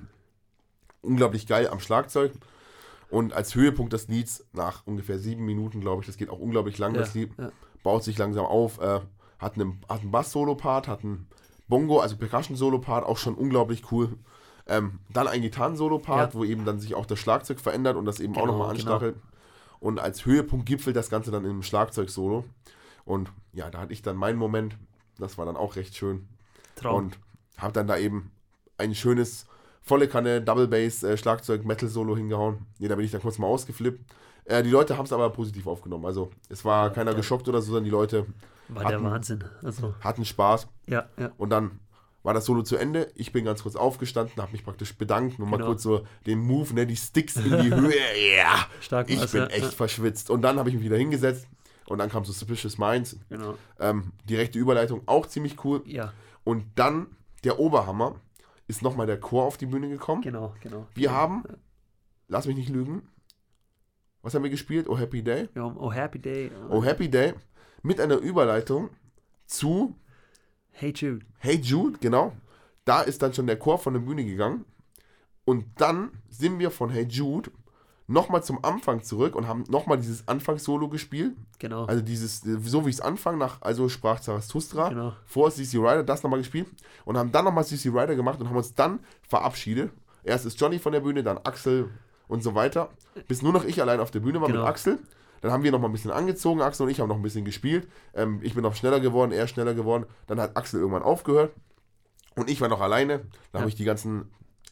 Unglaublich geil am Schlagzeug und als Höhepunkt des Lieds nach ungefähr 7 Minuten, glaube ich, das geht auch unglaublich lang, das Lied. Baut sich langsam auf, hat einen Bass-Solo-Part, hat einen Bongo, also Percussion-Solo-Part, auch schon unglaublich cool. Dann ein Gitarren-Solo-Part, wo eben dann sich auch das Schlagzeug verändert und das eben auch nochmal anstachelt. Genau. Und als Höhepunkt gipfelt das Ganze dann im Schlagzeug-Solo. Und ja, da hatte ich dann meinen Moment, das war dann auch recht schön. Traum. Und habe dann da eben ein schönes, volle Kanne Double-Bass-Schlagzeug-Metal-Solo hingehauen. Da bin ich dann kurz mal ausgeflippt. Die Leute haben es aber positiv aufgenommen. Also es war keiner geschockt oder so, sondern die Leute der Wahnsinn. Hatten Spaß. Ja. Und dann war das Solo zu Ende. Ich bin ganz kurz aufgestanden, habe mich praktisch bedankt und mal kurz so den Move, ne, die Sticks in die Höhe. Ja, stark. Ich bin echt verschwitzt. Und dann habe ich mich wieder hingesetzt und dann kam so Suspicious Minds. Genau. Direkte Überleitung, auch ziemlich cool. Ja. Und dann der Oberhammer ist nochmal der Chor auf die Bühne gekommen. Genau. Wir haben, lass mich nicht lügen, was haben wir gespielt? Oh Happy Day? Ja, Oh Happy Day. Oh Happy Day mit einer Überleitung zu Hey Jude. Hey Jude, genau. Da ist dann schon der Chor von der Bühne gegangen. Und dann sind wir von Hey Jude nochmal zum Anfang zurück und haben nochmal dieses Anfangssolo gespielt. Genau. Also dieses, so wie es Anfang nach, also sprach Zarathustra, genau. Vor CC Rider, das nochmal gespielt. Und haben dann nochmal CC Rider gemacht und haben uns dann verabschiedet. Erst ist Johnny von der Bühne, dann Axel und so weiter. Bis nur noch ich allein auf der Bühne war mit Axel. Dann haben wir noch mal ein bisschen angezogen, Axel und ich haben noch ein bisschen gespielt. Ich bin noch schneller geworden, er schneller geworden. Dann hat Axel irgendwann aufgehört und ich war noch alleine. Dann habe ich die ganzen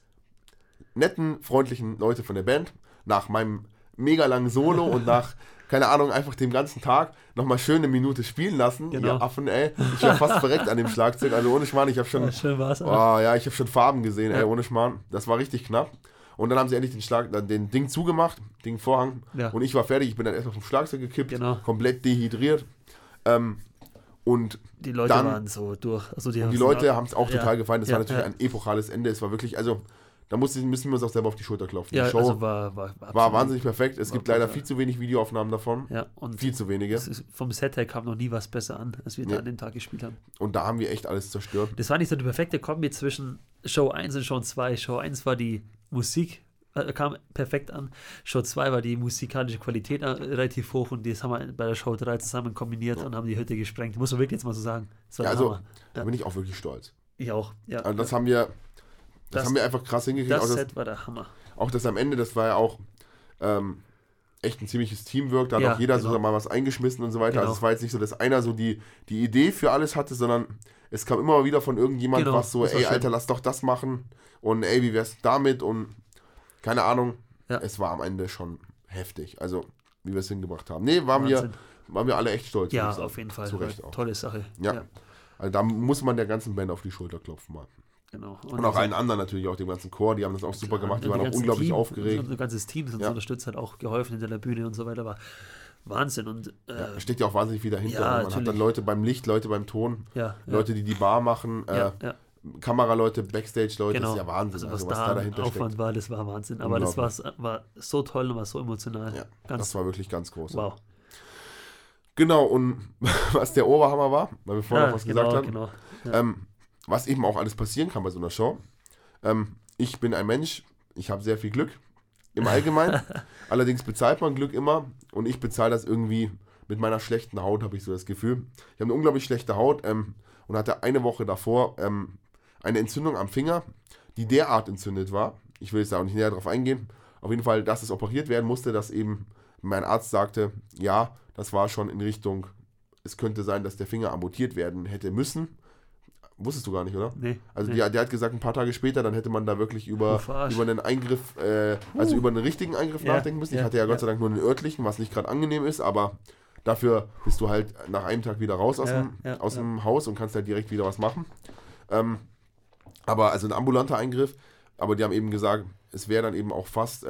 netten, freundlichen Leute von der Band nach meinem mega langen Solo und nach, keine Ahnung, einfach dem ganzen Tag nochmal schön eine Minute spielen lassen. Genau. Ihr Affen, ey. Ich war fast verreckt an dem Schlagzeug. Also ohne Schmarrn, ich habe schon, schön war's, ich habe schon Farben gesehen, ey, ohne Schmarrn. Das war richtig knapp. Und dann haben sie endlich den Ding zugemacht, den Vorhang. Ja. Und ich war fertig. Ich bin dann erstmal vom Schlagzeug gekippt, komplett dehydriert. Und die Leute waren so durch. Also die Leute haben es auch total gefallen. Das war natürlich ein epochales Ende. Es war wirklich, also da müssen wir uns auch selber auf die Schulter klopfen. Ja, die Show also war wahnsinnig perfekt. Es gibt leider viel zu wenig Videoaufnahmen davon. Ja, und viel zu wenige. Vom Set her kam noch nie was besser an, als wir da an dem Tag gespielt haben. Und da haben wir echt alles zerstört. Das war nicht so die perfekte Kombi zwischen Show 1 und Show 2. Show 1 war die Musik kam perfekt an. Show 2 war die musikalische Qualität relativ hoch und das haben wir bei der Show 3 zusammen kombiniert und haben die Hütte gesprengt. Muss man wirklich jetzt mal so sagen. Da bin ich auch wirklich stolz. Ich auch, ja. Also das haben wir einfach krass hingekriegt. Das Set war der Hammer. Auch das am Ende, das war ja auch echt ein ziemliches Teamwork. Da hat auch jeder so mal was eingeschmissen und so weiter. Also es war jetzt nicht so, dass einer so die Idee für alles hatte, sondern es kam immer wieder von irgendjemand was so, ey, Alter, lass doch das machen und ey, wie wär's damit und keine Ahnung. Ja. Es war am Ende schon heftig, also wie wir es hingebracht haben. Nee, waren wir alle echt stolz. Ja, auf jeden Fall. Zu Recht auch. Tolle Sache. Ja. Also da muss man der ganzen Band auf die Schulter klopfen mal. Genau. Und auch allen anderen natürlich, auch dem ganzen Chor, die haben das auch super gemacht, die waren auch unglaublich aufgeregt. Unser ganzes Team, das uns unterstützt hat, auch geholfen hinter der Bühne und so weiter, war Wahnsinn. Und, steckt ja auch wahnsinnig viel dahinter. Ja, man hat dann Leute beim Licht, Leute beim Ton, Leute, die Bar machen, Kameraleute, Backstage-Leute, das ist ja Wahnsinn. Also was da dahinter Aufwand steckt. War, das war Wahnsinn. Aber das war so toll und war so emotional. Ja, das war wirklich ganz groß. Wow. Genau, und was der Oberhammer war, weil wir vorhin noch was gesagt haben, genau. Ja. Was eben auch alles passieren kann bei so einer Show. Ich bin ein Mensch, ich habe sehr viel Glück im Allgemeinen. Allerdings bezahlt man Glück immer und ich bezahle das irgendwie mit meiner schlechten Haut, habe ich so das Gefühl. Ich habe eine unglaublich schlechte Haut und hatte eine Woche davor eine Entzündung am Finger, die derart entzündet war. Ich will jetzt da auch nicht näher drauf eingehen. Auf jeden Fall, dass es operiert werden musste, dass eben mein Arzt sagte, ja, das war schon in Richtung, es könnte sein, dass der Finger amputiert werden hätte müssen. Wusstest du gar nicht, oder? Nee. Also der hat gesagt, ein paar Tage später, dann hätte man da wirklich über einen Eingriff, also über einen richtigen Eingriff nachdenken müssen. Ich hatte ja Gott sei Dank nur einen örtlichen, was nicht gerade angenehm ist, aber dafür bist du halt nach einem Tag wieder raus aus dem Haus und kannst halt direkt wieder was machen. Aber also ein ambulanter Eingriff, aber die haben eben gesagt, es wäre dann eben auch fast,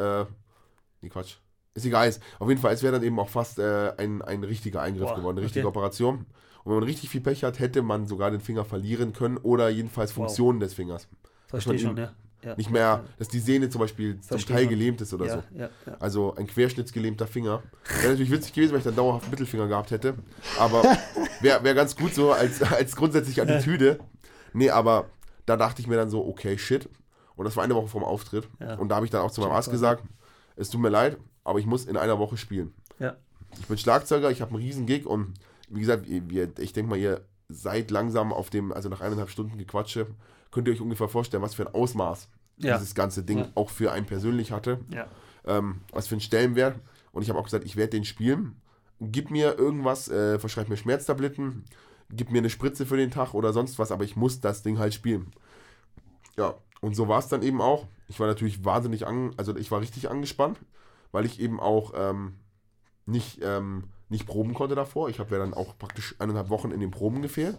ist egal, auf jeden Fall, es wäre dann eben auch fast ein richtiger Eingriff geworden, eine richtige Operation. Und wenn man richtig viel Pech hat, hätte man sogar den Finger verlieren können oder jedenfalls Funktionen des Fingers. Verstehe schon, ja. Nicht mehr, dass die Sehne zum Beispiel zum Teil gelähmt ist oder so. Ja. Also ein querschnittsgelähmter Finger. Wäre natürlich witzig gewesen, wenn ich dann dauerhaft Mittelfinger gehabt hätte. Aber wäre ganz gut so als grundsätzliche Attitüde. Nee, aber da dachte ich mir dann so, okay, shit. Und das war eine Woche vorm Auftritt. Ja. Und da habe ich dann auch zu meinem Arzt gesagt, es tut mir leid, aber ich muss in einer Woche spielen. Ja. Ich bin Schlagzeuger, ich habe einen riesen Gig und wie gesagt, ich denke mal, ihr seid langsam auf dem, also nach 1,5 Stunden Gequatsche, könnt ihr euch ungefähr vorstellen, was für ein Ausmaß dieses ganze Ding auch für einen persönlich hatte. Ja. Was für einen Stellenwert. Und ich habe auch gesagt, ich werde den spielen. Gib mir irgendwas, verschreib mir Schmerztabletten, gib mir eine Spritze für den Tag oder sonst was, aber ich muss das Ding halt spielen. Ja, und so war es dann eben auch. Ich war natürlich ich war richtig angespannt, weil ich eben auch nicht proben konnte davor. Ich habe ja dann auch praktisch 1,5 Wochen in den Proben gefehlt.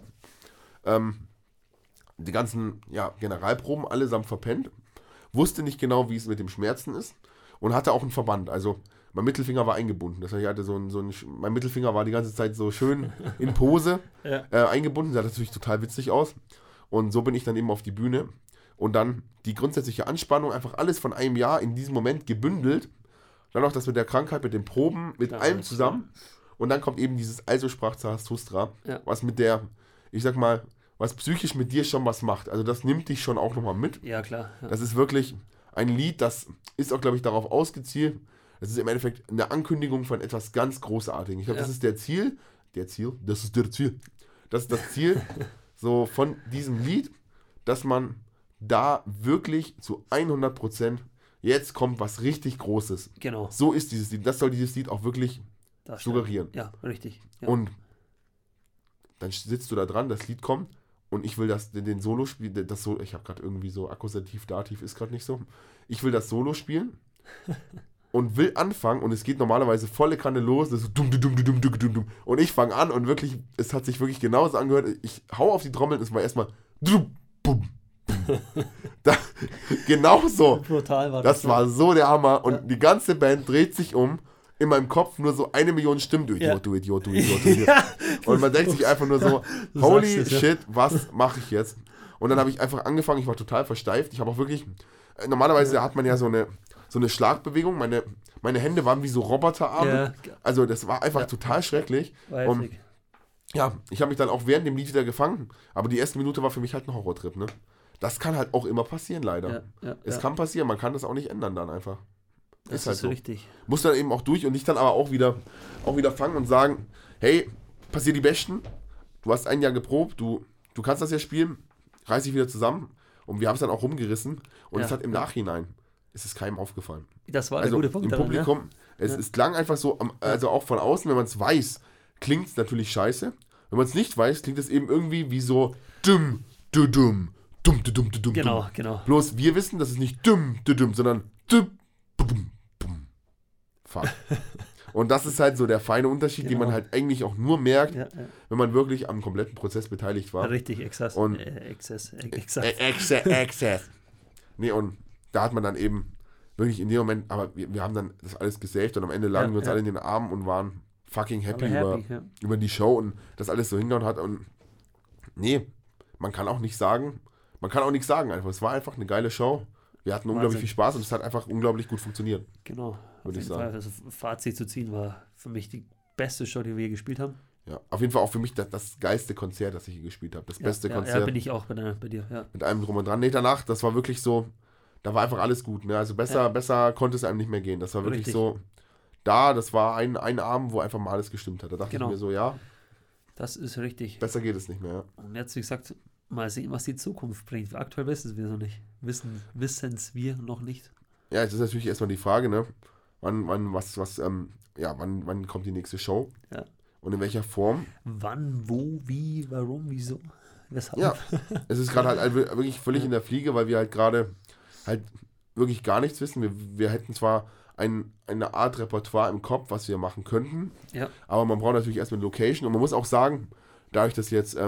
Die ganzen Generalproben allesamt verpennt. Wusste nicht genau, wie es mit dem Schmerzen ist. Und hatte auch einen Verband. Also mein Mittelfinger war eingebunden. Das heißt, ich hatte mein Mittelfinger war die ganze Zeit so schön in Pose eingebunden. Sah natürlich total witzig aus. Und so bin ich dann eben auf die Bühne. Und dann die grundsätzliche Anspannung, einfach alles von einem Jahr in diesem Moment gebündelt. Dann auch das mit der Krankheit, mit den Proben, mit allem zusammen. Und dann kommt eben dieses Also sprach Zarathustra, was mit der, ich sag mal, was psychisch mit dir schon was macht. Also das nimmt dich schon auch nochmal mit. Ja, klar. Ja. Das ist wirklich ein Lied, das ist auch, glaube ich, darauf ausgezielt. Das ist im Endeffekt eine Ankündigung von etwas ganz Großartigem. Ich glaube, das ist das ist das Ziel so von diesem Lied, dass man da wirklich zu 100% jetzt kommt was richtig Großes. Genau. So ist dieses Lied. Das soll dieses Lied auch wirklich suggerieren. Ja, richtig. Ja. Und dann sitzt du da dran, das Lied kommt und ich will den Solo spielen. Ich habe gerade irgendwie so Akkusativ, Dativ ist gerade nicht so. Ich will das Solo spielen und will anfangen und es geht normalerweise volle Kanne los. Das ist so dumm. Und ich fange an und wirklich, es hat sich wirklich genauso angehört. Ich hau auf die Trommel und es war erstmal genau so. Brutal war das. Das war so der Hammer. Und die ganze Band dreht sich um. In meinem Kopf nur so 1 Million Stimmen. Du Idiot. Und man denkt sich einfach nur so, holy shit, was mache ich jetzt? Und dann habe ich einfach angefangen, ich war total versteift. Ich habe auch wirklich, normalerweise hat man ja so eine Schlagbewegung. Meine Hände waren wie so Roboterarme. Also das war einfach total schrecklich. Und ich habe mich dann auch während dem Lied wieder gefangen. Aber die erste Minute war für mich halt ein Horrortrip, ne? Das kann halt auch immer passieren, leider. Es kann passieren, man kann das auch nicht ändern dann einfach. Das ist halt so. Richtig. Muss dann eben auch durch und nicht dann aber auch wieder fangen und sagen, hey, passier die Besten, du hast ein Jahr geprobt, du kannst das ja spielen, reiß dich wieder zusammen und wir haben es dann auch rumgerissen und es hat im Nachhinein, ist es keinem aufgefallen. Das war der gute Punkt im daran, Publikum, es klang einfach so, also auch von außen, wenn man es weiß, klingt es natürlich scheiße. Wenn man es nicht weiß, klingt es eben irgendwie wie so dumm. Genau. Bloß wir wissen, dass es nicht dumm, sondern fuck. Und das ist halt so der feine Unterschied, den man halt eigentlich auch nur merkt, wenn man wirklich am kompletten Prozess beteiligt war. Richtig, exakt. Exzess. Nee, und da hat man dann eben wirklich in dem Moment, aber wir haben dann das alles gesaved und am Ende lagen wir uns alle in den Armen und waren fucking happy über die Show und das alles so hingehauen hat. Und nee, man kann auch nichts sagen einfach. Es war einfach eine geile Show. Wir hatten unglaublich viel Spaß und es hat einfach unglaublich gut funktioniert. Genau, würde ich sagen. Also Fazit zu ziehen war für mich die beste Show, die wir je gespielt haben. Ja, auf jeden Fall auch für mich das geilste Konzert, das ich hier gespielt habe. Das beste Konzert. Ja, bin ich auch bei dir. Ja. Mit allem drum und dran. Nee, danach, das war wirklich so, da war einfach alles gut. Ne? Also besser konnte es einem nicht mehr gehen. Das war wirklich so, das war ein Abend, wo einfach mal alles gestimmt hat. Da dachte ich mir so, ja. Das ist richtig. Besser geht es nicht mehr. Ja. Und jetzt, wie gesagt, mal sehen, was die Zukunft bringt. Aktuell wissen wir es noch nicht. Wissen es wir noch nicht. Ja, jetzt ist natürlich erstmal die Frage, ne? Wann kommt die nächste Show? Ja. Und in welcher Form? Wann, wo, wie, warum, wieso, weshalb? Ja, es ist gerade halt wirklich völlig in der Fliege, weil wir halt gerade halt wirklich gar nichts wissen. Wir hätten zwar eine Art Repertoire im Kopf, was wir machen könnten, aber man braucht natürlich erstmal eine Location und man muss auch sagen, dadurch, dass jetzt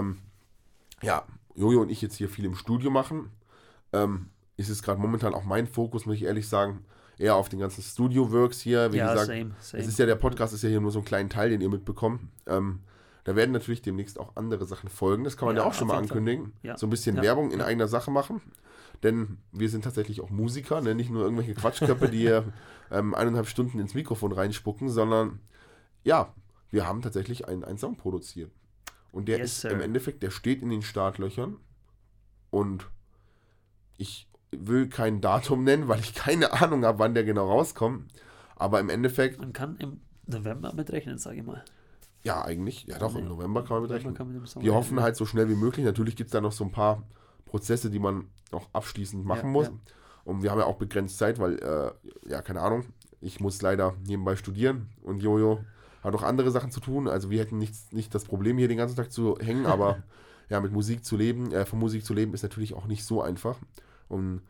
Jojo und ich jetzt hier viel im Studio machen, ist es gerade momentan auch mein Fokus, muss ich ehrlich sagen, eher auf den ganzen Studio-Works hier. Wie gesagt, same. Es ist ja, der Podcast ist ja hier nur so ein kleiner Teil, den ihr mitbekommt. Da werden natürlich demnächst auch andere Sachen folgen. Das kann man ja auch schon mal ankündigen. Ja. So ein bisschen Werbung in eigener Sache machen. Denn wir sind tatsächlich auch Musiker, ne? Nicht nur irgendwelche Quatschköpfe, die hier 1,5 Stunden ins Mikrofon reinspucken, sondern ja, wir haben tatsächlich einen Song produziert. Und der ist im Endeffekt, der steht in den Startlöchern und ich will kein Datum nennen, weil ich keine Ahnung habe, wann der genau rauskommt. Aber im Endeffekt... Man kann im November mitrechnen, sage ich mal. Ja, eigentlich. Ja doch, im November kann man mitrechnen. Wir hoffen halt so schnell wie möglich. Natürlich gibt es da noch so ein paar Prozesse, die man noch abschließend machen muss. Ja. Und wir haben ja auch begrenzt Zeit, weil, keine Ahnung, ich muss leider nebenbei studieren und Jojo hat auch andere Sachen zu tun. Also wir hätten nicht das Problem, hier den ganzen Tag zu hängen, aber ja, mit Musik zu leben, von Musik zu leben, ist natürlich auch nicht so einfach. Und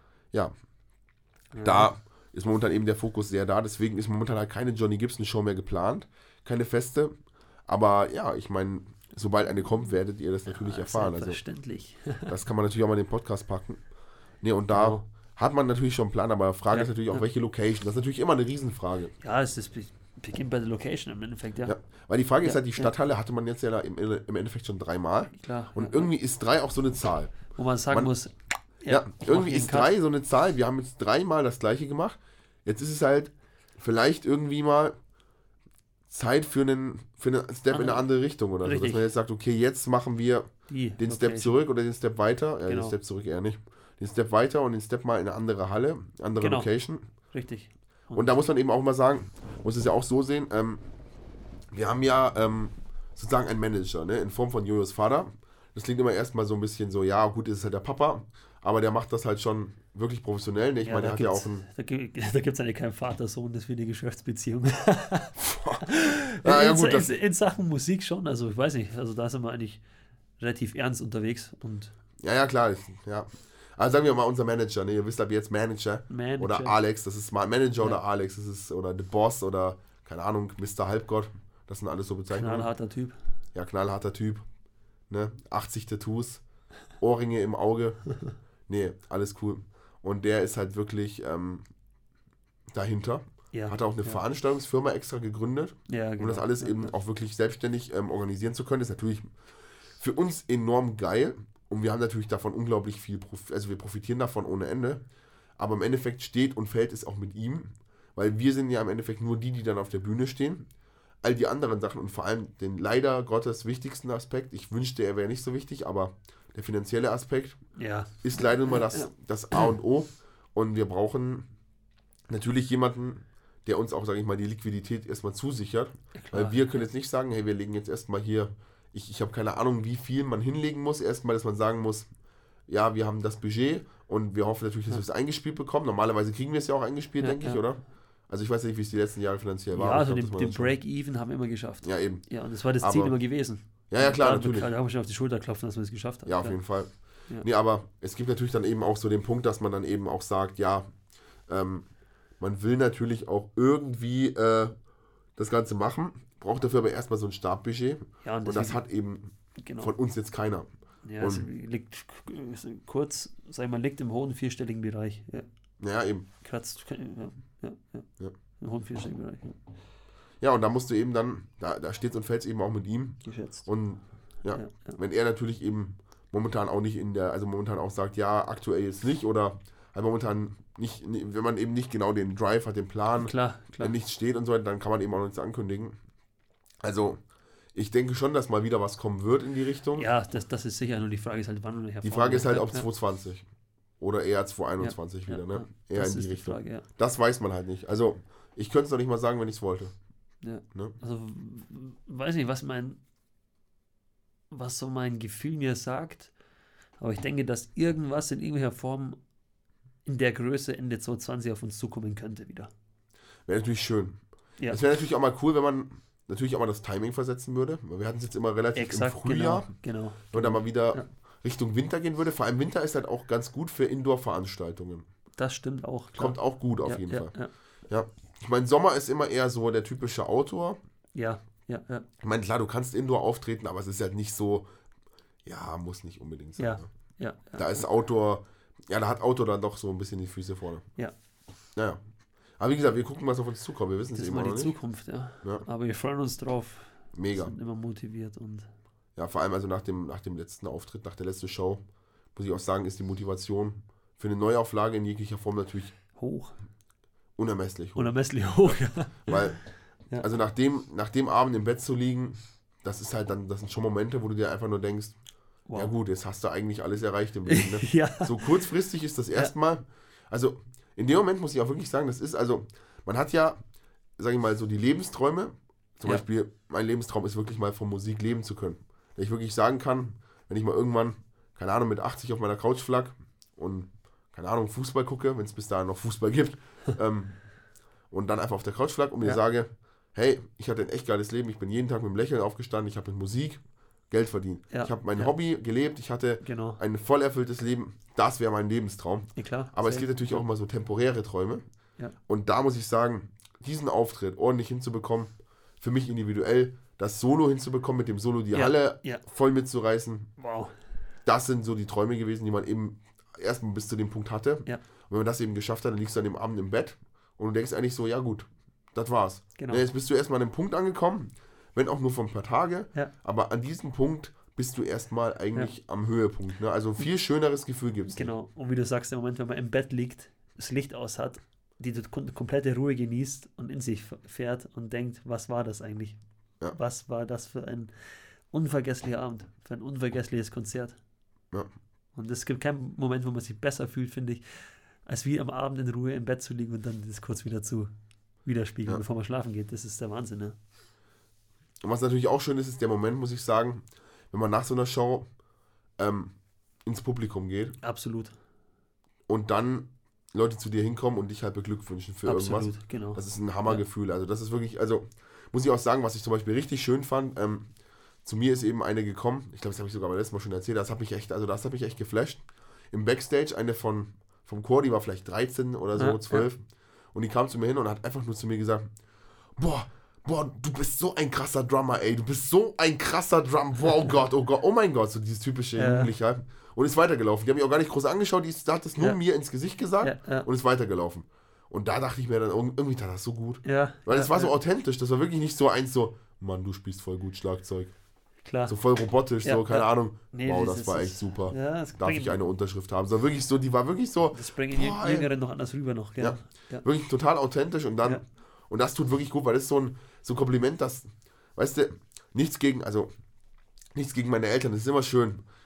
da ist momentan eben der Fokus sehr da. Deswegen ist momentan halt keine Johnny Gibson Show mehr geplant. Keine feste. Aber ja, ich meine, sobald eine kommt, werdet ihr das natürlich erfahren. Selbstverständlich. Also, das kann man natürlich auch mal in den Podcast packen. Ne, und da hat man natürlich schon einen Plan, aber Frage ist natürlich auch, welche Location. Das ist natürlich immer eine Riesenfrage. Ja, es beginnt bei der Location im Endeffekt, ja. Weil die Frage ist halt, die Stadthalle hatte man jetzt ja da im Endeffekt schon 3-mal. Klar. Und irgendwie ist 3 auch so eine Zahl. Wo man sagen muss... Ja, irgendwie ist 3 so eine Zahl. Wir haben jetzt 3-mal das gleiche gemacht. Jetzt ist es halt vielleicht irgendwie mal Zeit für einen Step in eine andere Richtung oder so. Dass man jetzt sagt, okay, jetzt machen wir den Step zurück oder den Step weiter. Den Step zurück eher nicht. Den Step weiter und den Step mal in eine andere Halle, andere Location. Richtig. Und da muss man eben auch mal sagen, muss es ja auch so sehen, wir haben ja sozusagen einen Manager, ne, in Form von Jojos Vater. Das klingt immer erstmal so ein bisschen so, ja gut, ist halt der Papa, aber der macht das halt schon wirklich professionell. Ne? Ich meine, der hat ja auch einen... Da gibt es eigentlich keinen Vater-Sohn, das ist wie eine Geschäftsbeziehung. In Sachen Musik schon, also ich weiß nicht, also da sind wir eigentlich relativ ernst unterwegs. Und ja, klar, ja. Also sagen wir mal unser Manager, ne? Ihr wisst ab jetzt Manager oder Alex, das ist mal Manager oder Alex, das ist oder The Boss oder, keine Ahnung, Mr. Halbgott, das sind alles so Bezeichnungen. Knallharter Typ. Ja, knallharter Typ. Ne? 80 Tattoos, Ohrringe im Auge. Nee, alles cool. Und der ist halt wirklich dahinter. Ja, hat auch eine Veranstaltungsfirma extra gegründet, um das alles eben auch wirklich selbstständig organisieren zu können. Das ist natürlich für uns enorm geil. Und wir haben natürlich davon unglaublich viel wir profitieren davon ohne Ende. Aber im Endeffekt steht und fällt es auch mit ihm. Weil wir sind ja im Endeffekt nur die dann auf der Bühne stehen. All die anderen Sachen und vor allem den leider Gottes wichtigsten Aspekt, ich wünschte, er wäre nicht so wichtig, aber der finanzielle Aspekt ist leider immer das A und O. Und wir brauchen natürlich jemanden, der uns auch, sage ich mal, die Liquidität erstmal zusichert. Weil wir können jetzt nicht sagen, hey, wir legen jetzt erstmal hier, ich habe keine Ahnung, wie viel man hinlegen muss. Erstmal, dass man sagen muss, ja, wir haben das Budget und wir hoffen natürlich, dass wir es eingespielt bekommen. Normalerweise kriegen wir es ja auch eingespielt, denke ich, oder? Also ich weiß nicht, wie es die letzten Jahre finanziell war. Ja, also den Break-Even haben wir immer geschafft. Ja, eben. Ja, und das war das Ziel immer gewesen. Ja, klar, natürlich. Da haben wir schon auf die Schulter klopfen, dass wir es geschafft haben. Ja, auf jeden Fall. Ja. Nee, aber es gibt natürlich dann eben auch so den Punkt, dass man dann eben auch sagt, ja, man will natürlich auch irgendwie das Ganze machen, braucht dafür aber erstmal so ein Startbudget. Ja, und das hat eben von uns jetzt keiner. Ja, es liegt kurz, sag ich mal, liegt im hohen vierstelligen Bereich. Ja, eben. Kratzt, im hohen vierstelligen Bereich. Ja, und da musst du eben dann, da steht und fällt es eben auch mit ihm. Geschätzt. Und wenn er natürlich eben momentan auch nicht momentan auch sagt, ja, aktuell jetzt nicht oder halt momentan nicht, wenn man eben nicht genau den Drive hat, den Plan, wenn nichts steht und so, dann kann man eben auch nichts ankündigen. Also, ich denke schon, dass mal wieder was kommen wird in die Richtung. Ja, das ist sicher, nur die Frage ist halt, wann und welcher Die Frage ist halt, ob 2020 oder eher 2021 wieder, ne? Eher in die Richtung. Die Frage, das weiß man halt nicht. Also, ich könnte es noch nicht mal sagen, wenn ich es wollte. Ja. Ne? Also, weiß nicht, was so mein Gefühl mir sagt, aber ich denke, dass irgendwas in irgendeiner Form in der Größe Ende 2020 auf uns zukommen könnte wieder. Wäre natürlich schön. Ja. Es wäre natürlich auch mal cool, wenn man natürlich auch mal das Timing versetzen würde. Wir hatten es jetzt immer relativ im Frühjahr. Genau. Und dann mal wieder Richtung Winter gehen würde. Vor allem Winter ist halt auch ganz gut für Indoor-Veranstaltungen. Das stimmt auch. Klar. Kommt auch gut auf jeden Fall. Ja. Ich meine, Sommer ist immer eher so der typische Outdoor. Ja. Ich meine, klar, du kannst Indoor auftreten, aber es ist halt nicht so, muss nicht unbedingt sein. Ja. Da ist Outdoor, da hat Outdoor dann doch so ein bisschen die Füße vorne. Ja. Naja. Aber wie gesagt, wir gucken, was auf uns zukommt. Wir wissen es immer noch nicht. Das ist mal die Zukunft, ja. Aber wir freuen uns drauf. Mega. Wir sind immer motiviert und... Ja, vor allem also nach dem letzten Auftritt, nach der letzten Show, muss ich auch sagen, ist die Motivation für eine Neuauflage in jeglicher Form natürlich hoch. Unermesslich hoch. Unermesslich hoch, ja. Weil, also nach dem Abend im Bett zu liegen, das sind schon Momente, wo du dir einfach nur denkst, ja gut, jetzt hast du eigentlich alles erreicht im Leben. Ne? Ja. So kurzfristig ist das erstmal, also in dem Moment muss ich auch wirklich sagen, das ist, also man hat ja, sag ich mal, so die Lebensträume, zum Beispiel, mein Lebenstraum ist wirklich mal von Musik leben zu können. Dass ich wirklich sagen kann, wenn ich mal irgendwann, keine Ahnung, mit 80 auf meiner Couch flag und, keine Ahnung, Fußball gucke, wenn es bis dahin noch Fußball gibt, und dann einfach auf der Couch flag und mir sage, hey, ich hatte ein echt geiles Leben, ich bin jeden Tag mit einem Lächeln aufgestanden, ich habe mit Musik Geld verdient. Ja. Ich habe mein Hobby gelebt, ich hatte ein voll erfülltes Leben, das wäre mein Lebenstraum. Ja, klar. Aber es gibt natürlich auch immer so temporäre Träume. Ja. Und da muss ich sagen, diesen Auftritt ordentlich hinzubekommen, für mich individuell, das Solo hinzubekommen, mit dem Solo die Halle voll mitzureißen, das sind so die Träume gewesen, die man eben erstmal bis zu dem Punkt hatte. Ja. Und wenn man das eben geschafft hat, dann liegst du an dem Abend im Bett und du denkst eigentlich so, ja gut, das war's. Genau. Jetzt bist du erstmal an dem Punkt angekommen, wenn auch nur für ein paar Tage, aber an diesem Punkt bist du erstmal eigentlich am Höhepunkt. Ne? Also ein viel schöneres Gefühl gibt es. Genau, und wie du sagst, im Moment, wenn man im Bett liegt, das Licht aus hat, die komplette Ruhe genießt und in sich fährt und denkt, was war das eigentlich? Ja. Was war das für ein unvergesslicher Abend, für ein unvergessliches Konzert? Ja. Und es gibt keinen Moment, wo man sich besser fühlt, finde ich, als wie am Abend in Ruhe im Bett zu liegen und dann das kurz wieder zu widerspiegeln, bevor man schlafen geht. Das ist der Wahnsinn, ne? Und was natürlich auch schön ist, ist der Moment, muss ich sagen, wenn man nach so einer Show ins Publikum geht. Absolut. Und dann Leute zu dir hinkommen und dich halt beglückwünschen für irgendwas. Genau. Das ist ein Hammergefühl. Also das ist wirklich, also muss ich auch sagen, was ich zum Beispiel richtig schön fand, zu mir ist eben eine gekommen, ich glaube, das habe ich sogar beim letzten Mal schon erzählt, das hat mich echt geflasht. Im Backstage, eine vom Chor, die war vielleicht 13 oder so, 12. Ja. Und die kam zu mir hin und hat einfach nur zu mir gesagt, boah, du bist so ein krasser Drummer, ey, du bist so ein krasser Drum, oh Gott, oh mein Gott, so dieses typische Jugendliche. Und ist weitergelaufen. Die haben mich auch gar nicht groß angeschaut, die hat das nur mir ins Gesicht gesagt und ist weitergelaufen. Und da dachte ich mir dann, irgendwie tat das so gut. Ja, weil es war so authentisch, das war wirklich nicht so eins so, Mann, du spielst voll gut Schlagzeug. Klar. So voll robotisch, so, keine Ahnung. Nee, wow, das war echt super. Ja, darf ich eine Unterschrift haben? So wirklich so, die war wirklich so. Das bringen die Jüngeren noch anders rüber noch, ja. Wirklich total authentisch und dann, und das tut wirklich gut, weil das ist so ein Kompliment, das, weißt du, nichts gegen meine Eltern, das ist immer schön.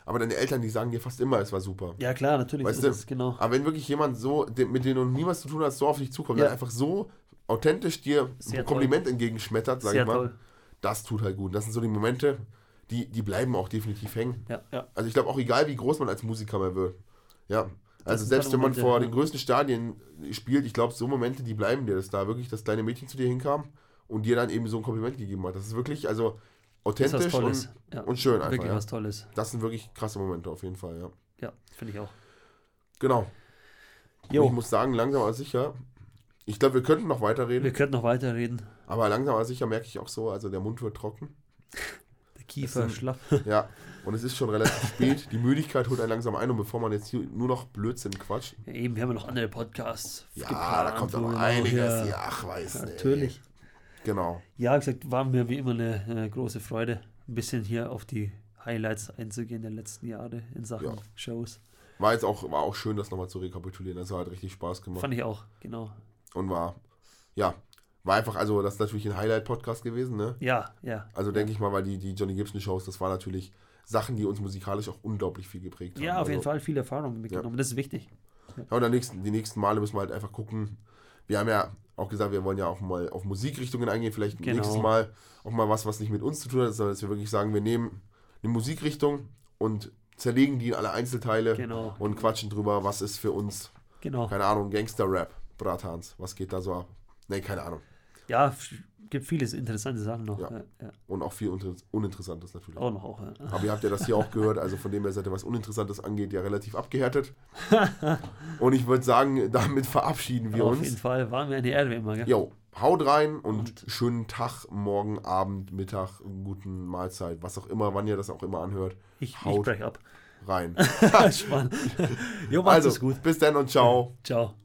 Aber deine Eltern, die sagen dir fast immer, es war super. Ja, klar, natürlich. Weißt du? Genau. Aber wenn wirklich jemand so, mit dem du nie was zu tun hast, so auf dich zukommt, dann einfach so authentisch dir ein Kompliment entgegenschmettert, sag ich mal, toll. Das tut halt gut. Das sind so die Momente, die bleiben auch definitiv hängen. Ja. Also ich glaube auch, egal wie groß man als Musiker mal wird. Ja. Also selbst wenn man vor den größten Stadien spielt, ich glaube, so Momente, die bleiben dir, dass da wirklich das kleine Mädchen zu dir hinkam und dir dann eben so ein Kompliment gegeben hat. Das ist wirklich, also authentisch und schön einfach. Wirklich was Tolles. Das sind wirklich krasse Momente auf jeden Fall, ja. Ja, finde ich auch. Genau. Ich muss sagen, langsam aber sicher, ich glaube, wir könnten noch weiterreden. Aber langsam aber sicher merke ich auch so, also der Mund wird trocken. Der Kiefer schlapp. Ja, und es ist schon relativ spät. Die Müdigkeit holt einen langsam ein und bevor man jetzt hier nur noch Blödsinn quatscht. Ja, eben, wir haben noch andere Podcasts. Ja, da kommt auch noch einiges. Ja, ach, weiß nicht. Natürlich. Genau. Ja, wie gesagt, war mir wie immer eine große Freude, ein bisschen hier auf die Highlights einzugehen der letzten Jahre in Sachen Shows. War auch schön, das nochmal zu rekapitulieren. Das hat richtig Spaß gemacht. Fand ich auch, genau. Und war einfach, also das ist natürlich ein Highlight-Podcast gewesen, ne? Ja. Also denke ich mal, weil die Johnny Gibson-Shows, das war natürlich Sachen, die uns musikalisch auch unglaublich viel geprägt haben. Ja, auf jeden Fall viel Erfahrung mitgenommen, das ist wichtig. Ja, und die nächsten Male müssen wir halt einfach gucken. Wir haben ja auch gesagt, wir wollen ja auch mal auf Musikrichtungen eingehen, vielleicht nächstes Mal auch mal was nicht mit uns zu tun hat, sondern dass wir wirklich sagen, wir nehmen eine Musikrichtung und zerlegen die in alle Einzelteile und quatschen drüber, was ist für uns, keine Ahnung, Gangster-Rap, Bratans, was geht da so ab? Nee, keine Ahnung. Ja, gibt viele interessante Sachen noch. Ja. Und auch viel Uninteressantes natürlich. Auch noch. Aber ihr habt ja das hier auch gehört, also von dem her seid ihr, was Uninteressantes angeht, ja relativ abgehärtet. Und ich würde sagen, damit verabschieden wir uns. Auf jeden Fall, waren wir eine Ehre immer. Gell? Jo, haut rein und schönen Tag, morgen, Abend, Mittag, guten Mahlzeit, was auch immer, wann ihr das auch immer anhört. Ich brech ab. Rein. Spannend. Jo, macht's gut. Bis dann und ciao. Ciao.